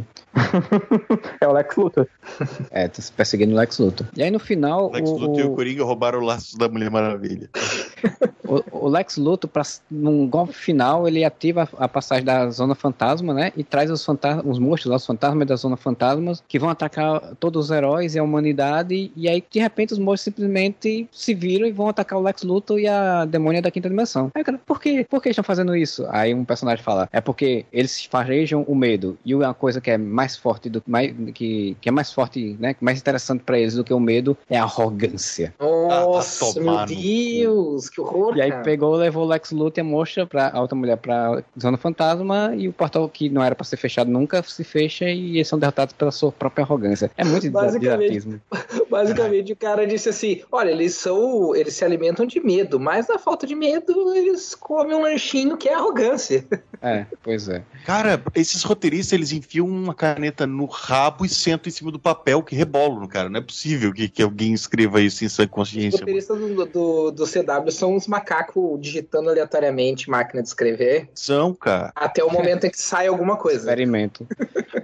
É o Lex Luthor. É, tá se perseguindo o Lex Luthor. E aí no final... O Lex Luthor o... e o Coringa roubaram o laço da Mulher Maravilha. o, o Lex Luthor, pra, num golpe final, ele ativa a passagem da Zona Fantasma, né? E traz os, fantasma, os monstros lá, os fantasmas da Zona Fantasma, que vão atacar todos os heróis e a humanidade. E aí, de repente, os monstros simplesmente se viram e vão atacar o Lex Luthor e a demônia da quinta dimensão. Aí, cara, por quê? Por que estão fazendo isso? Aí um personagem fala, é porque eles farejam o medo. E uma coisa que é mais mais forte do mais, que, que é mais forte, né, mais interessante pra eles do que o medo é a arrogância. Nossa, ah, meu Deus, que horror. E aí cara. pegou, levou o Lex Luthor e a moça pra a outra mulher pra Zona Fantasma e o portal que não era pra ser fechado nunca se fecha e eles são derrotados pela sua própria arrogância. É muito didatismo. Basicamente o cara disse assim, olha, eles são, eles se alimentam de medo, mas na falta de medo eles comem um lanchinho que é arrogância. É, pois é. Cara, esses roteiristas, eles enfiam uma caneta no rabo e sentam em cima do papel que rebolam, cara. Não é possível que, que alguém escreva isso em sua consciência. Os roteiristas do, do, do C W são uns macacos digitando aleatoriamente máquina de escrever. São, cara. Até o momento em que sai alguma coisa. Experimento.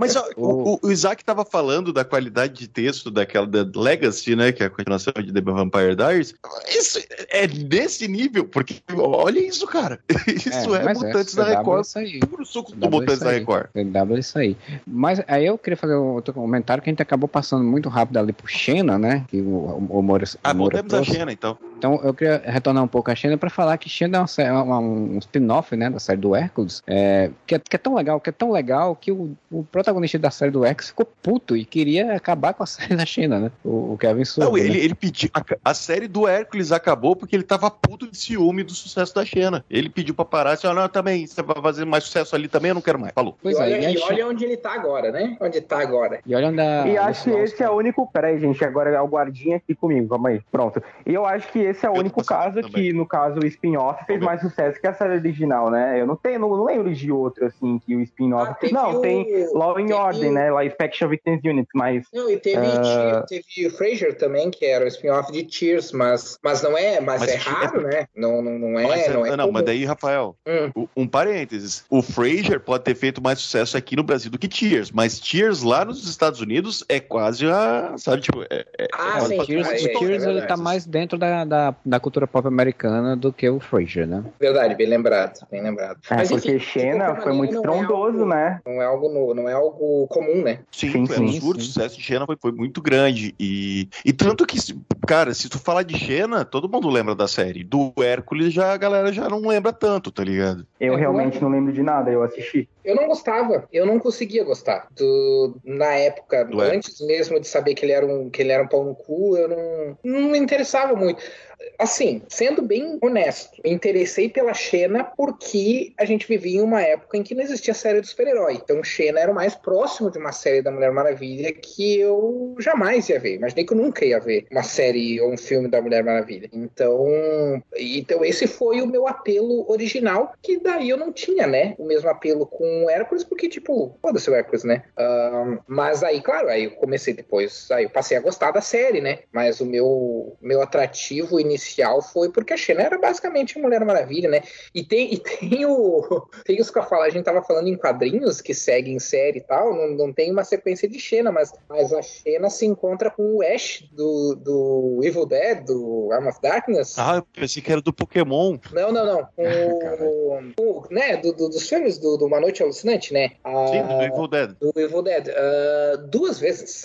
Mas ó, o, o Isaac tava falando da qualidade de texto daquela da Legacy, né, que é a continuação de The Vampire Diaries. Isso é desse nível, porque olha isso, cara. Isso é, é Mutantes é, da Record, puro suco do Mutantes da Record. W isso aí. Mas aí eu queria fazer um outro comentário que a gente acabou passando muito rápido ali pro Xena, né, que o, o, o Moura... Ah, voltemos a Xena, então. Então eu queria retornar um pouco a Xena para falar que Xena é uma, uma, um spin-off, né, da série do Hércules, é, que, é, que é tão legal, que é tão legal que o, o protagonista da série do Hércules ficou puto e queria acabar com a série da Xena, né, o, o Kevin Sorbo. Não, ele, né? ele pediu, a, a série do Hércules acabou porque ele tava puto de ciúme do sucesso da Xena. Ele pediu pra parar, assim, ó, não, também, você vai fazer mais sucesso ali também, eu não quero mais, falou. Pois e, é, olha, e, e olha onde ele tá agora, né, onde tá agora. E olha onde a, E acho que esse é o único, peraí gente, agora é o guardinha aqui comigo, calma aí, pronto. E eu acho que esse é o eu único caso também. Que, no caso, o spin-off fez mais sucesso que a série original, né? Eu não tenho, não, não lembro de outro, assim, que o spin-off... Ah, não, o... tem Law and Order, o... né? Lá, Inspection Victims Unit, mas... Não, e teve, uh... teve o Frasier também, que era o spin-off de Cheers, mas, mas não é, mas, mas é raro, é... né? Não, não, não é... Mas, não, é não mas daí, Rafael, hum. um parênteses, o Frasier pode ter feito mais sucesso aqui no Brasil do que Cheers, mas Cheers lá nos Estados Unidos é quase a, sabe, tipo... É, é, ah, é sim, Cheers, é, Cheers é, ele tá mais dentro da, da, da cultura pop americana do que o Frasier, né? Verdade, bem lembrado, bem lembrado. É, mas, porque enfim, Xena foi muito estrondoso, é algo, né? Não é algo novo, não é algo comum, né? Sim, sim, sim, absurdo, sim. O sucesso de Xena foi, foi muito grande. E, e tanto que, cara, se tu falar de Xena, todo mundo lembra da série. Do Hércules, já, a galera já não lembra tanto, tá ligado? Eu é, realmente eu... não lembro de nada, eu assisti. Eu não gostava, eu não conseguia gostar. Do, na época, do antes Hércules. Mesmo de saber que ele era um, que ele era um pau no cu, eu não, não me interessava muito. Assim, sendo bem honesto, me interessei pela Xena porque a gente vivia em uma época em que não existia série do super-herói. Então, Xena era o mais próximo de uma série da Mulher Maravilha que eu jamais ia ver. Imaginei que eu nunca ia ver uma série ou um filme da Mulher Maravilha. Então, então esse foi o meu apelo original, que daí eu não tinha, né? O mesmo apelo com o Hércules, porque, tipo, foda-se o Hércules, né? Um, mas aí, claro, aí eu comecei depois, aí eu passei a gostar da série, né? Mas o meu, meu atrativo inicial foi porque a Xena era basicamente a Mulher Maravilha, né? E tem, e tem o... Tem os que eu falo, a gente tava falando em quadrinhos que seguem série e tal, não, não tem uma sequência de Xena, mas, mas a Xena se encontra com o Ash do, do Evil Dead, do Arm of Darkness. Ah, eu pensei que era do Pokémon. Não, não, não. O, o, né, do, do, dos filmes do, do Uma Noite Alucinante, né? Ah, sim, do Evil Dead. Do Evil Dead. Uh, duas vezes.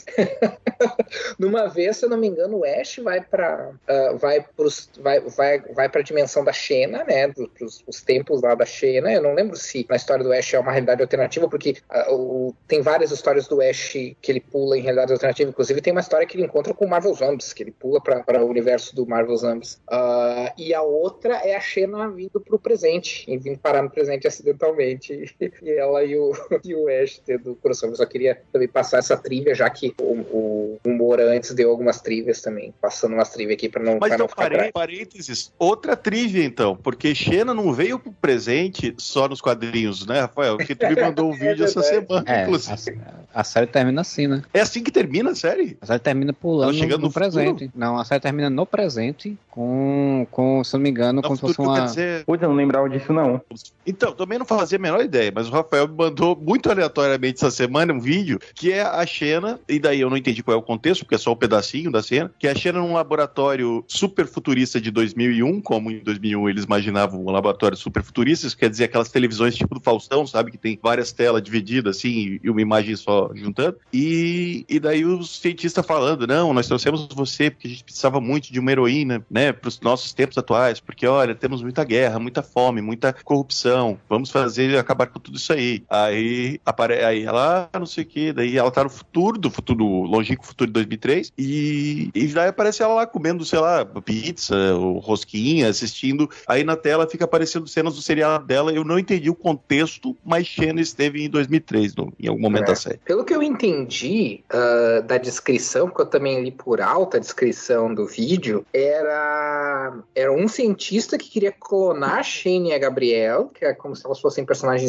Numa vez, se eu não me engano, o Ash vai pra, uh, vai pros, vai, vai, vai pra dimensão da Xena, né? Dos, pros, os tempos lá da Xena. Eu não lembro se na história do Ash é uma realidade alternativa, porque uh, o, tem várias histórias do Ash que ele pula em realidade alternativa. Inclusive, tem uma história que ele encontra com o Marvel Zombies, que ele pula para o universo do Marvel Zombies. Uh, e a outra é a Xena vindo pro presente, e vindo parar no presente acidentalmente. E ela e o, e o Ash tendo crossover. Eu só queria também passar essa trivia, já que o, o, o Moura antes deu algumas trivias também, passando umas trivias aqui pra não, Mas pra então, não ficar parê, parênteses, outra trivia então, porque Xena não veio pro presente só nos quadrinhos, né, Rafael? Que tu me mandou um vídeo é essa semana, é, inclusive. A, a série termina assim, né? É assim que termina a série? A série termina pulando no, no presente. Não, a série termina no presente com, com se eu não me engano, não, como se fosse uma... Dizer... Putz, eu não lembrava disso não. Então, também não fazia a menor ideia, mas o Rafael me mandou muito aleatoriamente essa semana um vídeo que é a Xena, e daí eu não entendi qual é o contexto, porque é só um pedacinho da cena, que é a Xena num laboratório super futurista de dois mil e um, como em dois mil e um eles imaginavam um laboratório super futurista, isso quer dizer aquelas televisões tipo do Faustão, sabe, que tem várias telas divididas assim, e uma imagem só juntando, e, e daí os cientistas falando, não, nós trouxemos você porque a gente precisava muito de uma heroína, né, para os nossos tempos atuais, porque olha, temos muita guerra, muita fome, muita corrupção, vamos fazer, acabar com tudo isso aí. Aí, apare... aí ela, ah, não sei o que, daí ela tá no futuro, do futuro, longínquo futuro de dois mil e três, e, e daí aparece ela lá comendo, sei lá, pizza, ou rosquinha, assistindo, aí na tela fica aparecendo cenas do seriado dela, eu não entendi o contexto, mas Xena esteve em dois mil e três, no, em algum momento é. da série. Pelo que eu entendi uh, da descrição, porque eu também li por alta a descrição do vídeo, era, era um cientista que queria clonar a Shane e a Gabrielle, que é como se elas fossem personagens históricos,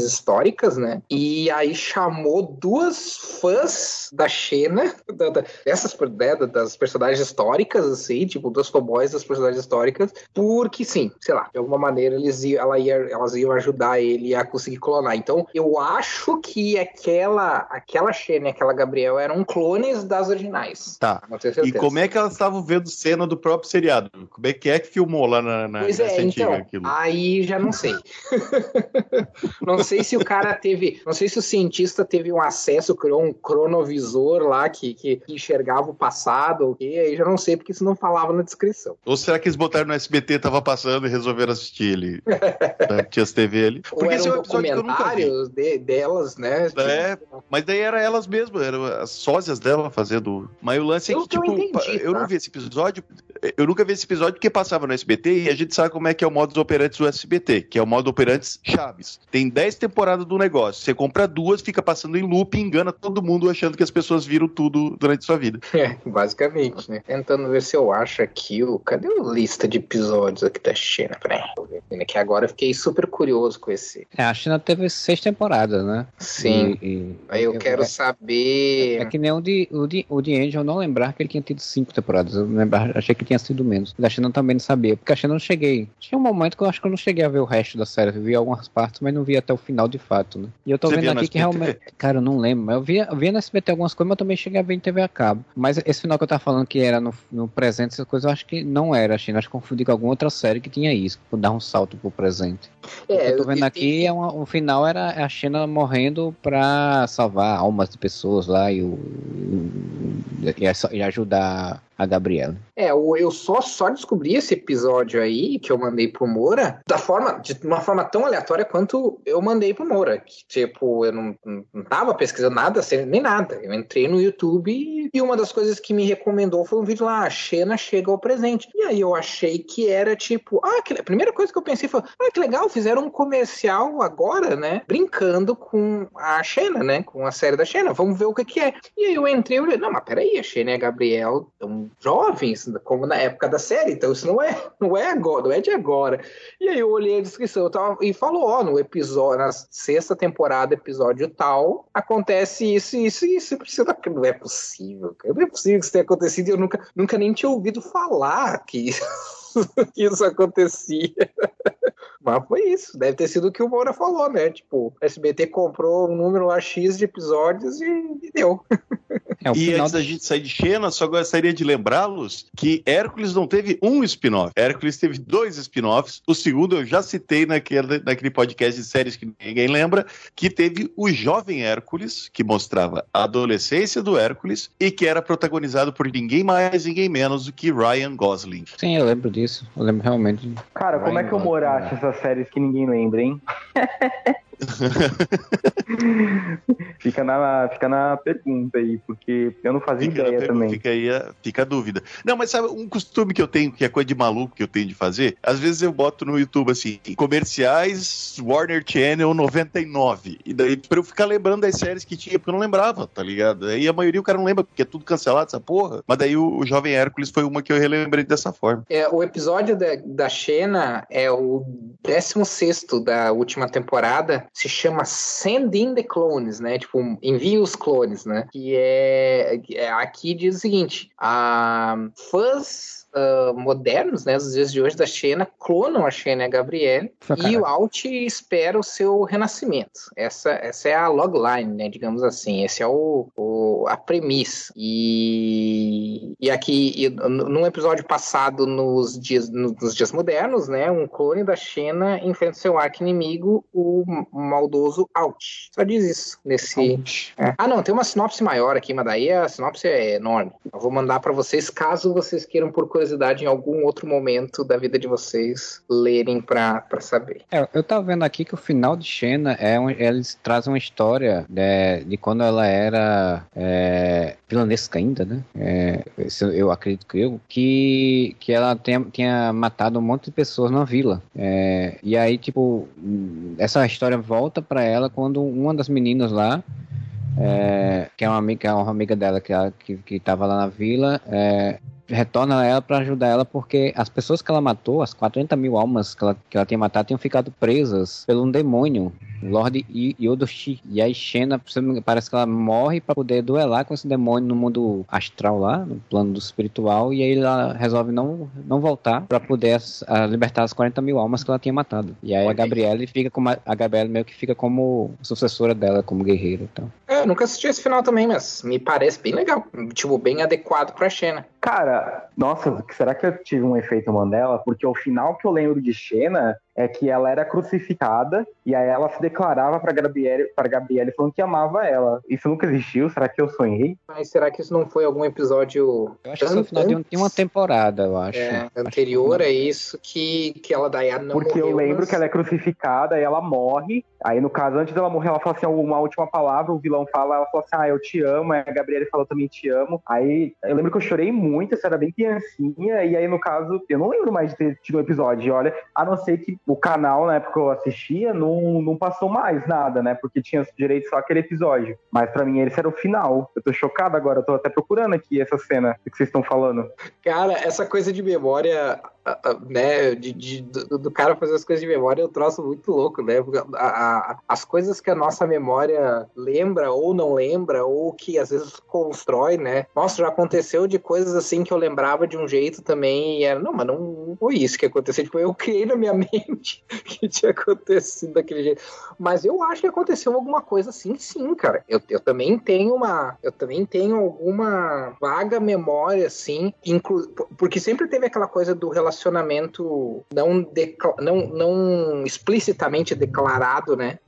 históricas, né? E aí chamou duas fãs da Xena, da, da, dessas, né, das personagens históricas, assim, tipo, dos fanboys das personagens históricas, porque sim, sei lá, de alguma maneira eles iam, ela ia, elas iam ajudar ele a conseguir clonar. Então, eu acho que aquela, aquela Xena e aquela Gabriel eram clones das originais. Tá. E como é que elas estavam vendo cena do próprio seriado? Como é que é que filmou lá na, na pois é, antiga, então, aquilo? Aí já não sei. Não sei se o cara teve, não sei se o cientista teve um acesso, criou um cronovisor lá que, que, que enxergava o passado ou o quê, aí já não sei, porque isso não falava na descrição. Ou será que eles botaram no S B T, tava passando e resolveram assistir ele? Tinha as T V ali. Porque ou era esse um é um episódio que eu nunca vi. De, delas, né? É, mas daí era elas mesmas, eram as sósias dela fazendo. Mas o lance é que, tipo, eu, entendi, eu tá? não vi esse episódio, eu nunca vi esse episódio porque passava no S B T e a gente sabe como é que é o modus operandi do S B T, que é o modus operandi Chaves. Tem dez temporadas do negócio, você compra duas, fica passando em loop e engana todo mundo achando que as pessoas viram tudo durante sua vida. É, basicamente, né? Tentando ver se eu acho aqui o... Cadê a lista de episódios aqui da Xena? Peraí, que agora eu fiquei super curioso com esse. É, a Xena teve seis temporadas, né? Sim. E, e... Aí eu, eu quero é, saber... É que nem o de, o de, o de Angel, eu não lembrar que ele tinha tido cinco temporadas. Eu lembrar, achei que tinha sido menos. Da Xena também não sabia, porque a Xena não cheguei. Tinha um momento que eu acho que eu não cheguei a ver o resto da série. Eu vi algumas partes, mas não vi até o final de fato, né? E eu tô Você vendo aqui que realmente... Cara, eu não lembro. Mas eu via, eu via no S B T algumas coisas, mas eu também cheguei a ver em T V a cabo. Mas esse final que eu tava falando que era no, no presente, essas coisas, eu acho que não era a Xena. Acho que confundi com alguma outra série que tinha isso, por dar um salto pro presente. É, o que eu tô vendo eu, aqui eu, é uma, o final era a Xena morrendo pra salvar almas de pessoas lá e, o, e, e ajudar a Gabriela. É, eu só, só descobri esse episódio aí que eu mandei pro Moura da forma, de uma forma tão aleatória quanto eu mandei pro Moura. Que, tipo, eu não, não tava pesquisando nada, nem nada. Eu entrei no YouTube e uma das coisas que me recomendou foi um vídeo lá, a Xena chega ao presente. E aí eu achei que era tipo, ah, que, a primeira coisa que eu pensei foi, ah, que legal, fizeram um comercial agora, né, brincando com a Xena, né, com a série da Xena, vamos ver o que que é. E aí eu entrei e olhei, não, mas peraí, a Xena e a Gabriel estão jovens, como na época da série, então isso não é, não é agora, não é de agora. E aí eu olhei a descrição eu tava, e falou, ó, no episódio, na sexta temporada, episódio tal, acontece isso, isso e isso. Precisa, não é possível, cara. Não é possível que isso tenha acontecido e eu nunca, nunca nem tinha ouvido falar que que isso acontecia. Mas foi isso, deve ter sido o que o Moura falou, né? Tipo, o S B T comprou um número lá X de episódios e, e deu. É, e antes da gente sair de Xena, só gostaria de lembrá-los que Hércules não teve um spin-off. Hércules teve dois spin-offs. O segundo eu já citei naquele, naquele podcast de séries que ninguém lembra, que teve o jovem Hércules, que mostrava a adolescência do Hércules e que era protagonizado por ninguém mais, ninguém menos do que Ryan Gosling. Sim, eu lembro disso. Eu lembro realmente. Cara, como Ryan é que o Moura acha essas séries que ninguém lembra, hein? fica, na, fica na pergunta aí, porque eu não fazia fica ideia também. Fica aí a, fica a dúvida. Não, mas sabe, um costume que eu tenho, que é coisa de maluco que eu tenho de fazer, às vezes eu boto no YouTube assim, comerciais Warner Channel noventa e nove, e daí pra eu ficar lembrando das séries que tinha, porque eu não lembrava, tá ligado? Aí a maioria o cara não lembra, porque é tudo cancelado essa porra, mas daí o, o Jovem Hércules foi uma que eu relembrei dessa forma. É, o episódio da, da Xena é o décimo sexto da última temporada, se chama Send in the Clones, né? Tipo, envia os clones, né? Que é, é aqui diz o seguinte: a fãs Uh, modernos, né, dos dias de hoje da Xena, clonam a Xena e a Gabrielle e o Alt espera o seu renascimento. Essa, essa é a logline, né, digamos assim. Esse é o, o, a premissa. E, e aqui, e, num episódio passado, nos dias, nos dias modernos, né, um clone da Xena enfrenta seu arqui-inimigo, o maldoso Alt. Só diz isso nesse... É. Ah, não, tem uma sinopse maior aqui, mas daí a sinopse é enorme. Eu vou mandar para vocês, caso vocês queiram por curiosidade em algum outro momento da vida de vocês lerem pra, pra saber. É, eu tava vendo aqui que o final de Xena é um, eles trazem uma história de, de quando ela era é, vilanesca ainda, né? É, eu acredito que eu que, que ela tenha, tinha matado um monte de pessoas numa vila. É, e aí, tipo, essa história volta pra ela quando uma das meninas lá, É, que é uma amiga, que é uma amiga dela que, ela, que, que tava lá na vila, é, retorna ela pra ajudar ela, porque as pessoas que ela matou, as quarenta mil almas que ela, que ela tinha matado, tinham ficado presas por um demônio, Lord Yodoshi. E aí Xena, parece que ela morre pra poder duelar com esse demônio no mundo astral lá, no plano do espiritual, e aí ela resolve não, não voltar pra poder as, a, libertar as quarenta mil almas que ela tinha matado. E aí a Gabrielle fica como a, a Gabrielle meio que fica como sucessora dela, como guerreira e tal. É, eu nunca assisti esse final também, mas me parece bem legal. Tipo, bem adequado pra Xena. Cara, nossa, será que eu tive um efeito Mandela? Porque o final que eu lembro de Xena é que ela era crucificada e aí ela se declarava pra Gabrielle, pra Gabrielle falando que amava ela. Isso nunca existiu? Será que eu sonhei? Mas será que isso não foi algum episódio... Eu acho que isso é o final de, um, de uma temporada, eu acho. É, anterior a isso que, que ela daí não Porque morreu, eu lembro mas... que ela é crucificada e ela morre. Aí, no caso, antes dela morrer, ela fala assim, uma última palavra, o vilão fala, ela fala assim, ah, eu te amo. Aí a Gabrielle falou, também te amo. Aí, eu lembro que eu chorei muito, eu era bem criancinha. E aí, no caso, eu não lembro mais de ter tido um episódio. Olha, a não ser que o canal, na época que eu assistia, não, não passou mais nada, né? Porque tinha direito só aquele episódio. Mas pra mim, esse era o final. Eu tô chocado agora, eu tô até procurando aqui essa cena que vocês estão falando. Cara, essa coisa de memória... né, de, de, do, do cara fazer as coisas de memória é um troço muito louco, né? A, a, as coisas que a nossa memória lembra ou não lembra, ou que às vezes constrói, né? Nossa, já aconteceu de coisas assim que eu lembrava de um jeito também e era, não, mas não foi isso que aconteceu. Tipo, eu criei na minha mente que tinha acontecido daquele jeito. Mas eu acho que aconteceu alguma coisa assim, sim, cara. Eu, eu também tenho uma, eu também tenho alguma vaga memória, assim, inclu, porque sempre teve aquela coisa do relacionamento relacionamento não, decla- não, não explicitamente declarado, né,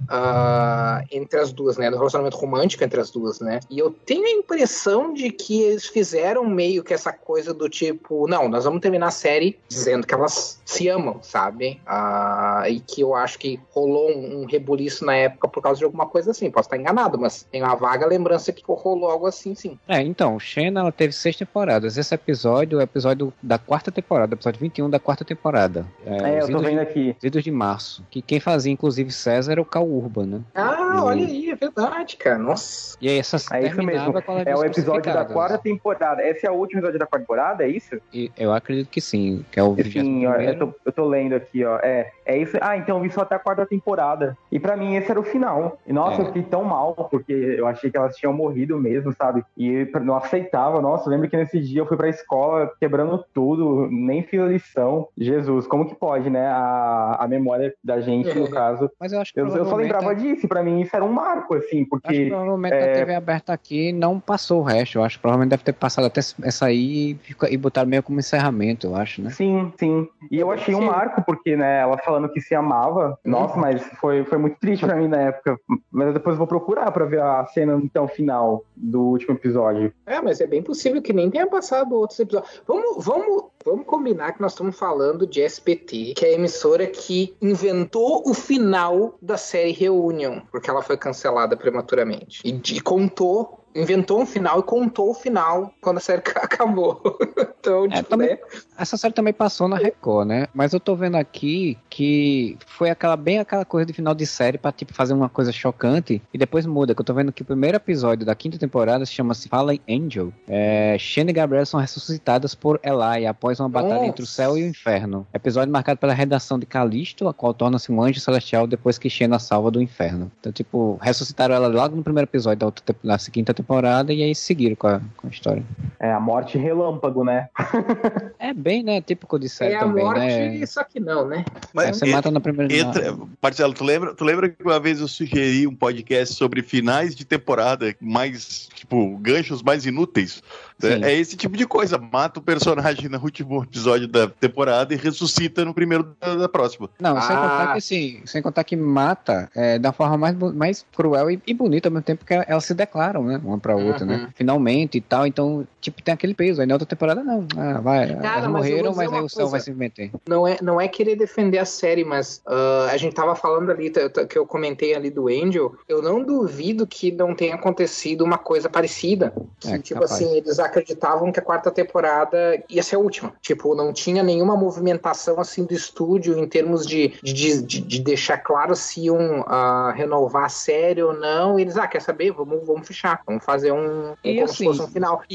uh, entre as duas, né, do relacionamento romântico entre as duas, né, e eu tenho a impressão de que eles fizeram meio que essa coisa do tipo, não, nós vamos terminar a série dizendo que elas se amam, sabe, uh, e que eu acho que rolou um, um rebuliço na época por causa de alguma coisa assim, posso estar enganado, mas tem uma vaga lembrança que rolou algo assim, sim. É, então, Xena, ela teve seis temporadas, esse episódio é o episódio da quarta temporada, episódio vinte e um da quarta temporada. É, é eu tô vendo de, aqui. Idos de Março. Que quem fazia, inclusive, César era o Cal Urban, né? Ah, e... olha aí, é verdade, cara. Nossa. E aí, essa é isso mesmo. É o episódio da quarta temporada. Esse é o último episódio da quarta temporada, é isso? E eu acredito que sim, que é o Sim, ó, eu, tô, eu tô lendo aqui, ó. É, é isso. Ah, então eu vi só até a quarta temporada. E pra mim esse era o final. E nossa, é. eu fiquei tão mal, porque eu achei que elas tinham morrido mesmo, sabe? E eu não aceitava. Nossa, eu lembro que nesse dia eu fui pra escola quebrando tudo, nem fiz a lição. Jesus, como que pode, né? A, a memória da gente, no caso. Mas eu acho que eu, eu só lembrava disso, pra mim isso era um marco, assim, porque... Acho que provavelmente é... a T V aberta aqui não passou o resto, eu acho que provavelmente deve ter passado até essa aí e, e botaram meio como encerramento, eu acho, né? Sim, sim. E eu achei um marco, porque, né, ela falando que se amava, nossa, hum. mas foi, foi muito triste pra mim na época. Mas depois eu vou procurar pra ver a cena, então, final do último episódio. É, mas é bem possível que nem tenha passado outros episódios. Vamos, vamos, vamos combinar que nós estamos falando de S B T, que é a emissora que inventou o final da série Reunion, porque ela foi cancelada prematuramente. E, e contou, inventou um final e contou o final quando a série acabou. Então, é, tipo, também, né? Essa série também passou na Record, né? Mas eu tô vendo aqui que foi aquela, bem aquela coisa de final de série pra, tipo, fazer uma coisa chocante e depois muda, que eu tô vendo que o primeiro episódio da quinta temporada se chama-se Fallen Angel. É, Xena e Gabrielle são ressuscitadas por Eli após uma batalha Nossa. entre o céu e o inferno. Episódio marcado pela redação de Calisto, a qual torna-se um anjo celestial depois que Xena salva do inferno. Então, tipo, ressuscitaram ela logo no primeiro episódio da, outra, da quinta temporada e aí seguiram com a, com a história. É, a morte relâmpago, né? É bem, né, típico de série é também, morte, né? Só que não, né? Mas é, você entra, mata na primeira... Entra, Marcelo, tu lembra, tu lembra que uma vez eu sugeri um podcast sobre finais de temporada mais, tipo, ganchos mais inúteis? É, é esse tipo de coisa. Mata o personagem no último episódio da temporada e ressuscita no primeiro da, da próxima. Não, ah. sem contar que assim, sem contar que mata é, da forma mais, mais cruel e, e bonita ao mesmo tempo que elas se declaram, né? Uma pra outra, uhum. né? Finalmente e tal. Então, tipo, tem aquele peso. Aí na outra temporada, não. Ah, vai. Cara, elas morreram, mas aí o céu vai se meter. Não é, não é querer defender a série, mas uh, a gente tava falando ali, que eu comentei ali do Angel, eu não duvido que não tenha acontecido uma coisa parecida. Que, é, tipo capaz. assim, eles acreditavam que a quarta temporada ia ser a última. Tipo, não tinha nenhuma movimentação assim do estúdio em termos de, de, de, de deixar claro se iam uh, renovar a série ou não. E eles, ah, quer saber? Vamos, vamos fechar. Vamos fazer um, um como assim, se fosse um final. E aí,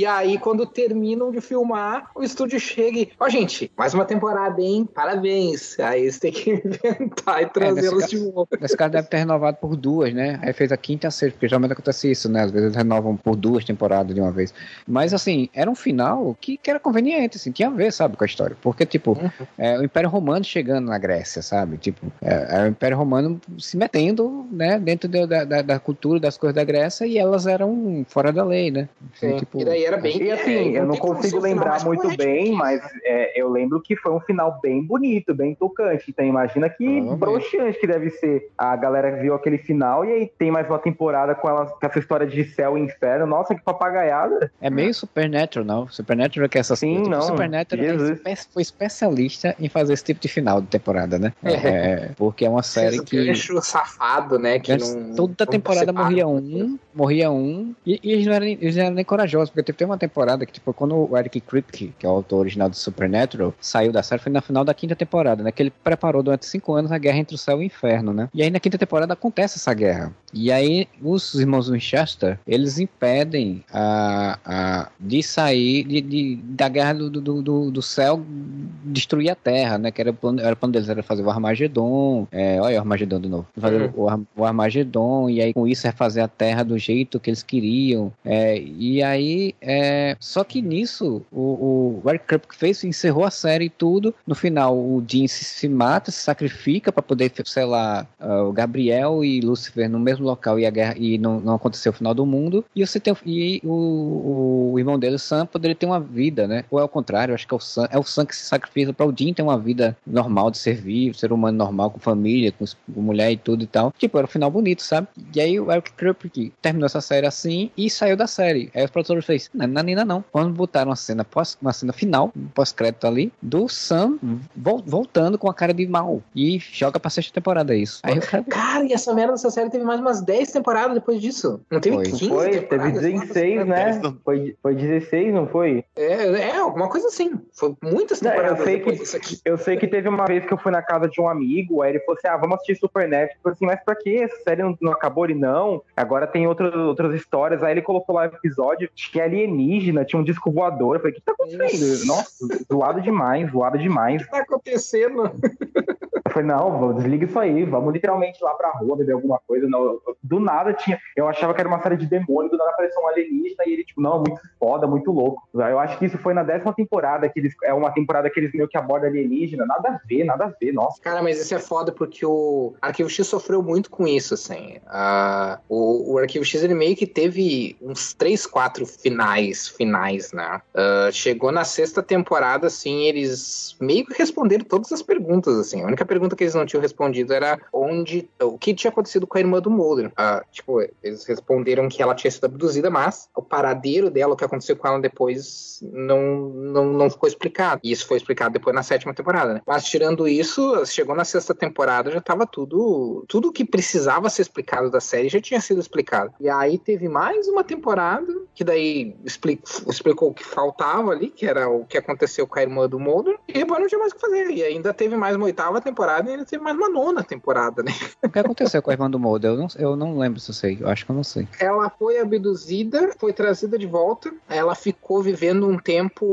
quando terminam de filmar, o estúdio chega e, ó, oh, gente, mais uma temporada, hein? Parabéns. Aí eles têm que inventar e trazê-los é, de volta. Esse cara deve ter renovado por duas, né? Aí fez a quinta e a sexta, porque geralmente acontece isso, né? Às vezes eles renovam por duas temporadas de uma vez. Mas, assim, era um final que, que era conveniente, assim, tinha a ver, sabe, com a história. Porque, tipo, uhum. é, o Império Romano chegando na Grécia, sabe? Tipo, é, é o Império Romano se metendo, né, dentro de, da, da, da cultura, das coisas da Grécia, e elas eram fora da lei, né? Assim, tipo, e daí era bem... E assim, é, eu não consigo lembrar muito bem, mas é, eu lembro que foi um final bem bonito, bem tocante. Então imagina que broxante que deve ser. A galera viu aquele final e aí tem mais uma temporada com, ela, com essa história de céu e inferno. Nossa, que papagaiada. É meio Supernatural, não? Supernatural que é essas Sim, coisas. não. Supernatural é, foi especialista em fazer esse tipo de final de temporada, né? É, é, porque é uma série que... Gancho safado, né? Que não, toda temporada morria um, morria um, e, e eles, não eram, eles não eram nem corajosos, porque teve uma temporada que, tipo, quando o Eric Kripke, que é o autor original do Supernatural, saiu da série, foi na final da quinta temporada, né? Que ele preparou durante cinco anos a guerra entre o céu e o inferno, né? E aí na quinta temporada acontece essa guerra. E aí os irmãos Winchester, eles impedem a, a, de sair de, de, da guerra do, do, do, do céu, destruir a terra, né? Que era o plano, era o plano deles, era fazer o Armagedon, é, olha o Armagedon de novo, fazer uhum. o, o Armagedon, e aí com isso refazer a terra do jeito que eles queriam, é, e aí é, só que nisso o, o Eric Kripke fez, encerrou a série e tudo, no final o Dean se, se mata, se sacrifica para poder, sei lá, uh, o Gabriel e Lúcifer no mesmo local e a guerra, e não, não aconteceu o final do mundo, e você tem e o, o irmão dele, o Sam, poderia ter uma vida, né? Ou é o contrário, acho que é o Sam, é o Sam que se sacrifica para o Dean ter uma vida normal de ser vivo, ser humano normal, com família, com, com mulher e tudo e tal. Tipo, era um final bonito, sabe? E aí o Eric Kripke terminou essa série assim e saiu da série. Aí os produtores fez, não, não, não, não. Quando botaram uma cena pós, uma cena final, um pós-crédito ali, do Sam vol, voltando com a cara de mal. E joga pra sexta temporada isso. Aí o cara... cara, e essa merda dessa série teve mais umas dez temporadas depois disso. Não teve foi. quinze Foi, teve dezesseis, né? Foi, foi dezesseis, não foi? É, é, alguma coisa assim. Foi muitas temporadas não, eu sei depois que, disso aqui. Eu sei que teve uma vez que eu fui na casa de um amigo, aí ele falou assim, ah, vamos assistir Supernatural. Eu falei assim, mas pra que? Essa série não, não acabou? Ele, não. Agora tem outras, outras histórias. Aí ele colocou lá o episódio, tinha alienígena, tinha um disco voador. Eu falei, o que tá acontecendo? Nossa, zoado demais, zoado demais. O que tá acontecendo? Eu falei, não, desliga isso aí, vamos literalmente lá pra rua beber alguma coisa. Não, do nada tinha, eu achava que era uma série de demônio, do nada apareceu um alienígena e ele, tipo, não, muito foda, muito louco. Eu acho que isso foi na décima temporada, que eles, é uma temporada que eles meio que abordam alienígena, nada a ver, nada a ver, nossa. Cara, mas isso é foda porque o Arquivo X sofreu muito com isso, assim. Uh, o, o Arquivo X, ele meio que teve uns três, quatro finais, finais, né? Uh, chegou na sexta temporada, assim, eles meio que responderam todas as perguntas, assim. A única pergunta que eles não tinham respondido era onde, o que tinha acontecido com a irmã do Mulder. Uh, tipo, eles responderam que ela tinha sido abduzida, mas o paradeiro dela, o que aconteceu com ela depois, não, não, não ficou explicado. E isso foi explicado depois na sétima temporada, né? Mas tirando isso, chegou na sexta temporada, já tava tudo, tudo que precisava ser explicado da série já tinha sido explicado. E aí teve mais uma temporada, que daí explicou, explicou o que faltava ali, que era o que aconteceu com a irmã do Mulder, e depois não tinha mais o que fazer. E ainda teve mais uma oitava temporada e ainda teve mais uma nona temporada, né? O que aconteceu com a irmã do Mulder? Eu não, eu não lembro se eu sei, eu acho que eu não sei. Ela foi abduzida, foi trazida de volta, ela ficou vivendo um tempo...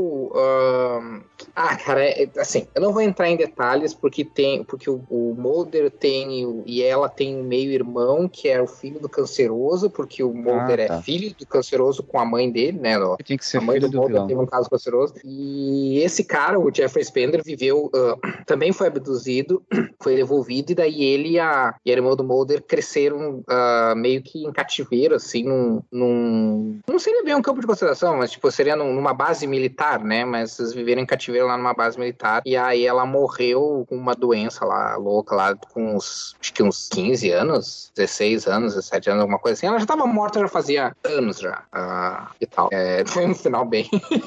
Uh... Ah, cara, é, assim, eu não vou entrar em detalhes porque tem, porque o, o Mulder tem o, e ela tem um meio-irmão que é o filho do canceroso, porque o Mulder ah, tá. é filho do canceroso com a mãe dele, né? No, tinha que ser a mãe filho do, do Mulder vilão. teve um caso canceroso. E esse cara, o Jeffrey Spender, viveu, uh, também foi abduzido, foi devolvido, e daí ele e a, e a irmã do Mulder cresceram uh, meio que em cativeiro, assim, num, num... Não seria bem um campo de concentração, mas tipo, seria num, numa base militar, né? Mas eles viveram em cativeiro lá numa base militar, e aí ela morreu com uma doença lá, louca, lá com uns, acho que uns quinze anos, dezesseis anos, dezessete anos, alguma coisa assim. Ela já tava morta, já fazia anos já, uh, e tal. É, foi um final bem...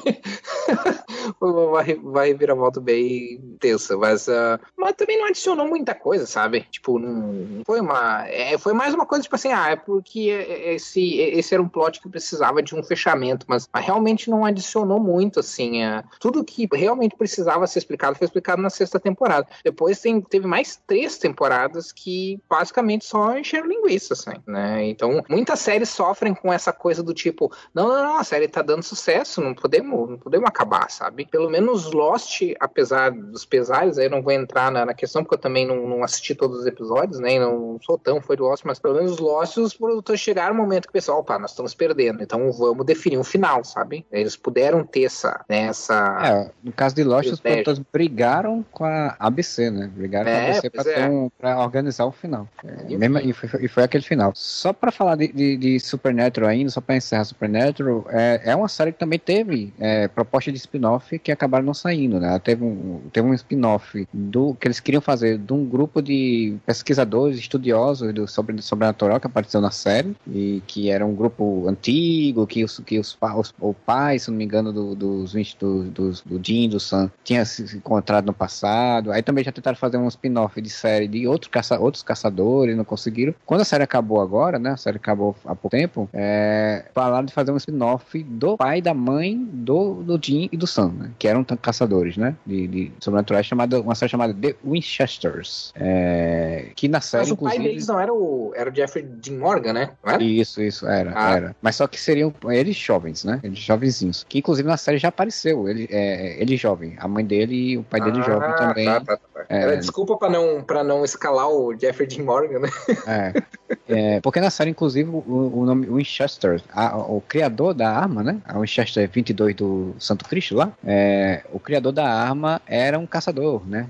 vai, vai virar volta bem tensa, mas, uh, mas também não adicionou muita coisa, sabe? Tipo, não foi uma... É, foi mais uma coisa, tipo assim, ah, é porque esse, esse era um plot que precisava de um fechamento, mas, mas realmente não adicionou muito, assim, uh, tudo que realmente realmente precisava ser explicado, foi explicado na sexta temporada. Depois tem, teve mais três temporadas que basicamente só encheram linguiça, assim, né? Então, muitas séries sofrem com essa coisa do tipo, não, não, não, a série tá dando sucesso, não podemos, não podemos acabar, sabe? Pelo menos Lost, apesar dos pesares, aí eu não vou entrar na, na questão, porque eu também não, não assisti todos os episódios, né? E não sou tão fã de Lost, mas pelo menos Lost, os produtores chegaram no momento que o pessoal, opa, nós estamos perdendo, então vamos definir um final, sabe? Eles puderam ter essa, né, essa... É, no caso de Lost, os produtores brigaram com a A B C, né? Brigaram é, com a A B C pra, ter um, pra organizar o final. É, mesmo, e, foi, e foi aquele final. Só pra falar de, de, de Supernatural ainda, só pra encerrar Supernatural, é, é uma série que também teve é, proposta de spin-off que acabaram não saindo, né? Teve um, teve um spin-off do, que eles queriam fazer de um grupo de pesquisadores, estudiosos do, sobre, do sobrenatural que apareceu na série, e que era um grupo antigo, que os, que os, os, o pai, se não me engano, do, dos, dos, dos, do Jim, do Sam, tinha se encontrado no passado. Aí também já tentaram fazer um spin-off de série de outro caça, outros caçadores, não conseguiram. Quando a série acabou agora, né? A série acabou há pouco tempo, é, falaram de fazer um spin-off do pai e da mãe do, do Jim e do Sam, né? Que eram caçadores, né? De, de sobrenaturais, chamada, uma série chamada The Winchesters. É, que na série, mas o pai deles não era o, era o Jeffrey Dean Morgan, né? Não era? Isso, isso, era, ah. era. Mas só que seriam eles jovens, né? Eles jovenzinhos. Que inclusive na série já apareceu. Ele, é, ele jovem. A mãe dele e o pai dele ah, jovem também. Tá, tá, tá. É, era desculpa pra não, pra não escalar o Jeffrey Dean Morgan, né? É. É, porque na série, inclusive, o, o nome Winchester, a, o criador da arma, né? A Winchester vinte e dois do Santo Cristo lá, é, o criador da arma era um caçador, né?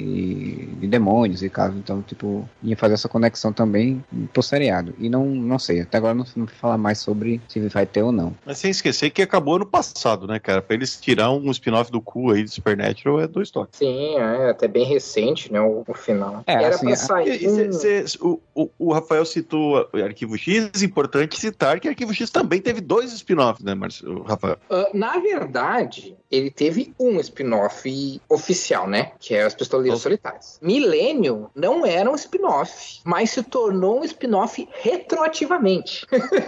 De, de demônios e caso. Então, tipo, ia fazer essa conexão também pro seriado. E não, não sei, até agora não, não vou falar mais sobre se vai ter ou não. Mas sem esquecer que acabou ano passado, né, cara? Pra eles tirar um spin-off do cu aí de Supernatural é dois toques. Sim, é até bem recente, né? O, o final. É, era assim, pra sair. E, e cê, cê, o, o, o Rafael citou Arquivo X, importante citar que Arquivo X também teve dois spin-offs, né, Marcio, Rafael? Uh, na verdade, ele teve um spin-off oficial, né? Que é As Pistoleiras oh. Solitárias. Millennium não era um spin-off, mas se tornou um spin-off retroativamente.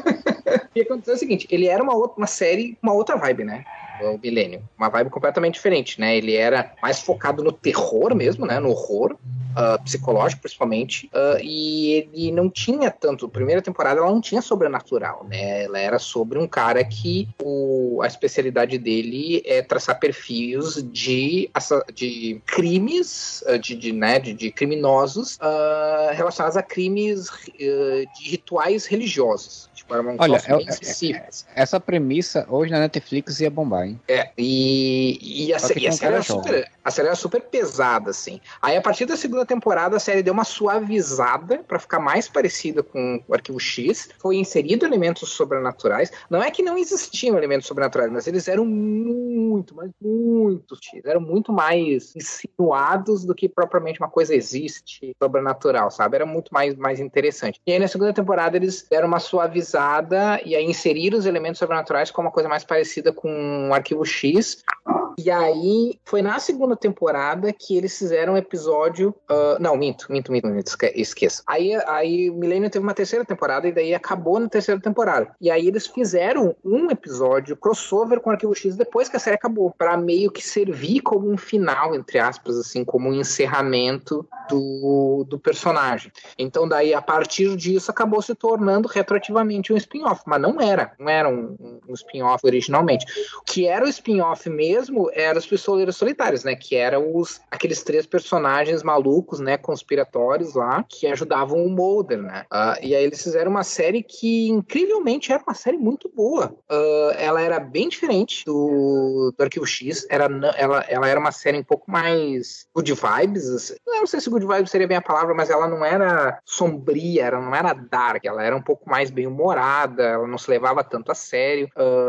O que aconteceu é o seguinte, ele era uma, outra, uma série, uma outra vibe, né? O Millennium. Uma vibe completamente diferente, né? Ele era mais focado no terror mesmo, né? No horror, uh, psicológico principalmente, uh, e ele não tinha tanto... A primeira temporada ela não tinha sobrenatural, né? Ela era sobre um cara que o, a especialidade dele é traçar perfis de, de crimes, de, de, né? de, de criminosos uh, relacionados a crimes uh, de rituais religiosos. Tipo, eram Olha, é, é, essa premissa hoje na Netflix ia bombar, hein? É, e, e, a, e a, série era super, a série era super pesada, assim. Aí, a partir da segunda temporada, a série deu uma suavizada pra ficar mais parecida com o Arquivo X. Foi inserido elementos sobrenaturais. Não é que não existiam elementos sobrenaturais, mas eles eram muito, mas muito sutis. Eram muito mais insinuados do que propriamente uma coisa existe sobrenatural, sabe? Era muito mais, mais interessante. E aí, na segunda temporada, eles deram uma suavizada e aí inseriram os elementos sobrenaturais com uma coisa mais parecida com o Arquivo X. E aí, foi na segunda temporada que eles fizeram um episódio... Uh, não, minto, minto, minto, minto, esqueça. Aí, aí Millennium teve uma terceira temporada e daí acabou na terceira temporada. E aí eles fizeram um episódio crossover com o Arquivo X depois que a série acabou, pra meio que servir como um final, entre aspas, assim, como um encerramento do, do personagem. Então daí, a partir disso, acabou se tornando retroativamente um spin-off, mas não era, não era um, um spin-off originalmente. O que era o spin-off mesmo eram os Pistoleiros Solitários, né, que eram os, aqueles três personagens malucos, né, conspiratórios lá, que ajudavam o Mulder, né, uh, e aí eles fizeram uma série que, incrivelmente, era uma série muito boa. Uh, ela era bem diferente do, do Arquivo X, era, ela, ela era uma série um pouco mais good vibes, assim. Não sei se good vibes seria bem a palavra, mas ela não era sombria, ela não era dark, ela era um pouco mais bem-humorada, ela não se levava tanto a sério,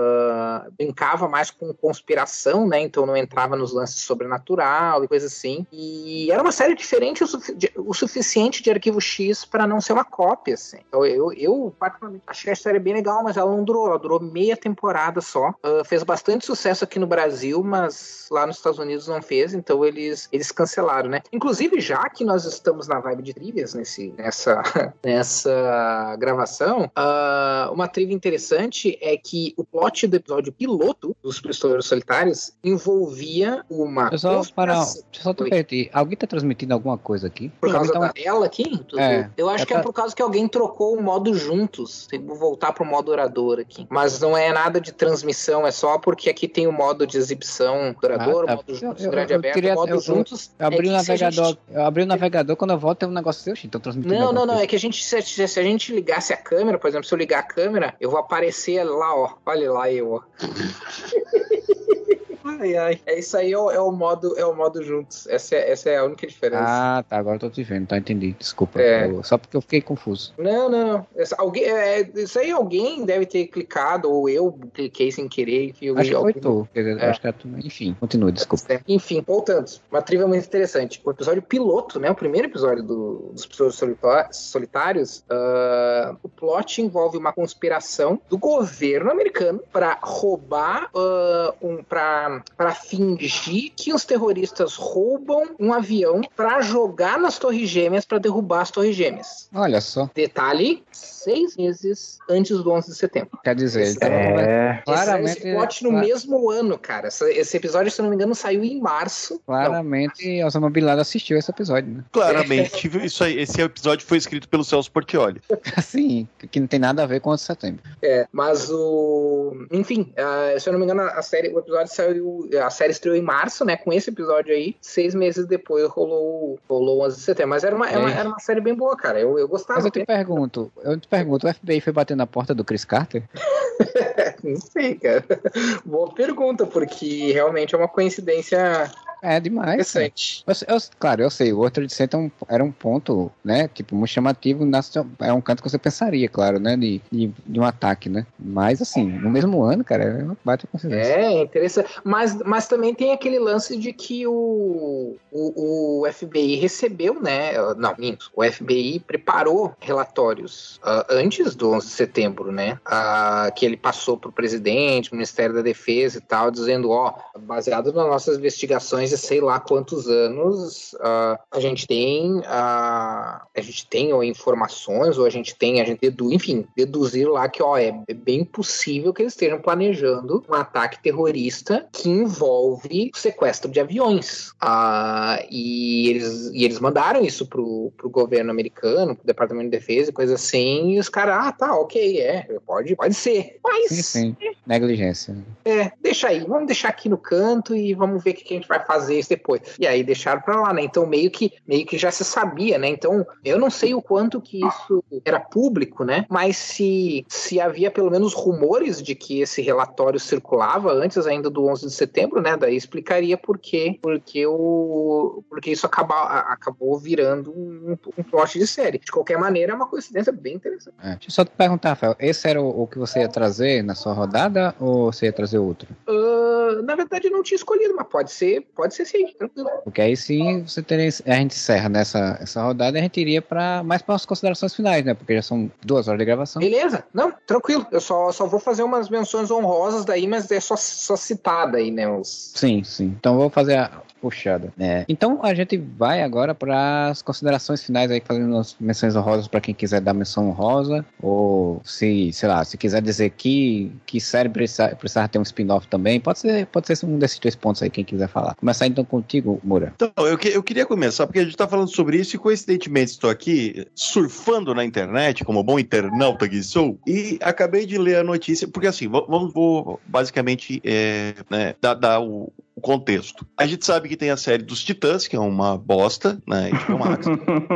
uh, brincava mais com conspiração, né, então não entrava nos lances sobrenatural e coisa assim, e era uma série diferente o, sufi- o suficiente de Arquivo X para não ser uma cópia, assim. Eu, eu, eu particularmente achei a série bem legal, mas ela não durou, ela durou meia temporada só, uh, fez bastante sucesso aqui no Brasil, mas lá nos Estados Unidos não fez, então eles, eles cancelaram, né. Inclusive, já que nós estamos na vibe de trivias nesse, nessa, nessa gravação, uh, uma trivia interessante é que o plot do episódio piloto dos Pistoleiros Solitários envolvia uma Eu só, para, conspiração. deixa eu só te perguntar, alguém tá transmitindo alguma coisa aqui? Por causa Alguém tá- da ela aqui? É. Eu acho É que pra- é por causa que alguém trocou o modo juntos. Tem que voltar pro modo orador aqui. Mas não é nada de transmissão, é só porque aqui tem o modo de exibição orador, Ah, tá. o modo juntos, Eu- eu- grade eu aberto, teria- o modo eu- eu- juntos. Eu abri é o que se a navegador, gente- eu abri o navegador, quando eu volto tem um negócio seu, então transmitindo Não, alguma não, não. coisa. É que a gente, se, se- se a gente ligasse a câmera, por exemplo, se eu ligar a câmera, eu vou aparecer lá, ó. Olha lá eu, ó. Ai, ai. É isso aí, é o, é o modo, é o modo juntos. Essa é, essa é a única diferença. Ah, tá, agora eu tô te vendo, tá, entendi, desculpa. É. Eu- só porque eu fiquei confuso. Não, não. Essa, alguém, é, isso aí alguém deve ter clicado, ou eu cliquei sem querer. Que eu Acho que foi algum- tu, quer dizer, É. acho que era tu. Enfim, continue, desculpa. Enfim, voltando. Uma trilha muito interessante. O episódio piloto, né? O primeiro episódio do, dos Episódios Solitó- Solitários, ah, o plot envolve uma conspiração do governo americano para roubar, ah, um, para fingir que os terroristas roubam um avião para jogar nas Torres Gêmeas para derrubar as Torres Gêmeas. Olha só, Detalhe, seis meses antes do onze de setembro. quer dizer, ele tava É. claramente, Esse plot no cla- mesmo ano, cara. Essa- Esse episódio, se eu não me engano, saiu em março. claramente Osama Bin Laden assistiu esse episódio, né? Claramente, isso aí, esse episódio foi escrito pelo Celso Portiolli. Assim, que não tem nada a ver com o onze de setembro. É, mas o... Enfim, uh, se eu não me engano, a série, o episódio saiu... A série estreou em março, né? Com esse episódio aí. Seis meses depois rolou, rolou o onze de setembro. Mas era uma, era uma, era uma série bem boa, cara. Eu, eu gostava. Mas eu te pergunto, eu te pergunto, o F B I foi bater na porta do Chris Carter? Não sei, cara. Boa pergunta, porque realmente é uma coincidência É demais. interessante. Eu, eu- claro, eu sei, o World Trade Center é um- era um ponto, né, tipo, muito chamativo, na- é um canto que você pensaria, claro, né, de, de, de um ataque, né, mas assim, no mesmo ano, cara, é uma baita coincidência. É, interessante. Mas, mas também tem aquele lance de que o, o, o F B I recebeu, né? Não, minto. O F B I preparou relatórios ah, antes do onze de setembro, né? ah, que ele passou para o presidente, pro Ministério da Defesa e tal, dizendo, ó, baseado nas nossas investigações de sei lá quantos anos, ah, a gente tem ah, a gente tem ou informações, ou a gente tem, a gente dedu, enfim, deduzir lá que, ó, é bem possível que eles estejam planejando um ataque terrorista que envolve o sequestro de aviões. Ah, e, eles, e eles mandaram isso pro, pro governo americano, pro Departamento de Defesa e coisa assim, e os caras, ah, tá, ok, é, pode, pode ser. Mas, Sim, sim, negligência. é, deixa aí, vamos deixar aqui no canto e vamos ver o que a gente vai fazer isso depois. E aí deixaram pra lá, né? Então meio que, meio que já se sabia, né? Então eu não sei o quanto que isso era público, né? Mas se, se havia pelo menos rumores de que esse relatório circulava antes ainda do onze de setembro, né? Daí explicaria por quê, porque, o, porque isso acaba, acabou virando um, um plot de série. De qualquer maneira, é uma coincidência bem interessante. É. Deixa eu só te perguntar, Rafael, esse era o, o que você ia trazer na sua rodada ou você ia trazer outro? Uh, na verdade, eu não tinha escolhido, mas pode ser, pode ser sim, tranquilo. Porque aí sim você teria, a gente encerra nessa essa rodada e a gente iria para mais para as considerações finais, né? Porque já são duas horas de gravação. Beleza, não, tranquilo. Eu só, só vou fazer umas menções honrosas daí, mas é só, só citada aí, né? Os... Sim, sim. Então vou fazer a puxada. É. Então a gente vai agora para as considerações finais aí, fazendo as menções honrosas para quem quiser dar menção honrosa, ou se, sei lá, se quiser dizer que, que série precisar, precisar ter um spin-off também, pode ser, pode ser um desses dois pontos aí, quem quiser falar. Começar então contigo, Moura. Então, eu, que, eu queria começar, porque a gente tá falando sobre isso e coincidentemente estou aqui surfando na internet, como bom internauta que sou, e acabei de ler a notícia, porque assim, vamos vou basicamente é, né, dar, dar o, o contexto. A gente sabe que tem a série dos Titãs, que é uma bosta, né, H B O Max,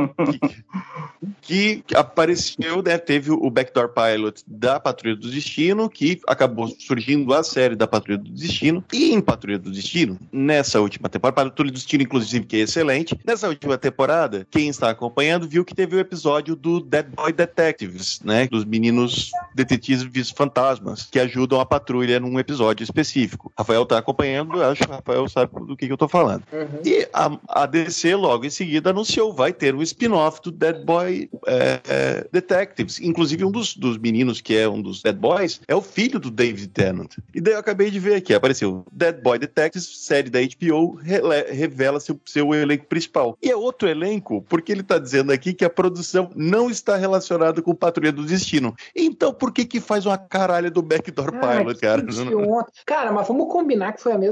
que, que apareceu, né, teve o Backdoor Pilot da Patrulha do Destino, que acabou surgindo a série da Patrulha do Destino, e em Patrulha do Destino, nessa última temporada, Patrulha do Destino, inclusive, que é excelente, nessa última temporada, quem está acompanhando viu que teve o episódio do Dead Boy Detectives, né, dos meninos detetives fantasmas, que ajudam a patrulha num episódio específico. Rafael está acompanhando, acho que o Rafael sabe do que, que eu tô falando. Uhum. E a, a D C, logo em seguida, anunciou, vai ter um spin-off do Dead Boy é, é, Detectives. Inclusive, um dos, dos meninos que é um dos Dead Boys é o filho do David Tennant. E daí eu acabei de ver aqui, apareceu Dead Boy Detectives, série da H B O, rele, revela seu, seu elenco principal. E é outro elenco, porque ele tá dizendo aqui que a produção não está relacionada com Patrulha do Destino. Então, por que que faz uma caralha do Backdoor ah, Pilot, cara? Cara, mas vamos combinar que foi a mesma coisa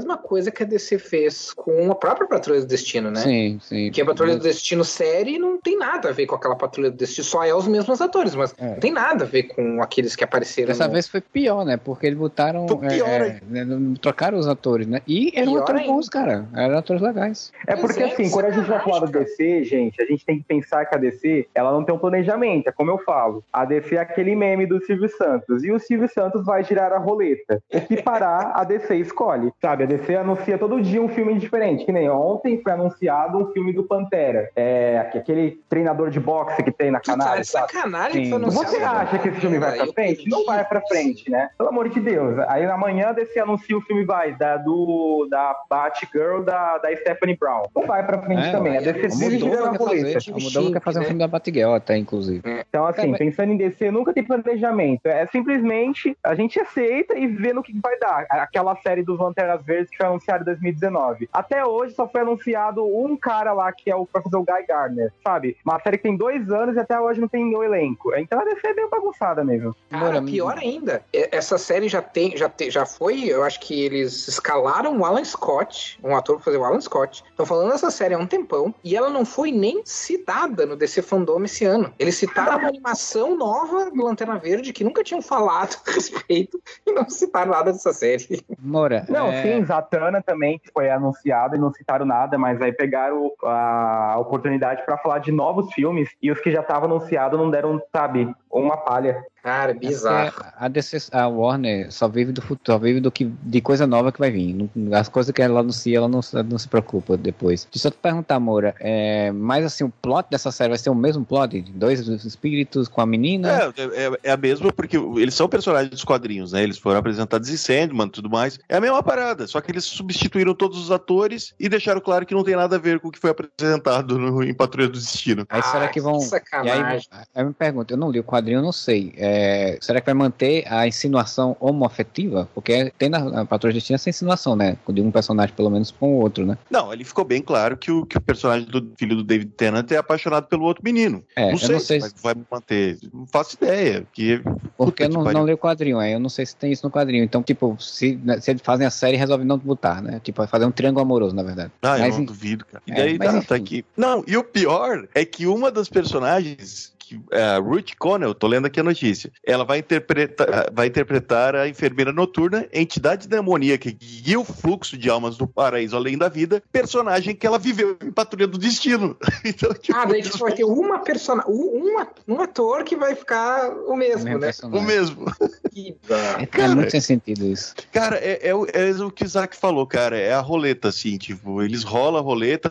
coisa que a D C fez com a própria Patrulha do Destino, né? Sim, sim. Que a Patrulha do Destino série não tem nada a ver com aquela Patrulha do Destino, só é os mesmos atores, mas é. não tem nada a ver com aqueles que apareceram. Dessa no... vez foi pior, né? Porque eles botaram. Pior, é, é, trocaram os atores, né? E eram Pior atores ainda. bons, cara. Eram atores legais. É porque Mas é, assim, quando a gente vai falar da D C, gente, a gente tem que pensar que a D C, ela não tem um planejamento, é como eu falo. A D C é aquele meme do Silvio Santos, e o Silvio Santos vai girar a roleta. O que parar, a D C escolhe, sabe? A D C anuncia todo dia um filme diferente, que nem ontem foi anunciado um filme do Pantera, é aquele treinador de boxe que tem na Tu tá Canária, de sacanagem que foi Você acha que esse filme vai pra frente? Não vai pra frente, né? Pelo amor de Deus. Aí amanhã a D C anuncia o filme vai, da, do, da Batgirl da, da Stephanie Brown. Não vai pra frente É, também. A D C vive girando a roleta. A Moldova quer fazer um filme da Batgirl até, inclusive. Então, assim, É, pensando em D C, nunca tem planejamento. É simplesmente a gente aceita e vê no que vai dar. Aquela série dos Lanternas Verdes que foi anunciada em dois mil e dezenove. Até hoje só foi anunciado um cara lá que é o pra fazer o Guy Gardner, sabe? Uma série que tem dois anos e até hoje não tem o elenco. Então a D C é bem bagunçada mesmo. Cara, pior ainda, essa série já tem, já, te, já foi, eu acho que eles escalaram o Alan Scott, um ator pra fazer o Alan Scott. Estão falando dessa série há um tempão e ela não foi nem citada no D C Fandom esse ano. Eles citaram uma animação nova do Lanterna Verde que nunca tinham falado a respeito e não citaram nada dessa série. Moura. Não, é... sim, Zatanna também que foi anunciado e não citaram nada, mas aí pegaram a oportunidade pra falar de novos filmes e os que já estavam anunciados não deram, sabe, uma palha. Cara, bizarro. É a, D C, a Warner só vive do futuro, só vive do que, de coisa nova que vai vir. As coisas que ela anuncia, ela não, não se preocupa depois. Deixa eu te perguntar, Moura, é, mas assim, o plot dessa série vai ser o mesmo plot? Dois espíritos com a menina? É, é, é a mesma, porque eles são personagens dos quadrinhos, né? Eles foram apresentados em Sandman e tudo mais. É a mesma parada, só que eles substituíram todos os atores e deixaram claro que não tem nada a ver com o que foi apresentado no, em Patrulha do Destino. Aí será ah, que vão... Que sacanagem. E aí, aí eu me pergunto, eu não li o quadrinho, eu não sei. É, será que vai manter a insinuação homoafetiva? Porque tem na, na Patrulha do Destino essa insinuação, né? De um personagem, pelo menos, com o outro, né? Não, ele ficou bem claro que o, que o personagem do filho do David Tennant é apaixonado pelo outro menino. É, não sei, não sei se se... vai manter. Não faço ideia. Que, porque eu não, não li o quadrinho, aí eu não sei se tem isso no quadrinho. Então, tipo, se, se eles fazem a série, resolve não botar, né? Tipo, fazer um triângulo amoroso, na verdade. Ah, mas, eu não duvido, cara. E é, daí mas, tá, enfim. tá aqui. Não, e o pior é que uma das personagens... A Ruth Connell, tô lendo aqui a notícia, ela vai interpretar, vai interpretar a enfermeira noturna, entidade demoníaca que guia o fluxo de almas do paraíso além da vida, personagem que ela viveu em Patrulha do Destino. Então, tipo, ah, daí tipo, vai ter uma personagem, um, um ator que vai ficar o mesmo, o né? O mesmo. Que... É, cara, é muito sem sentido isso. Cara, é, é, é o que o Isaac falou, cara, é a roleta, assim, tipo, eles rolam a roleta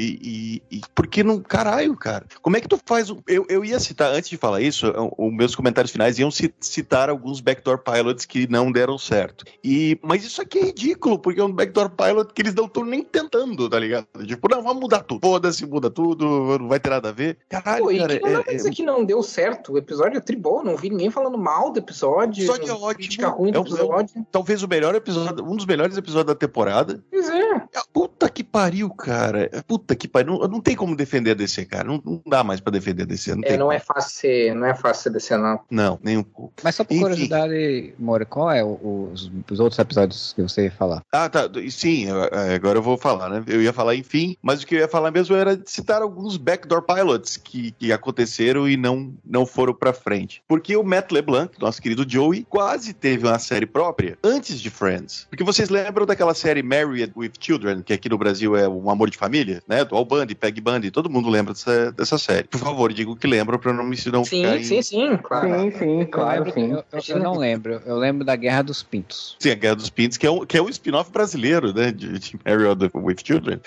e, e, e porque não, caralho, cara, como é que tu faz, eu, eu ia citar, antes de falar isso, os meus comentários finais iam citar alguns backdoor pilots que não deram certo. E, mas isso aqui é ridículo, porque é um backdoor pilot que eles não estão nem tentando, tá ligado? Tipo, não, vamos mudar tudo. Foda-se, muda tudo, não vai ter nada a ver. Caralho, Pô, cara. E que não é, dá pra dizer é... que não deu certo. O episódio é tribom, não vi ninguém falando mal do episódio. O episódio é ótimo. Crítica ruim do é um, episódio. É um, talvez o melhor episódio, um dos melhores episódios da temporada. Pois é. Puta que pariu, cara. Puta que pariu. Não, não tem como defender a D C, cara. Não, não dá mais pra defender a D C. Não, é, tem não como. é fácil ser, não é fácil ser D C, não. Não, nem um pouco. Mas só por Enfim. curiosidade, Moura, qual é o, os, os outros episódios que você ia falar? Ah, tá. Sim, agora eu vou falar, né? Eu ia falar enfim, mas o que eu ia falar mesmo era citar alguns backdoor pilots que, que aconteceram e não, não foram pra frente. Porque o Matt LeBlanc, nosso querido Joey, quase teve uma série própria antes de Friends. Porque vocês lembram daquela série Married with Children, que aqui no Brasil é Um Amor de Família, né? Do Al Bundy, Peg Bundy, todo mundo lembra dessa, dessa série. Por favor, digam que lembram pra não me não sim, ficar sim, em... sim, claro. Sim, sim, claro, eu, sim. eu, eu, eu não lembro. Eu lembro da Guerra dos Pintos. Sim, a Guerra dos Pintos, que é um, que é um spin-off brasileiro, né? De, de Married with Children.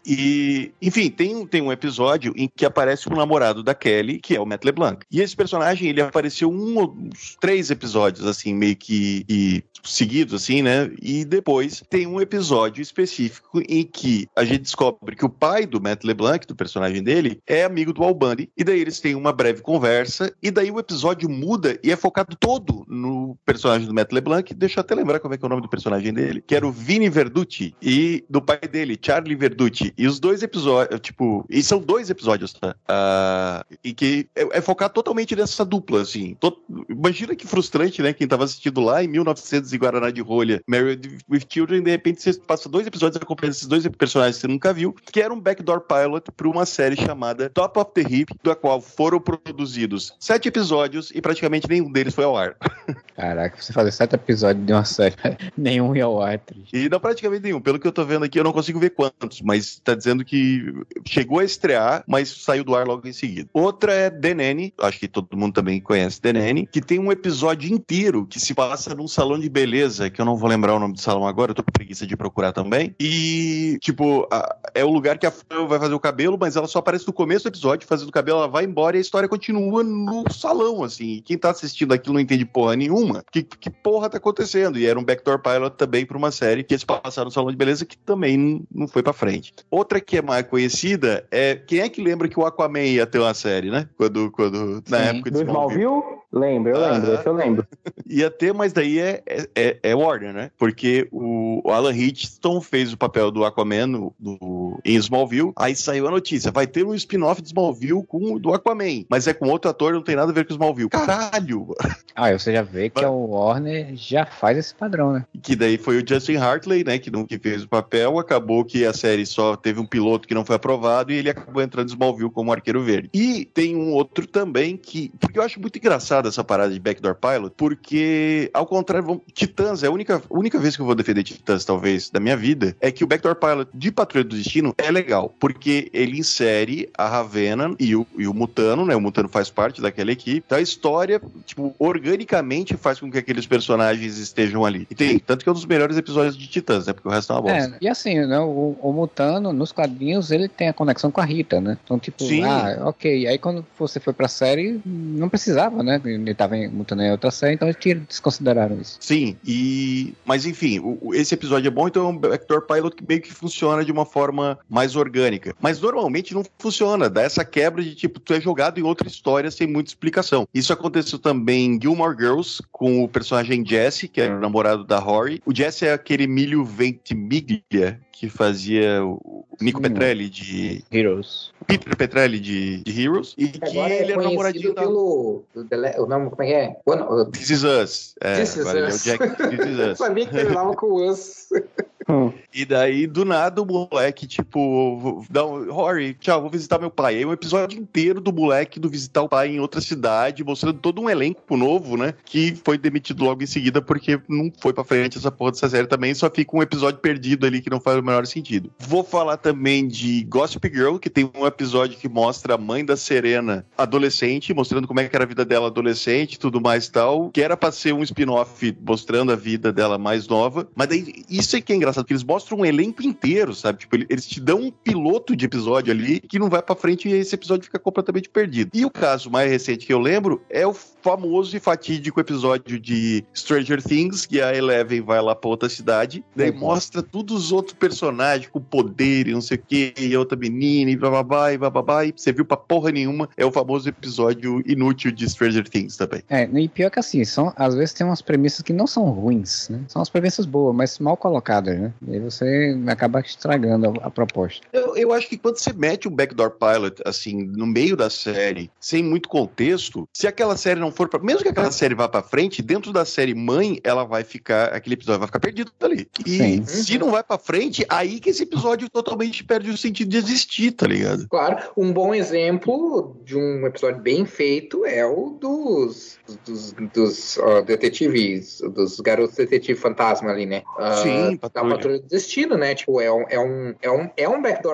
E, enfim, tem, tem um episódio em que aparece o namorado da Kelly, que é o Matt LeBlanc. E esse personagem, ele apareceu um ou uns três episódios, assim, meio que e, seguidos, assim, né? E depois tem um episódio específico em que a gente descobre que o pai do Matt LeBlanc, do personagem dele, é amigo do Al Bundy, e daí eles têm uma breve conversa, e daí o episódio muda e é focado todo no personagem do Matt LeBlanc. Deixa eu até lembrar como é que é o nome do personagem dele, que era o Vinny Verducci, e do pai dele, Charlie Verducci. E os dois episódios, tipo, e são dois episódios, tá? Uh, e que é, é focar totalmente nessa dupla, assim. To... Imagina que frustrante, né? Quem tava assistindo lá em mil e novecentos e Guaraná de Rolha, Married with Children, de repente você passa dois episódios acompanhando esses dois personagens que você nunca viu, que era um backdoor pilot para uma série chamada Top of the Heap, da qual foram produzidos sete episódios e praticamente nenhum deles foi ao ar. Caraca, você fazer sete episódios de uma série, nenhum ia ao ar. Triste. E não praticamente nenhum. Pelo que eu tô vendo aqui, eu não consigo ver quantos, mas tá dizendo que chegou a estrear, mas saiu do ar logo em seguida. Outra é The Nanny, acho que todo mundo também conhece The Nanny, que tem um episódio inteiro que se passa num salão de beleza, que eu não vou lembrar o nome do salão agora, eu tô com preguiça de procurar também. E, tipo, a, é o lugar que a Fran vai fazer o cabelo, mas ela só aparece no começo do episódio, fazendo o cabelo, ela vai embora e a história continua no salão, assim. E quem tá assistindo aquilo não entende porra nenhuma. Que, que porra tá acontecendo? E era um backdoor pilot também pra uma série que eles passaram no salão de beleza, que também não foi pra frente. Outra que é mais conhecida é... Quem é que lembra que o Aquaman ia ter uma série, né? Quando, quando na Sim. época de Do Smallville? Lembro, eu lembro, esse eu lembro. Ia ter, mas daí é, é, é Warner, né? Porque o Alan Hitchcock fez o papel do Aquaman no, do, em Smallville, aí saiu a notícia, vai ter um spin-off de Smallville com, do Aquaman, mas é com outro ator, não tem nada a ver com Smallville. Caralho! Ah, você já vê que mas... o Warner já faz esse padrão, né? Que daí foi o Justin Hartley, né, que, não, que fez o papel, acabou que a série só teve um piloto que não foi aprovado e ele acabou entrando em Smallville como Arqueiro Verde. E tem um outro também que... Porque eu acho muito engraçado essa parada de backdoor pilot, porque, ao contrário, vamos, Titãs, é a única, única vez que eu vou defender Titãs, talvez, da minha vida, é que o backdoor pilot de Patrulha do Destino é legal, porque ele insere a Ravenna e o, e o Mutano, né, o Mutano faz parte daquela equipe, então a história, tipo, organicamente faz com que aqueles personagens estejam ali. E tem, tanto que é um dos melhores episódios de Titãs, né, porque o resto é uma bosta. É, e assim, né, o, o Mutano, nos quadrinhos, ele tem a conexão com a Rita, né, então, tipo, Sim. ah, ok, aí quando você foi pra série, não precisava, né, ele tava Mutano em outra série, então eles desconsideraram isso. Sim, e... Mas enfim, o, esse episódio é bom, então é um backdoor pilot que meio que funciona de uma forma mais orgânica. Mas normalmente não funciona, dá essa quebra de tipo, tu é jogado em outra história sem muita explicação. Isso aconteceu também em Gilmore Girls, com o personagem Jesse, que era o namorado da Rory. O Jesse é aquele Milho Ventimiglia, que fazia o Nico Sim, Petrelli de... Heroes. O Peter Petrelli de, de Heroes. E que agora ele é era namoradinho pelo... Da... O nome, como é que é? Bueno, This Is Us. É, This Is agora Us. Ele é o Jack This Is Us. Eu sabia que terminava com Us. E daí, do nada, o moleque, tipo, dá um, Rory, tchau, vou visitar meu pai. Aí um episódio inteiro do moleque do visitar o pai em outra cidade, mostrando todo um elenco novo, né? Que foi demitido logo em seguida porque não foi pra frente essa porra dessa série também, só fica um episódio perdido ali que não faz o menor sentido. Vou falar também de Gossip Girl, que tem um episódio que mostra a mãe da Serena adolescente, mostrando como é que era a vida dela adolescente, tudo mais e tal, que era pra ser um spin-off mostrando a vida dela mais nova, mas daí, isso é que é engraçado, porque eles mostram um elenco inteiro, sabe? Tipo, eles te dão um piloto de episódio ali que não vai pra frente e esse episódio fica completamente perdido. E o caso mais recente que eu lembro é o famoso e fatídico episódio de Stranger Things, que a Eleven vai lá pra outra cidade, daí uhum. mostra todos os outros personagens com poder e não sei o que, e outra menina e bababá e bababá, e você viu pra porra nenhuma, é o famoso episódio inútil de Stranger Things também. É, e pior que assim, são, às vezes tem umas premissas que não são ruins, né? São umas premissas boas, mas mal colocadas, né? E aí você acaba estragando a, a proposta. Eu, eu acho que quando você mete um backdoor pilot, assim, no meio da série, sem muito contexto, se aquela série não for pra... Mesmo que aquela série vá pra frente, dentro da série mãe, ela vai ficar... Aquele episódio vai ficar perdido ali. E Sim. se não vai pra frente, aí que esse episódio totalmente perde o sentido de existir, tá ligado? Claro, um bom exemplo de um episódio bem feito é o dos, dos, dos uh, detetives, dos garotos detetive fantasma ali, né? Uh, Sim, da Patrulha do Destino, né? Tipo, é um, é um, é um, é um backdoor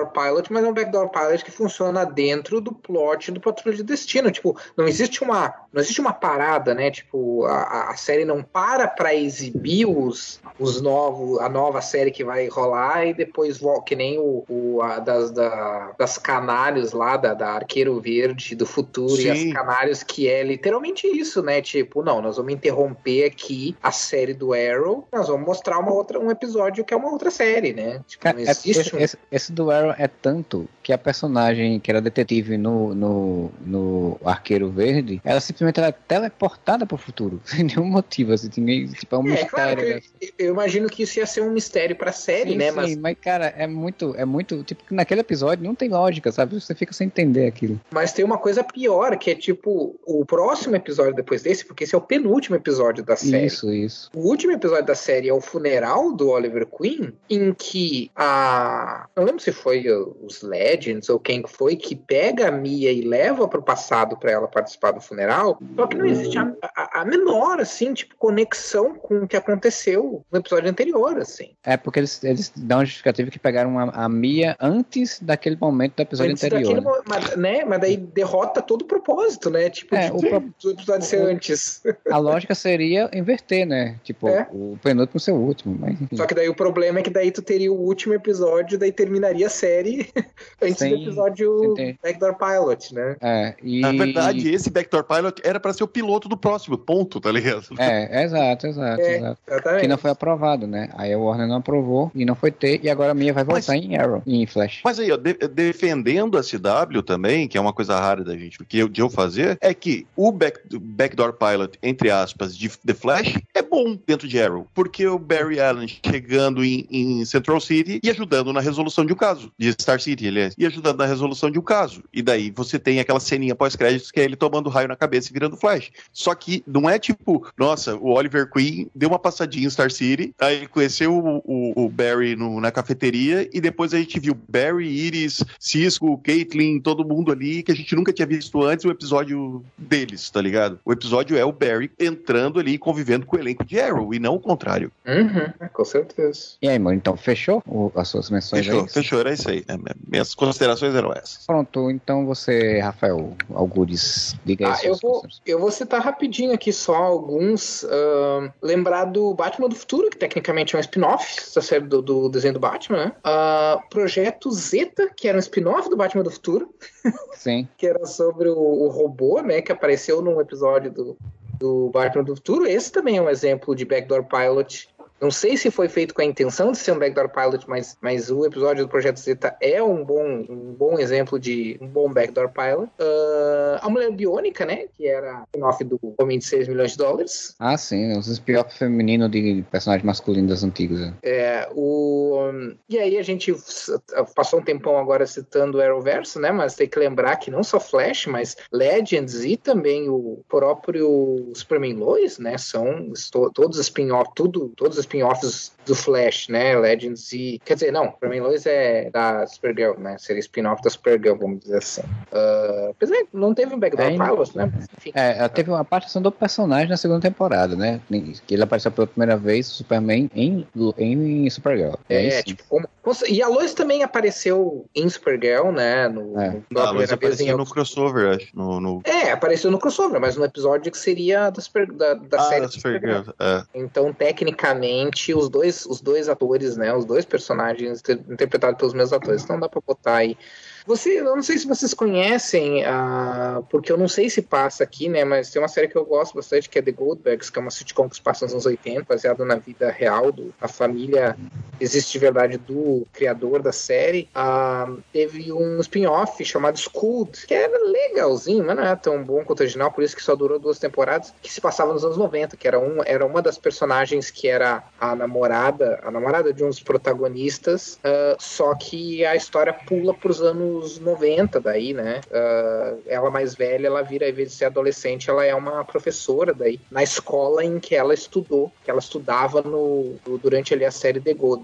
backdoor pilot, mas é um backdoor pilot que funciona dentro do plot do Patrulha de Destino. Tipo, não existe uma, não existe uma parada, né? Tipo, a, a série não para pra exibir os, os novos, a nova série que vai rolar e depois volta, que nem o, o a, das, da, das canários lá, da, da Arqueiro Verde do futuro. Sim. E as canários, que é literalmente isso, né? Tipo, não, nós vamos interromper aqui a série do Arrow, nós vamos mostrar uma outra, um episódio que é uma outra série, né? Tipo, não existe esse, um... esse, esse do Arrow é tanto que a personagem que era detetive no, no, no Arqueiro Verde, ela simplesmente era teleportada pro futuro, sem nenhum motivo, assim, tipo, é um é, mistério. Claro né? eu, eu imagino que isso ia ser um mistério pra série, sim, né? Sim, mas... mas, cara, é muito, é muito, tipo, naquele episódio não tem lógica, sabe? Você fica sem entender aquilo. Mas tem uma coisa pior, que é tipo, o próximo episódio depois desse, porque esse é o penúltimo episódio da série. Isso, isso. O último episódio da série é o funeral do Oliver Queen, em que a... não lembro se foi os Legends ou quem foi, que pega a Mia e leva pro passado pra ela participar do funeral, só que não existe a, a, a menor, assim, tipo, conexão com o que aconteceu no episódio anterior, assim. É, porque eles, eles dão uma justificativa que pegaram a, a Mia antes daquele momento do episódio antes anterior. Daquele, né? Mas, né? Mas daí derrota todo o propósito, né? Tipo, é, tipo o, pro... o episódio ser antes. A lógica seria inverter, né? Tipo, é. o penúltimo ser o último. Mas, só que daí o problema é que daí tu teria o último episódio, daí terminaria a série antes sem, do episódio Backdoor Pilot, né? É, e... Na verdade, esse Backdoor Pilot era pra ser o piloto do próximo, ponto, tá ligado? É, exato, exato, é, exato. Exatamente. Que não foi aprovado, né? Aí a Warner não aprovou e não foi ter, e agora a Mia vai voltar mas, em Arrow, em Flash. Mas aí, ó, de, defendendo a C W também, que é uma coisa rara da gente, que eu, de eu fazer, é que o back, Backdoor Pilot, entre aspas, de The Flash, é bom dentro de Arrow, porque o Barry Allen chegando em, em Central City e ajudando na resolução de um caso, de Star City, aliás, e ajudando na resolução de um caso. E daí você tem aquela ceninha pós-créditos que é ele tomando raio na cabeça e virando Flash. Só que não é tipo, nossa, o Oliver Queen deu uma passadinha em Star City, aí ele conheceu o, o, o Barry no, na cafeteria e depois a gente viu Barry, Iris, Cisco, Caitlin, todo mundo ali que a gente nunca tinha visto antes o episódio deles, tá ligado? O episódio é o Barry entrando ali e convivendo com o elenco de Arrow e não o contrário. Uhum, com certeza. E aí, mano, então fechou o, as suas menções? Fechou, aí? fechou, era isso aí. Minhas considerações eram essas. Pronto, então você, Rafael Algures, diga aí. Ah, eu vou, eu vou citar rapidinho aqui só alguns. Uh, lembrar do Batman do Futuro, que tecnicamente é um spin-off da série do, do desenho do Batman, né? Uh, Projeto Zeta, que era um spin-off do Batman do Futuro. Sim. Que era sobre o, o robô, né? Que apareceu num episódio do, do Batman do Futuro. Esse também é um exemplo de Backdoor Pilot. Não sei se foi feito com a intenção de ser um Backdoor Pilot, mas, mas o episódio do Projeto Zeta é um bom, um bom exemplo de um bom Backdoor Pilot. Uh, a Mulher Biônica, né? Que era spin-off do Homem de seis milhões de dólares. Ah, sim. Os spin-off femininos de personagens masculinos das antigas. É, o... E aí a gente passou um tempão agora citando o Arrowverse, né? Mas tem que lembrar que não só Flash, mas Legends e também o próprio Superman Lois, né? São todos os spin-off, tudo, todos os spin-offs do Flash, né? Legends e... Quer dizer, não, Superman Lois é da Supergirl, né? Seria spin-off da Supergirl, vamos dizer assim. Uh, apesar que não teve um Backdoor é, Pilot, né? Enfim. É, teve uma participação do personagem na segunda temporada, né? Que ele apareceu pela primeira vez, Superman, em, em Supergirl. É, é tipo, como... E a Lois também apareceu em Supergirl, né? No, é. no, a Lois apareceu no crossover, acho. No, no... É, apareceu no crossover, mas no episódio que seria da, super, da, da ah, série da Supergirl. É. Então, tecnicamente, os dois, os dois atores, né? Os dois personagens interpretados pelos mesmos atores, então dá pra botar aí. Você, eu não sei se vocês conhecem, uh, porque eu não sei se passa aqui, né, mas tem uma série que eu gosto bastante, que é The Goldbergs, que é uma sitcom que se passa nos anos oitenta, baseada na vida real, do, a família existe de verdade do criador da série. Uh, teve um spin-off chamado Schooled, que era legalzinho, mas não é tão bom quanto o original, por isso que só durou duas temporadas, que se passava nos anos noventa, que era, um, era uma das personagens que era a namorada, a namorada de um dos protagonistas, uh, só que a história pula pros anos noventa daí, né? Uh, ela mais velha, ela vira, ao invés de ser adolescente, ela é uma professora daí, na escola em que ela estudou, que ela estudava no, durante ali a série The, Gold,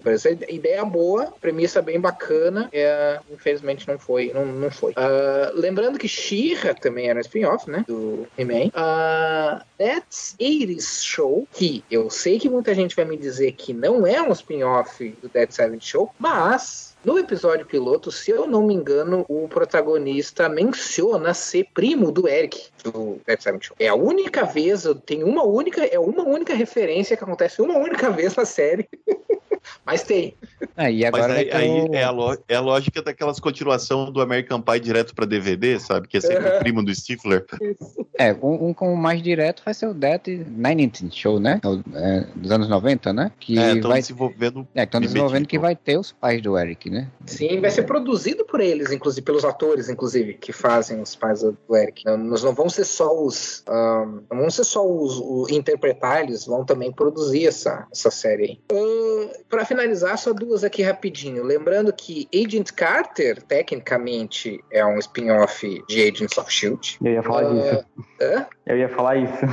Essa ideia boa, premissa bem bacana, é, infelizmente não foi. Não, não foi. Uh, lembrando que She-Ra também era um spin-off, né? Do He-Man. Uh, That's eighties Show, que eu sei que muita gente vai me dizer que não é um spin-off do That seventies Show, mas no episódio piloto, se eu não me engano, o protagonista menciona ser primo do Eric, do That seventies Show. É a única vez, tem uma única, é uma única referência que acontece uma única vez na série. Mas tem. Ah, e agora Mas aí, é, aí o... é, a lo, é a lógica daquelas continuação do American Pie direto pra D V D, sabe? Que é sempre o primo do Stifler. É, um, um com mais direto vai ser o That nineties Show, né? É, dos anos noventa, né? Que é, estão vai... desenvolvendo. É, estão desenvolvendo que vai ter os pais do Eric, né? Sim, vai ser produzido por eles, inclusive, pelos atores, inclusive, que fazem os pais do Eric. Não, não vão ser só os. Um, não vão ser só os, os interpretar, eles vão também produzir essa, essa série aí. Uh, Para finalizar, só duas aqui rapidinho. Lembrando que Agent Carter, tecnicamente, é um spin-off de Agents of S H I E L D. Eu ia falar uh, disso. Hã? Eu ia falar isso.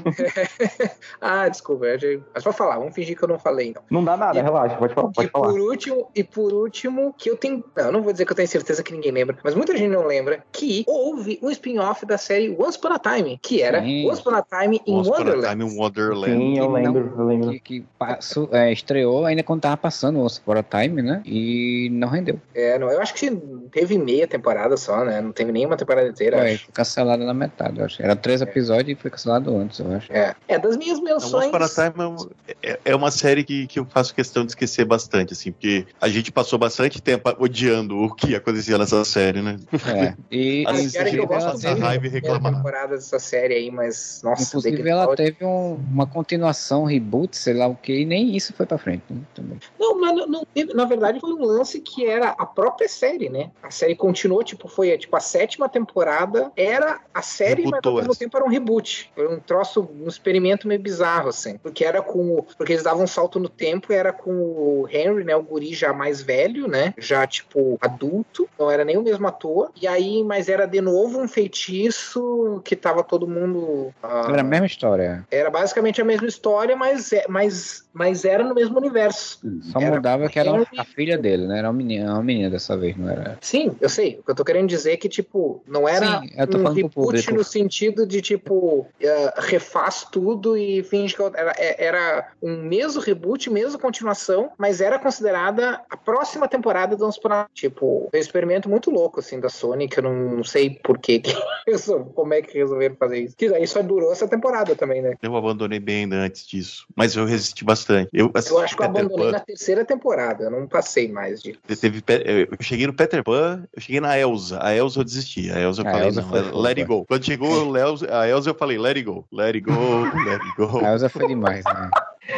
ah, desculpa. Mas pode falar, vamos fingir que eu não falei, então. Não dá nada, e, relaxa, pode falar. Pode e, falar. Por último, e por último, que eu tenho... Não, eu não vou dizer que eu tenho certeza que ninguém lembra, mas muita gente não lembra que houve um spin-off da série Once Upon a Time, que era Sim. Once Upon a Time in Once Wonderland. Upon a Time in Wonderland. Sim, eu lembro, não, eu lembro. Que, que passou, é, estreou ainda quando tava passando Once Upon a Time, né? E não rendeu. É, não, eu acho que teve meia temporada só, né? Não teve nenhuma temporada inteira. Foi, acho. foi cancelada na metade, eu acho. Era três é. episódios e foi cancelado antes, eu acho. É, é das minhas menções. Once Upon a Time é, é uma série que, que eu faço questão de esquecer bastante, assim, porque a gente passou bastante tempo odiando o que acontecia nessa série, né? É. E ah, inclusive, eu gosto passar raiva e reclamar. temporada dessa série aí, mas nossa, inclusive ela teve um, uma continuação, reboot, sei lá o que, e nem isso foi pra frente, né? Também. Não, mas não, não, na verdade foi um lance que era a própria série, né? A série continuou, tipo, foi tipo a sétima temporada, era a série, Rebutou mas ao mesmo essa. tempo era um reboot. Foi um troço, um experimento meio bizarro, assim. Porque era com o, porque eles davam um salto no tempo, era com o Henry, né? O guri já mais velho, né? Já, tipo, adulto, não era nem o mesmo ator. E aí, mas era de novo um feitiço que tava todo mundo... Uh, era a mesma história. Era basicamente a mesma história, mas, mas, mas era no mesmo universo. Só era mudava que era Henry, a filha dele, né? Era uma menina, uma menina dessa vez, não era? Sim, eu sei. O que eu tô querendo dizer é que, tipo, não era Sim, eu tô um reboot no sentido de, tipo, uh, refaz tudo e finge que era, era um mesmo reboot, mesma continuação, mas era considerada a próxima temporada do Once Upon a Time. Tipo, um experimento muito louco, assim, da Sony, que eu não sei por que, como é que resolveram fazer isso. Que aí só durou essa temporada também, né? Eu abandonei bem ainda antes disso, mas eu resisti bastante. Eu, eu acho que eu abandonei Pan. na terceira temporada, eu não passei mais de... Teve, eu cheguei no Peter Pan, eu cheguei na Elsa. A Elsa eu desisti. A Elsa eu a falei, Elsa não, foi, let it go. Quando chegou a Elsa, eu falei, let it go, let it go, let it go. A Elsa foi demais, né?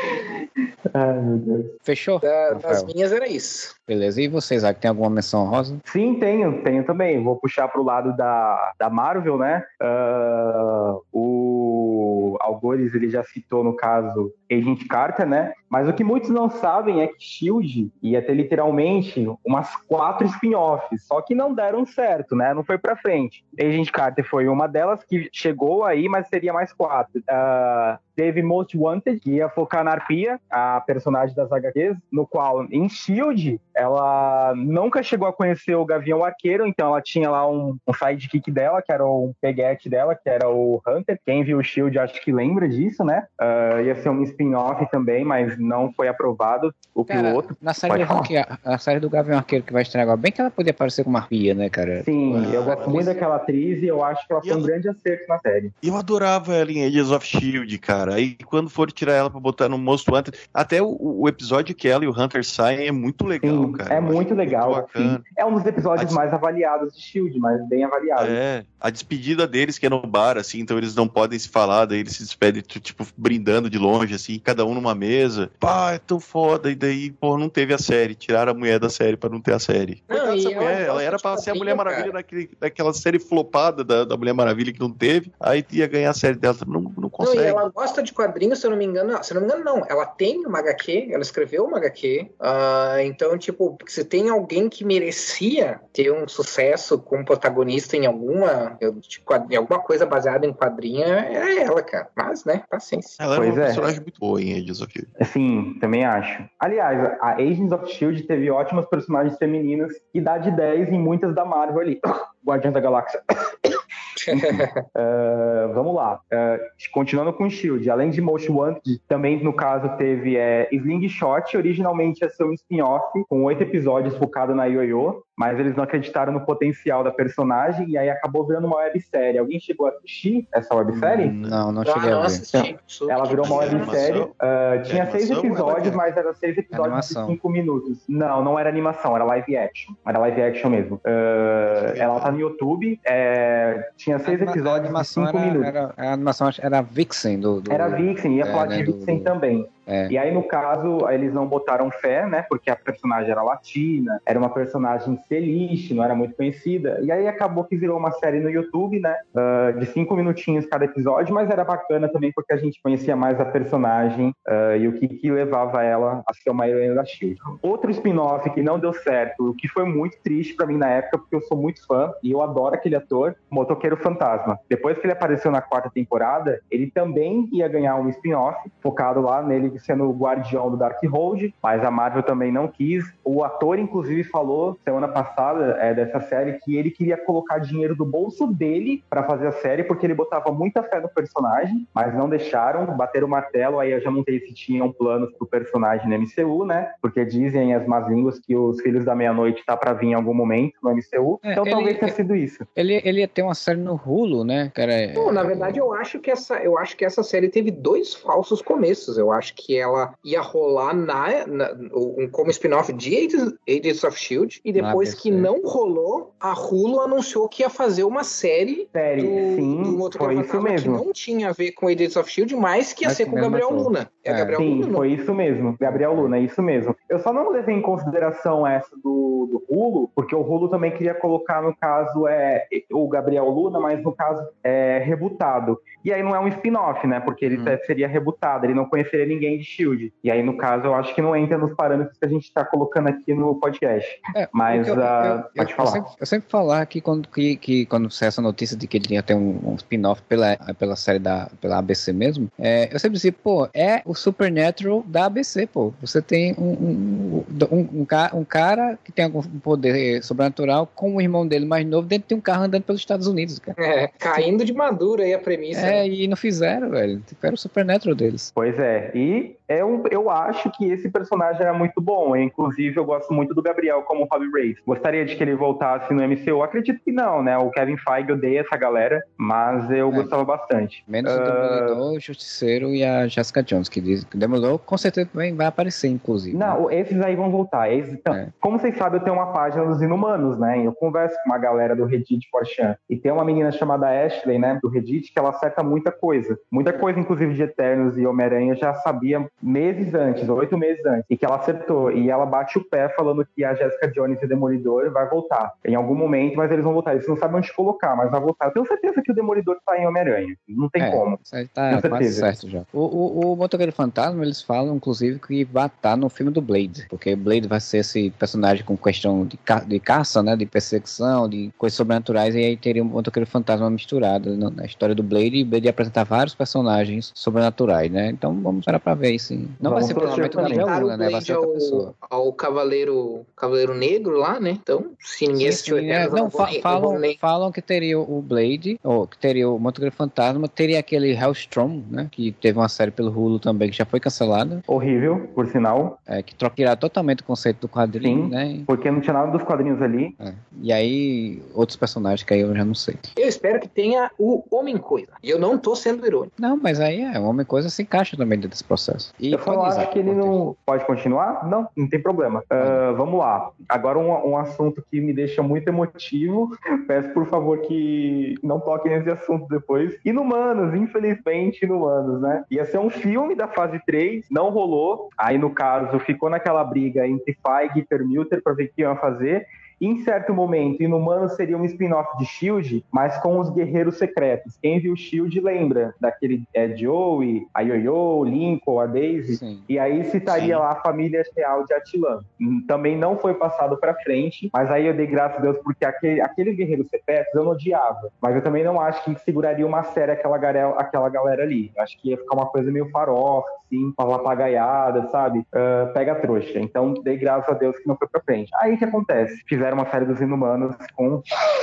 Ai, meu Deus. Fechou? Da, das minhas era isso. Beleza. E vocês, Isaac, tem alguma menção rosa? Sim, tenho, tenho também. Vou puxar pro lado da, da Marvel, né? Uh, o Algores, ele já citou, no caso, Agent Carter, né? Mas o que muitos não sabem é que S H I E L D ia ter literalmente umas quatro spin-offs, só que não deram certo, né? Não foi pra frente. Agent Carter foi uma delas que chegou aí, mas seria mais quatro. Uh, teve Most Wanted, que ia focar na Arpia, a personagem das H Qs, no qual, em S H I E L D, ela nunca chegou a conhecer o Gavião Arqueiro, então ela tinha lá um, um sidekick dela, que era um peguete dela, que era o Hunter. Quem viu o S H I E L D acho que lembra disso, né? Uh, ia ser um spin-off também, mas não foi aprovado o cara, piloto. Na série, do Arqueiro, na série do Gavião Arqueiro que vai estrear agora, bem que ela podia aparecer com uma Arpia, né, cara? Sim, ah, eu gosto muito isso. daquela atriz e eu acho que ela foi um grande acerto na série. Eu adorava ela em Agents of S H I E L D, cara. Aí quando for tirar ela pra botar no Most Wanted, até o, o episódio que ela e o Hunter saem é muito legal, sim, cara. É muito legal. Muito assim. É um dos episódios des... mais avaliados de S H I E L D, mas bem avaliado. É, a despedida deles que é no bar, assim, então eles não podem se falar, daí eles se despedem, tipo, brindando de longe, assim, cada um numa mesa. Pá, é tão foda. E daí, pô, não teve a série. Tiraram a mulher da série pra não ter a série. Não, coitada dessa mulher. Ela era pra ser a Mulher Maravilha naquele, naquela série flopada da, da Mulher Maravilha que não teve. Aí ia ganhar a série dela. Não, não consegue. Não, e ela gosta de quadrinhos, se eu não me engano. Se eu não me engano, não. Ela tem uma H Q, ela escreveu uma H Q. Uh, então, tipo, se tem alguém que merecia ter um sucesso como protagonista em alguma, em alguma coisa baseada em quadrinho, é ela, cara. Mas, né, paciência. Ela pois é uma é. personagem muito boa em Agents of Shield. Sim, também acho. Aliás, a Agents of Shield teve ótimas personagens femininas e dá de dez em muitas da Marvel ali. Guardiões da Galáxia. uh, vamos lá. Uh, continuando com o Shield, além de Most Wanted, também no caso teve é, Slingshot, originalmente ia ser um spin-off com oito episódios focado na Yo-Yo, mas eles não acreditaram no potencial da personagem e aí acabou virando uma websérie. Alguém chegou a assistir essa websérie? Não, não cheguei ah, a ver. Assisti. Então, ela virou uma websérie. Uh, tinha animação, seis episódios, mas era seis episódios animação. de cinco minutos. Não, não era animação, era live action. Era live action mesmo. Uh, ela tá no YouTube. É, tinha seis a, episódios a de cinco era, minutos. Era, a animação era a Vixen do, do... Era a Vixen, ia é, falar né, de do, Vixen do... também. É. E aí, no caso, eles não botaram fé, né? Porque a personagem era latina, era uma personagem celeste, não era muito conhecida. E aí acabou que virou uma série no YouTube, né? Uh, de cinco minutinhos cada episódio, mas era bacana também porque a gente conhecia mais a personagem uh, e o que, que levava ela a ser uma heroína da Shield. Outro spin-off que não deu certo, o que foi muito triste pra mim na época, porque eu sou muito fã e eu adoro aquele ator, Motoqueiro Fantasma. Depois que ele apareceu na quarta temporada, ele também ia ganhar um spin-off focado lá nele sendo o guardião do Darkhold, mas a Marvel também não quis. O ator, inclusive, falou semana passada é, dessa série que ele queria colocar dinheiro do bolso dele pra fazer a série, porque ele botava muita fé no personagem, mas não deixaram, bateram o martelo. Aí eu já não sei se tinham planos pro personagem no M C U, né? Porque dizem as más línguas que os Filhos da Meia-Noite tá pra vir em algum momento no M C U, é, então ele, talvez tenha sido isso. Ele, ele ia ter uma série no Hulu, né? Cara, não, na verdade, eu acho que essa, eu acho que essa série teve dois falsos começos. Eu acho que ela ia rolar na, na, um, como spin-off de Agents, Agents of Shield, e depois que não rolou, a Hulu anunciou que ia fazer uma série, série do, sim, do outro foi isso mesmo. Que não tinha a ver com Agents of Shield, mas que ia mas ser com o Gabriel matou. Luna. É, é. Gabriel sim, Luna, foi isso mesmo. Gabriel Luna, é isso mesmo. Eu só não levei em consideração essa do, do Hulu, porque o Hulu também queria colocar, no caso, é, o Gabriel Luna, mas no caso, é rebutado. E aí não é um spin-off, né? Porque ele hum. seria rebutado, ele não conheceria ninguém de Shield. E aí, no caso, eu acho que não entra nos parâmetros que a gente está colocando aqui no podcast. É, mas, eu, uh, eu, pode eu, falar. Eu sempre, eu sempre falar que quando, que, que quando saiu essa notícia de que ele ia ter um, um spin-off pela, pela série da pela A B C mesmo, é, eu sempre dizia, pô, é o Supernatural da A B C, pô. Você tem um, um, um, um, um cara que tem algum poder sobrenatural com o irmão dele mais novo dentro de um carro andando pelos Estados Unidos, cara. É, caindo de madura aí a premissa. É, né? E não fizeram, velho. Era o Supernatural deles. Pois é, e é um, eu acho que esse personagem era muito bom. Inclusive, eu gosto muito do Gabriel como Robbie Reyes. Gostaria de que ele voltasse no M C U. Acredito que não, né? O Kevin Feige odeia essa galera, mas eu é. gostava bastante. Menos uh... o Demolidor, o Justiceiro e a Jessica Jones, que diz que o Demolidor com certeza também vai aparecer, inclusive. Não, né? Esses aí vão voltar. Esses, então, é. Como vocês sabem, eu tenho uma página dos Inumanos, né? Eu converso com uma galera do Reddit Forchan. E tem uma menina chamada Ashley, né? Do Reddit, que ela acerta muita coisa. Muita coisa, inclusive, de Eternos e Homem-Aranha, eu já sabia meses antes, oito meses antes. E que ela acertou. E ela bate o pé falando que a Jessica Jones e o Demolidor vai voltar. Em algum momento, mas eles vão voltar. Eles não sabem onde colocar, mas vai voltar. Eu tenho certeza que o Demolidor tá em Homem-Aranha. Não tem é, como. Isso aí tá quase certo já. O, o, o Motoqueiro Fantasma, eles falam, inclusive, que vai estar no filme do Blade. Porque Blade vai ser esse personagem com questão de, ca de caça, né? De perseguição, de coisas sobrenaturais. E aí teria um Motoqueiro Fantasma misturado na história do Blade. E Blade ia apresentar vários personagens sobrenaturais, né? Então vamos esperar pra ver, sim. Não vamos vai ser provavelmente o Gabriel Luna, né? Vai ser outra pessoa. Ao Cavaleiro, Cavaleiro Negro lá, né? Então, se ninguém assistiu é, Não, fa nem, falam, nem... falam que teria o Blade, ou que teria o Motoqueiro Fantasma, teria aquele Hellstrom, né? Que teve uma série pelo Hulu também, que já foi cancelada. Horrível, por sinal. É, que trocará totalmente o conceito do quadrinho, Sim, né? Porque não tinha nada dos quadrinhos ali. É. E aí, outros personagens que aí eu já não sei. Eu espero que tenha o Homem-Coisa. E eu não tô sendo irônico. Não, mas aí é, o Homem-Coisa se encaixa também dentro desse processo. E eu só acho que ele não... Pode continuar? Não, não tem problema. Uh, vamos lá. Agora um, um assunto que me deixa muito emotivo. Peço, por favor, que não toquem nesse assunto depois. Inumanos, infelizmente, Inumanos, né? Ia ser um filme da fase três, não rolou. Aí, no caso, ficou naquela briga entre Feige e Perlmutter pra ver o que iam fazer. em certo momento, Inumanos seria um spin-off de Shield, mas com os guerreiros secretos. Quem viu Shield lembra daquele é, Joey, a Yo-Yo, Lincoln, a Daisy, Sim. e aí citaria Sim. lá a família real de Attilan. Também não foi passado pra frente, mas aí eu dei graças a Deus porque aquele, aquele guerreiro secretos eu não odiava, mas eu também não acho que seguraria uma série aquela galera, aquela galera ali. Eu acho que ia ficar uma coisa meio farofa, assim, uma papagaiada, sabe? Uh, pega a trouxa. Então, dei graças a Deus que não foi pra frente. Aí o que acontece? Fizeram uma série dos Inumanos com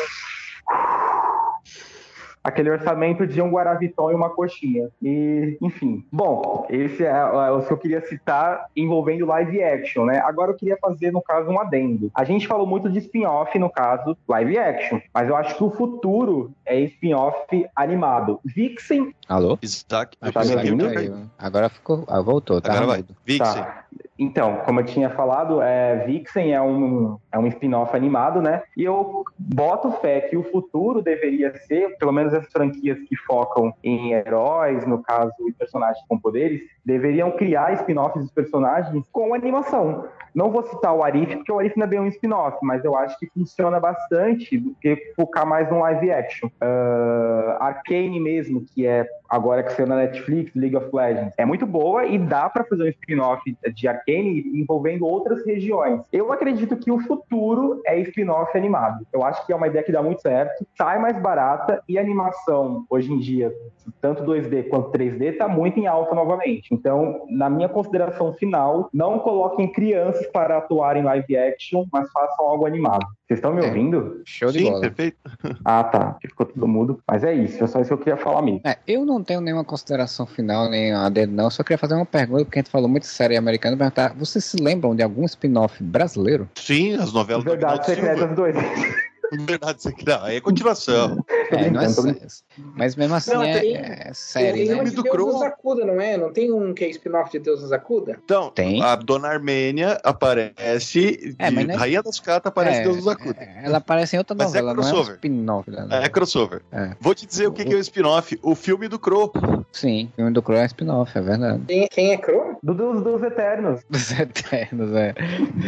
aquele orçamento de um Guaraviton e uma coxinha. E, enfim. Bom, esse é, é o que eu queria citar envolvendo live action, né? Agora eu queria fazer, no caso, um adendo. A gente falou muito de spin-off, no caso, live action. Mas eu acho que o futuro é spin-off animado. Vixen... Alô? Isaac, tá me ouvindo? Agora ficou... Ah, voltou, tá? Agora vai. Vixen. Tá. Então, como eu tinha falado, é, Vixen é um, é um spin-off animado, né? E eu boto fé que o futuro deveria ser, pelo menos as franquias que focam em heróis, no caso, e personagens com poderes, deveriam criar spin-offs dos personagens com animação. Não vou citar o Arif, porque o Arif não é bem um spin-off, mas eu acho que funciona bastante do que focar mais no live action. Uh, Arcane mesmo, que é agora que saiu na Netflix, League of Legends, é muito boa e dá para fazer um spin-off de Arcane envolvendo outras regiões. Eu acredito que o futuro é spin-off animado. Eu acho que é uma ideia que dá muito certo, sai mais barata e a animação, hoje em dia, tanto dois D quanto três D, está muito em alta novamente. Então, na minha consideração final, não coloquem crianças para atuar em live action, mas façam algo animado. Vocês estão me É. ouvindo? Show de Sim, bola. perfeito. Ah, tá. Ficou tudo mudo. Mas é isso. É só isso que eu queria falar mesmo. É, eu não tenho nenhuma consideração final, nem adendo não. Só queria fazer uma pergunta, porque a gente falou muito de série americana. Perguntar, vocês se lembram de algum spin-off brasileiro? Sim, as novelas do Verdades Aguinaldo Secretas dois. Silva. Verdade secreta. Aí é continuação. É, não é, brincando, tô sé- mas mesmo assim Não, é, tem- é série, Tem né? uma de do Deus Crow. nos acuda, não é? Não tem um que é spin-off de Deus nos acuda? Então, Tem. a Dona Armênia aparece, É, de mas não é- Rainha das Catas aparece É, Deus nos acuda. é, ela aparece em outra Mas é novela, não é um crossover. spin-off. Da É, novela. crossover. É. Vou te dizer o que, que é o spin-off. O filme do Crow. Sim, o filme do Crow é spin-off, é verdade. Quem, quem é Crow? Do, dos, dos Eternos. Dos Eternos, é.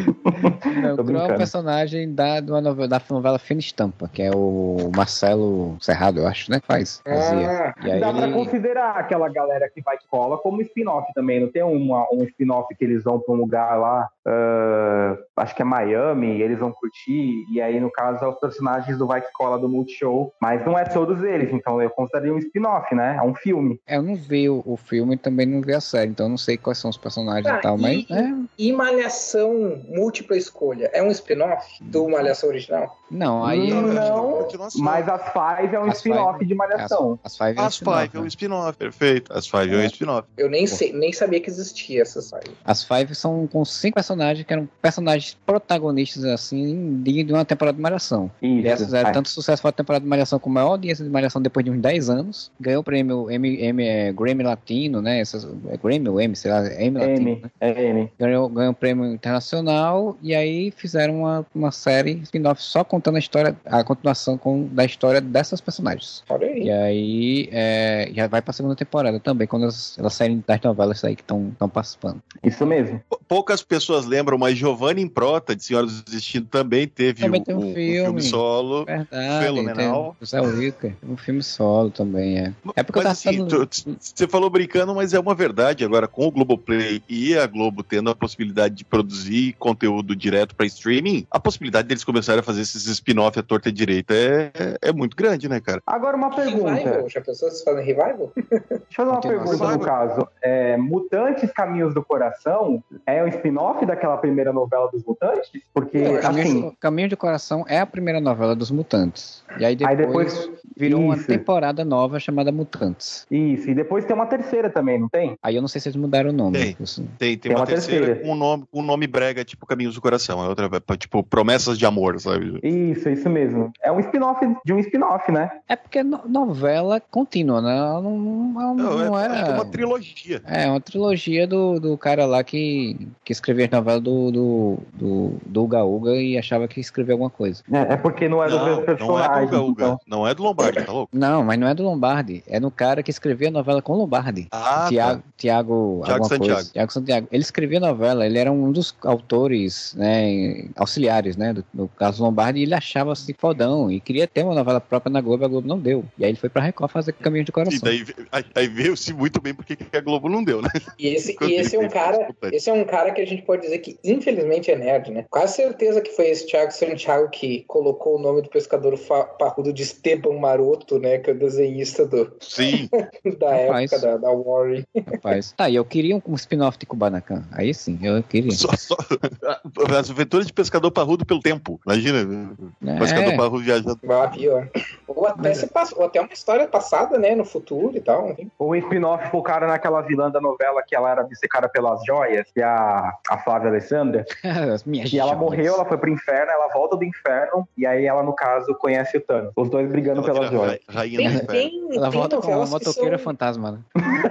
Não, Tô o Crow é um brincando. personagem da, de uma novela, da novela Fina Estampa, que é o Marcelo Serrado, eu acho, né? Que faz. Fazia. Ah, E aí Dá pra ele... considerar aquela galera que vai que cola como spin-off também. Não tem uma, um spin-off que eles vão pra um lugar lá, ah, acho que é Miami, e eles vão curtir, e aí, no caso, é os personagens do Vai que Cola do Multishow. Mas não é todos eles, então eu consideraria um spin-off, né? É um filme. Eu não vi o, o filme e também não vi a série, então eu não sei quais são os personagens Tá, e tal, mas... e- É, E Malhação Múltipla Escolha é um spin-off do Malhação original? não, aí... Não, Não, continuação. mas as Five é um As spin-off Five- de Malhação. As, as Five é As spin-off, Five é um né? spin-off. Perfeito. As Five é um spin-off. Eu nem, sei, nem sabia que existia essa série. As Five são com cinco personagens que eram personagens protagonistas, assim, de, de uma temporada de Malhação. E Isso. essas fizeram É. tanto sucesso foi a temporada de Malhação com a maior audiência de Malhação depois de uns dez anos. Ganhou o prêmio M, M, é, Grammy Latino, né? Essas, é Grammy ou M, sei lá, M Latino, M, né? é M. Ganhou, ganhou o prêmio internacional e aí fizeram uma, uma série spin-off só contando a história, a continuação com, da história dessas personagens. Olha aí. E aí é, já vai pra segunda temporada também, quando elas, elas saírem das novelas aí que estão participando. Isso mesmo. P- Poucas pessoas lembram, mas Giovanni Improta, de Senhora do Destino, também teve Também o, tem um o- o filme. filme solo. Verdade. Fenomenal. Tem o Zé Wilker, um filme solo também, é. É porque Mas eu assim, tava tu- você falou brincando, mas é uma verdade. Agora, com o Globoplay e a Globo tendo a possibilidade de produzir conteúdo direto para streaming, a possibilidade deles começarem a fazer esses spin-off à torta e direita é, é, é muito grande, né, cara? Agora uma pergunta. Revival? Já pensou se fazem revival? Deixa eu fazer uma Continuação. pergunta no caso. É, Mutantes Caminhos do Coração é um spin-off daquela primeira novela dos Mutantes? Porque, Eu acho assim, Caminho, Caminho de Coração é a primeira novela dos Mutantes. E aí depois, Aí depois- virou uma isso. temporada nova chamada Mutantes. isso. E depois tem uma terceira também, não tem? Aí eu não sei se eles mudaram o nome. Tem. Assim. Tem, tem, Tem uma, uma terceira, terceira. com um nome, com um nome brega, tipo Caminhos do Coração. É outra, é, tipo, Promessas de Amor, sabe? Isso, isso mesmo. É um spin-off de um spin-off, né? É porque no- novela contínua, né? Ela não, ela Não, não é, era... acho que é uma trilogia. É, uma trilogia do, do cara lá que que escrevia as novelas do, do, do, do Uga Uga e achava que escrevia alguma coisa. É, é porque não é do mesmo personagem. Não é do Uga Uga, então. não é do Lombardi, tá louco? Não, mas não é do Lombardi, é no cara que escrevia a novela com Lombardi. Ah, Tiago, tá. Tiago, Tiago Santiago. Coisa. Tiago Santiago. Ele escrevia novela, ele era um dos autores, né, auxiliares, né, do, do Carlos Lombardi, e ele achava assim fodão e queria ter uma novela própria na Globo, a Globo não deu. E aí ele foi pra Record fazer Caminhos de Coração. E daí aí, aí veio-se muito bem porque a Globo não deu, né? E esse, e esse é um cara, esse é um cara que a gente pode dizer que infelizmente é nerd, né? Quase certeza que foi esse Tiago Santiago que colocou o nome do pescador parrudo de Esteban Maroto, né? Que é o desenhista do, sim. da Rapaz. época da, da Warren. Rapaz. Tá, e eu queria um, um spin-off de Kubanacan. Aí sim, eu queria. Só, só, as aventuras de pescador parrudo pelo tempo. Imagina, É. pescador parrudo viajando. Ah, pior. Ou até, se pass... Ou até uma história passada, né? No futuro e tal. Enfim. Ou um spin-off focaram naquela vilã da novela que ela era obcecada pelas joias, que é a, a Flávia Alessandra. As minhas E ela joias. morreu, ela foi pro inferno, ela volta do inferno, e aí ela, no caso, conhece o Thanos. Os dois brigando Ela pelas vira joias. ra- rainha Tem, do inferno. tem, Ela tem volta com uma novelas que motoqueira são... fantasma, né?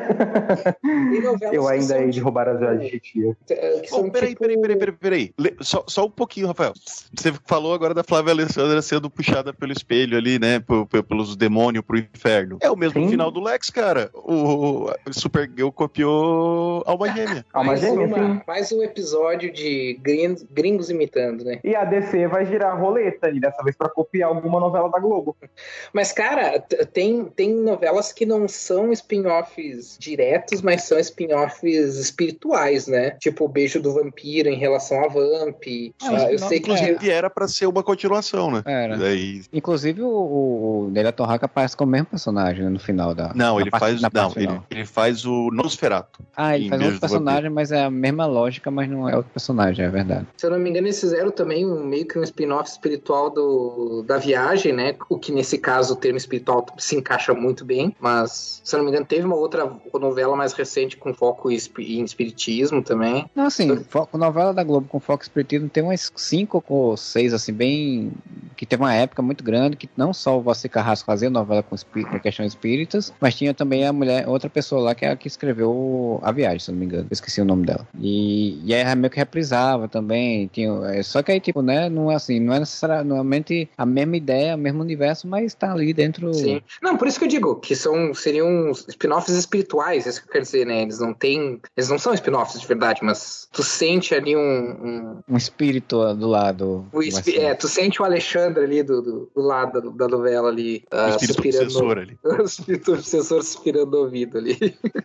tem novelas Eu que ainda são, hei de tipo, roubar as joias de tia. que são, Bom, peraí, tipo... peraí, peraí, peraí, peraí. Le- Só, só um pouquinho, Rafael. Você falou agora da Flávia Alessandra sendo puxada pelo espelho ali, né? p- p- Pelos demônios pro inferno. É o mesmo Sim. final do Lex, cara. O, o Supergirl copiou Alma Gêmea. Alma Mais, Gêmea, uma, sim. mais um episódio de gringos, gringos imitando, né? E a D C vai girar roleta, e dessa vez pra copiar alguma novela da Globo. Mas, cara, t- tem, tem novelas que não são spin-offs diretos, mas são spin-offs espirituais, né? Tipo o Beijo do Vampiro em relação a Vamp. Ah, Ah, eu não, sei que... Inclusive era pra ser uma continuação, né? Era. Daí... Inclusive o, o, o Nela Torraca aparece como o mesmo personagem, né, no final da. Não, na ele parte- faz, na não parte ele, final. ele faz o Nosferatu. Ah, ele em faz Beijo outro do Vampiro. personagem, mas é a mesma lógica, mas não é outro personagem, é verdade. Se eu não me engano, eles fizeram também um, meio que um spin-off espiritual do, da viagem, né? O que nesse caso o termo espiritual se encaixa muito bem, mas se eu não me engano, teve uma outra novela mais recente com foco em espiritismo também. Não, assim, foco, novela da Globo com foco espiritismo tem umas cinco ou seis, assim, bem... que teve uma época muito grande que não só o Valci Carrasco fazia novela com, espí- com questões espíritas, mas tinha também a mulher, outra pessoa lá que é a que escreveu A Viagem, se eu não me engano. Eu esqueci o nome dela. E, e aí meio que reprisava também. Tinha, é, só que aí, tipo, né, não é assim, não é necessariamente a mesma ideia, o mesmo universo, mas tá ali dentro... Sim. Não, por isso que eu digo que são, seriam spin-offs espirituais, é isso que eu quero dizer, né? Eles não têm... Eles não são spin-offs de verdade, mas tu sente ali um... um... Um espírito do lado. O espi- é, tu sente o Alexandre ali do, do, do lado da, da novela ali, O uh, espírito suspirando. obsessor ali. O espírito obsessor suspirando no ouvido ali.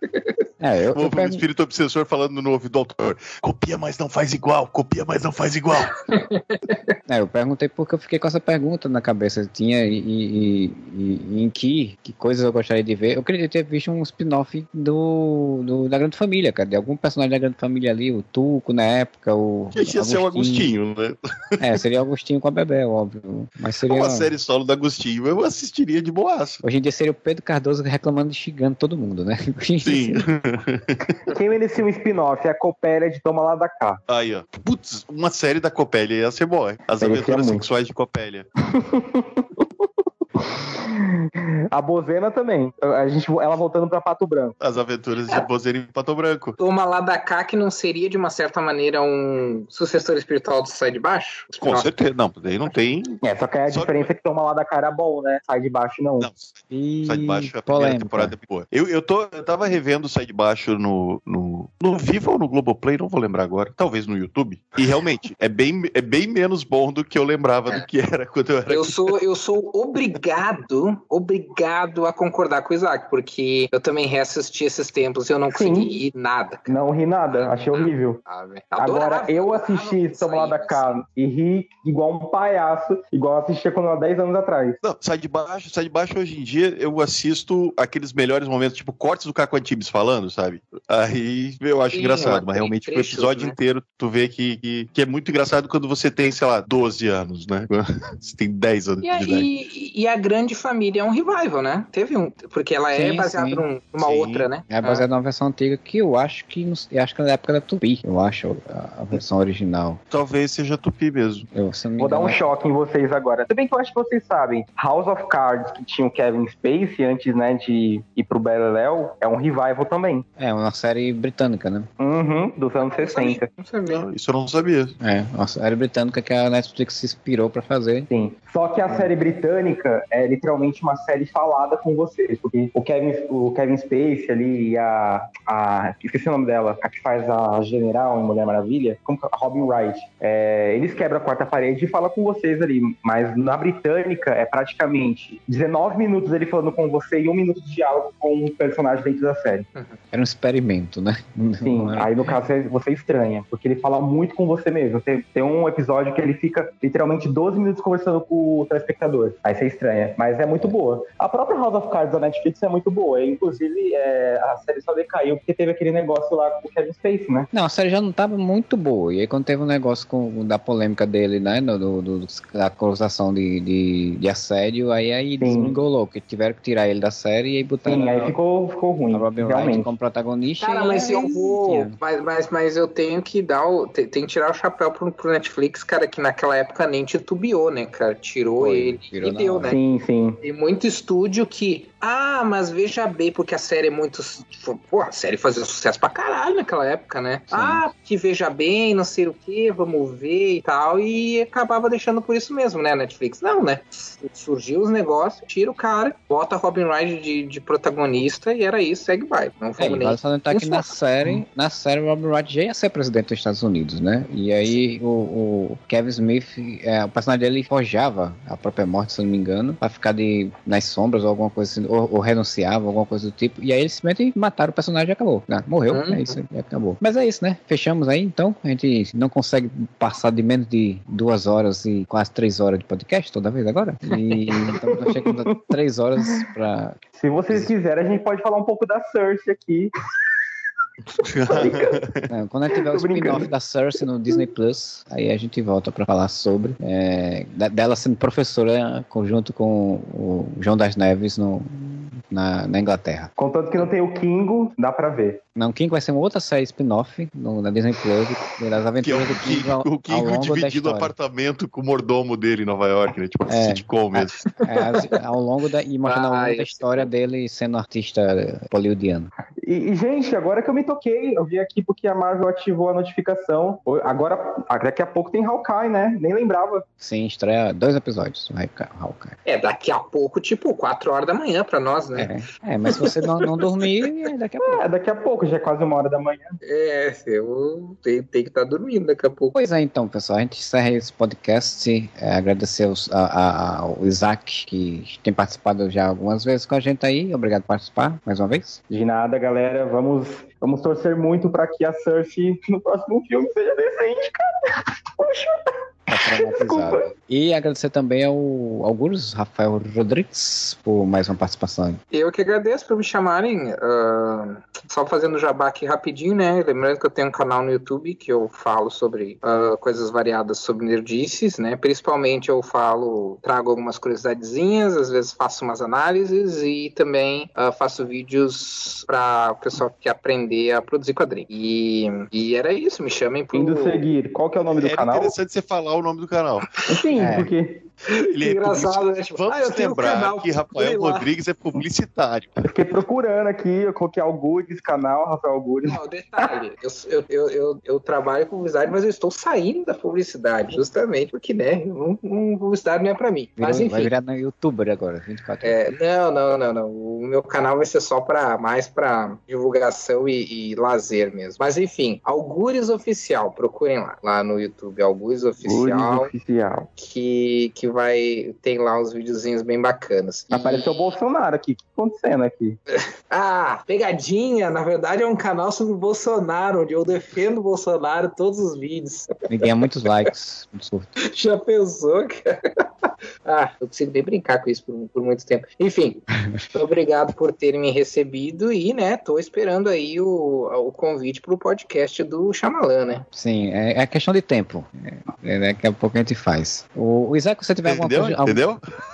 É, eu, eu O pergun- espírito obsessor falando no ouvido do autor. Copia, mas não faz igual. Copia, mas não faz igual. é, eu perguntei porque eu fiquei com essa pergunta na cabeça. Tinha e, e, e, e em que, que coisas eu gostaria de ver. Eu queria ter visto um spin-off do, do, da Grande Família, cara. De algum personagem da Grande Família ali, o Tuco na época, o. Que ia ser o Agostinho, né? É, seria o Agostinho com a Bebel, óbvio. Mas seria. Uma série solo do Agostinho. Eu assistiria de boaço. Hoje em dia seria o Pedro Cardoso reclamando e xingando todo mundo, né? Sim. Quem merecia um spin-off é a Copélia de Toma Lá da Cá. Aí, ó. Putz, uma série da Copélia ia ser boa. As Merecia aventuras muito. sexuais de Copélia. A Bozena também. A gente, ela voltando pra Pato Branco. As aventuras de Bozeiro em Pato Branco. Toma lá da cá, que não seria, de uma certa maneira, um sucessor espiritual do Sai de Baixo? Com Nossa. certeza. Não, daí não tem. É, só que aí a Só diferença é que Toma Lá da Cá era bom, né? Sai de Baixo não. Não, E... Sai de Baixo, a primeira polêmica. temporada é boa. Eu, eu, tô, eu tava revendo o Sai de Baixo no, no, no Vivo ou no Globoplay, não vou lembrar agora. Talvez no YouTube. E realmente, é bem, é bem menos bom do que eu lembrava do que era quando eu era Eu sou, eu sou obrigado, obrigado a concordar com o Isaac, porque eu também reassisti esses tempos e eu não consegui Sim. rir nada. Não ri nada, achei horrível. Sabe? Agora, Adorava, eu adorava assisti isso Toma Lá aí, da mas- Cá e ri igual um palhaço, igual eu assistia quando eu era dez anos atrás. Não, Sai de Baixo, Sai de Baixo hoje em dia eu assisto aqueles melhores momentos, tipo cortes do Caco Antibes falando, sabe? Aí eu acho Sim, engraçado, mas tem realmente o trechos, episódio né? inteiro tu vê que, que, que é muito engraçado quando você tem, sei lá, doze anos, né? Você tem dez anos E a, de idade. e, e a grande família Família é um revival, né? Teve um, porque ela sim, é baseada num, numa sim. outra, né? É baseada ah. numa versão antiga que eu acho que, eu acho que é da época da Tupi, eu acho, a, a versão original. Talvez seja Tupi mesmo. Eu, Vou dar um choque em vocês agora. Se bem que eu acho que vocês sabem, House of Cards, que tinha o Kevin Spacey antes, né, de ir pro Beleléu, é um revival também. É, uma série britânica, né? Uhum, dos anos sessenta. Não sabia. Não, isso eu não sabia. É, uma série britânica que a Netflix se inspirou pra fazer. Sim. Só que a série britânica é literalmente uma série falada com vocês, porque o Kevin, o Kevin Spacey ali e a, a... esqueci o nome dela, a que faz a General em Mulher Maravilha, como a Robin Wright. É, eles quebram a quarta parede e falam com vocês ali, mas na britânica é praticamente dezenove minutos ele falando com você e um minuto de diálogo com um personagem dentro da série. Era um experimento, né? Sim, era... aí no caso você estranha, porque ele fala muito com você mesmo. Tem, tem um episódio que ele fica literalmente doze minutos conversando com o telespectador. Aí você estranha, mas é muito boa. A própria House of Cards da Netflix é muito boa. E, inclusive, é, a série só decaiu porque teve aquele negócio lá com o Kevin Spacey, né? Não, a série já não tava muito boa. E aí quando teve um negócio com, da polêmica dele, né? Do, do, do, da acusação de, de, de assédio, aí, aí desmingolou, que tiveram que tirar ele da série e aí botaram... Sim, aí ficou, ficou ruim, a Robin Wright como protagonista. Cara, mas eu vou... Mas, mas, mas eu tenho que dar o... Tem, tem que tirar o chapéu pro, pro Netflix, cara, que naquela época nem titubeou, né, cara? Tirou Foi, ele e deu, né? Sim, sim. Tem muito estúdio que... Ah, mas veja bem, porque a série é muito... Pô, a série fazia sucesso pra caralho naquela época, né? Sim. Ah, que veja bem, não sei o que, vamos ver e tal. E acabava deixando por isso mesmo, né, Netflix? Não, né? Surgiu os negócios, tira o cara, bota a Robin Wright de, de protagonista e era isso, segue vai. Não foi é, nem... Só notar que na série, na série o Robin Wright já ia ser presidente dos Estados Unidos, né? E aí o, o Kevin Smith, é, o personagem dele forjava a própria morte, se eu não me engano, pra ficar de, nas sombras ou alguma coisa assim, ou, ou renunciava, alguma coisa do tipo. E aí eles simplesmente mataram o personagem e acabou. Né? Morreu, uhum. É isso, e acabou. Mas é isso, né? Fechamos aí, então. A gente não consegue passar de menos de duas horas e quase três horas de podcast toda vez agora. E então nós chegamos a três horas pra... Se vocês quiserem, a gente pode falar um pouco da Cersei aqui. Não, quando a gente tiver o spin-off da Cersei no Disney Plus, aí a gente volta pra falar sobre é, dela sendo professora conjunto com o João das Neves no, na, na Inglaterra. Contanto que não tem o Kingo, dá pra ver. Não, o Kingo vai ser uma outra série spin-off na Disney Plus, das aventuras que é o do Kingo ao, o Kingo ao longo dividindo o apartamento com o mordomo dele em Nova York, né? Tipo, é, sitcom mesmo. É, é, ao longo da, e mostrando ao longo da história dele sendo artista poliudiano. E, e, gente, agora que eu me toquei, eu vi aqui porque a Marvel ativou a notificação. Agora, daqui a pouco tem Hawkeye, né? Nem lembrava. Sim, estreia dois episódios, Hawkeye. É, daqui a pouco, tipo, quatro horas da manhã pra nós, né? É, é mas se você não, não dormir, é daqui a pouco. É, daqui a pouco, já é quase uma hora da manhã. É, eu tenho, tenho que estar dormindo daqui a pouco. Pois é, então, pessoal, a gente encerra esse podcast. É, agradecer aos, a, a, ao Isaac, que tem participado já algumas vezes com a gente aí. Obrigado por participar, mais uma vez. De nada, galera. Vamos, vamos torcer muito para que a Cersei no próximo filme seja decente, cara. Poxa. Tá e agradecer também ao Augusto Rafael Rodrigues por mais uma participação. Eu que agradeço por me chamarem. Uh, só fazendo jabá aqui rapidinho, né? Lembrando que eu tenho um canal no YouTube que eu falo sobre uh, coisas variadas sobre nerdices, né? Principalmente eu falo, trago algumas curiosidadezinhas, às vezes faço umas análises e também uh, faço vídeos para o pessoal que quer aprender a produzir quadrinhos. E, e era isso, me chamem pro... Indo seguir, qual que é o nome do Era canal? É interessante você falar o nome do canal. Sim, é. porque... Ele é engraçado, né? Tipo, vamos ah, lembrar um que Rafael Rodrigues é publicitário. Eu fiquei procurando aqui, eu coloquei Algures, canal Rafael Algures. Não, detalhe, eu, eu, eu, eu, eu trabalho com publicidade, mas eu estou saindo da publicidade, justamente porque, né, um, um, publicidade não é pra mim. Virou, mas enfim. Vai virar no YouTuber agora, vinte e quatro é, Não, não, não, não. O meu canal vai ser só pra, mais pra divulgação e, e lazer mesmo. Mas enfim, Algures Oficial, procurem lá, lá no YouTube, Algures Oficial. Algures Oficial. Que, que vai, tem lá uns videozinhos bem bacanas. E... Apareceu o Bolsonaro aqui, o que tá acontecendo aqui? Ah, pegadinha, na verdade é um canal sobre o Bolsonaro, onde eu defendo o Bolsonaro em todos os vídeos. E ganha muitos likes. Já pensou, cara? Ah, eu consigo nem brincar com isso por, por muito tempo. Enfim, obrigado por terem me recebido e, né, tô esperando aí o, o convite pro podcast do Shyamalan, né? Sim, é, é questão de tempo. É, daqui a pouco a gente faz. O, o Isaac, você tiver Entendeu? alguma coisa... Entendeu?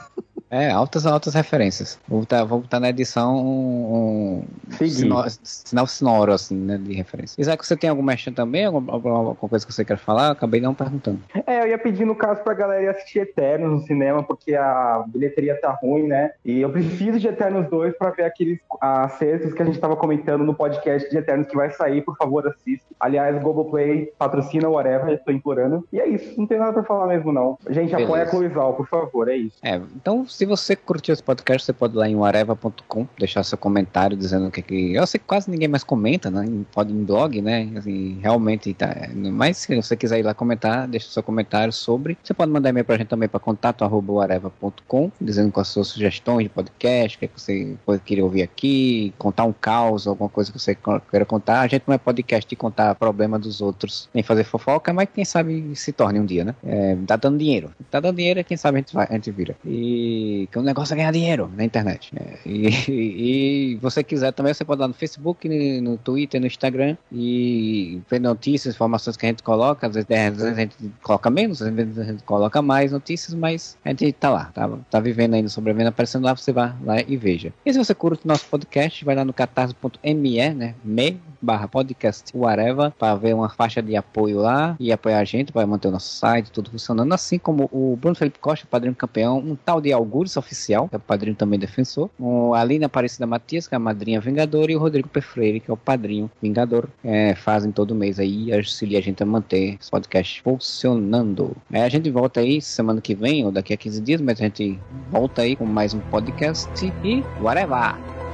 É, altas, altas referências. Vou botar, vou botar na edição um, um sinal, sinal sonoro, assim, né, de referência. Isaac, você tem algum merchan também? Alguma, alguma coisa que você quer falar? Eu acabei não perguntando. É, eu ia pedir, no caso, pra galera ir assistir Eternos no cinema, porque a bilheteria tá ruim, né? E eu preciso de Eternos dois pra ver aqueles acertos que a gente tava comentando no podcast de Eternos que vai sair. Por favor, assista. Aliás, Globoplay patrocina, whatever, eu tô implorando. E é isso, não tem nada pra falar mesmo, não. Gente, Beleza. Apoia a Cloizal, por favor, é isso. É, então, se você curtiu esse podcast, você pode ir lá em areva ponto com, deixar seu comentário dizendo o que que... Eu sei que quase ninguém mais comenta, né? Pode em blog, né? Assim, realmente tá... Mas se você quiser ir lá comentar, deixa seu comentário sobre. Você pode mandar e-mail pra gente também para contato arroba areva ponto com, dizendo quais são as suas sugestões de podcast, o que, é que você pode querer ouvir aqui, contar um caos, alguma coisa que você queira contar. A gente não é podcast de contar problema dos outros, nem fazer fofoca, mas quem sabe se torne um dia, né? É, tá dando dinheiro. Tá dando dinheiro, quem sabe a gente, vai, a gente vira. E que o negócio é ganhar dinheiro na internet. É, e, e, e você quiser também, você pode ir lá no Facebook, no, no Twitter, no Instagram e ver notícias, informações que a gente coloca. Às vezes, às vezes a gente coloca menos, às vezes a gente coloca mais notícias, mas a gente tá lá, tá, tá vivendo ainda, sobrevivendo, aparecendo lá, você vai lá e veja. E se você curte o nosso podcast, vai lá no catarse ponto me, né, me barra podcast whatever, para ver uma faixa de apoio lá e apoiar a gente, para manter o nosso site, tudo funcionando, assim como o Bruno Felipe Costa, padrinho campeão, um tal de Algures Oficial, que é o padrinho também defensor, o Aline Aparecida Matias, que é a madrinha Vingador, e o Rodrigo Perfreire, que é o padrinho Vingador, é, fazem todo mês aí, auxilia a gente a manter esse podcast funcionando. É, a gente volta aí semana que vem, ou daqui a quinze dias, mas a gente volta aí com mais um podcast e whatever!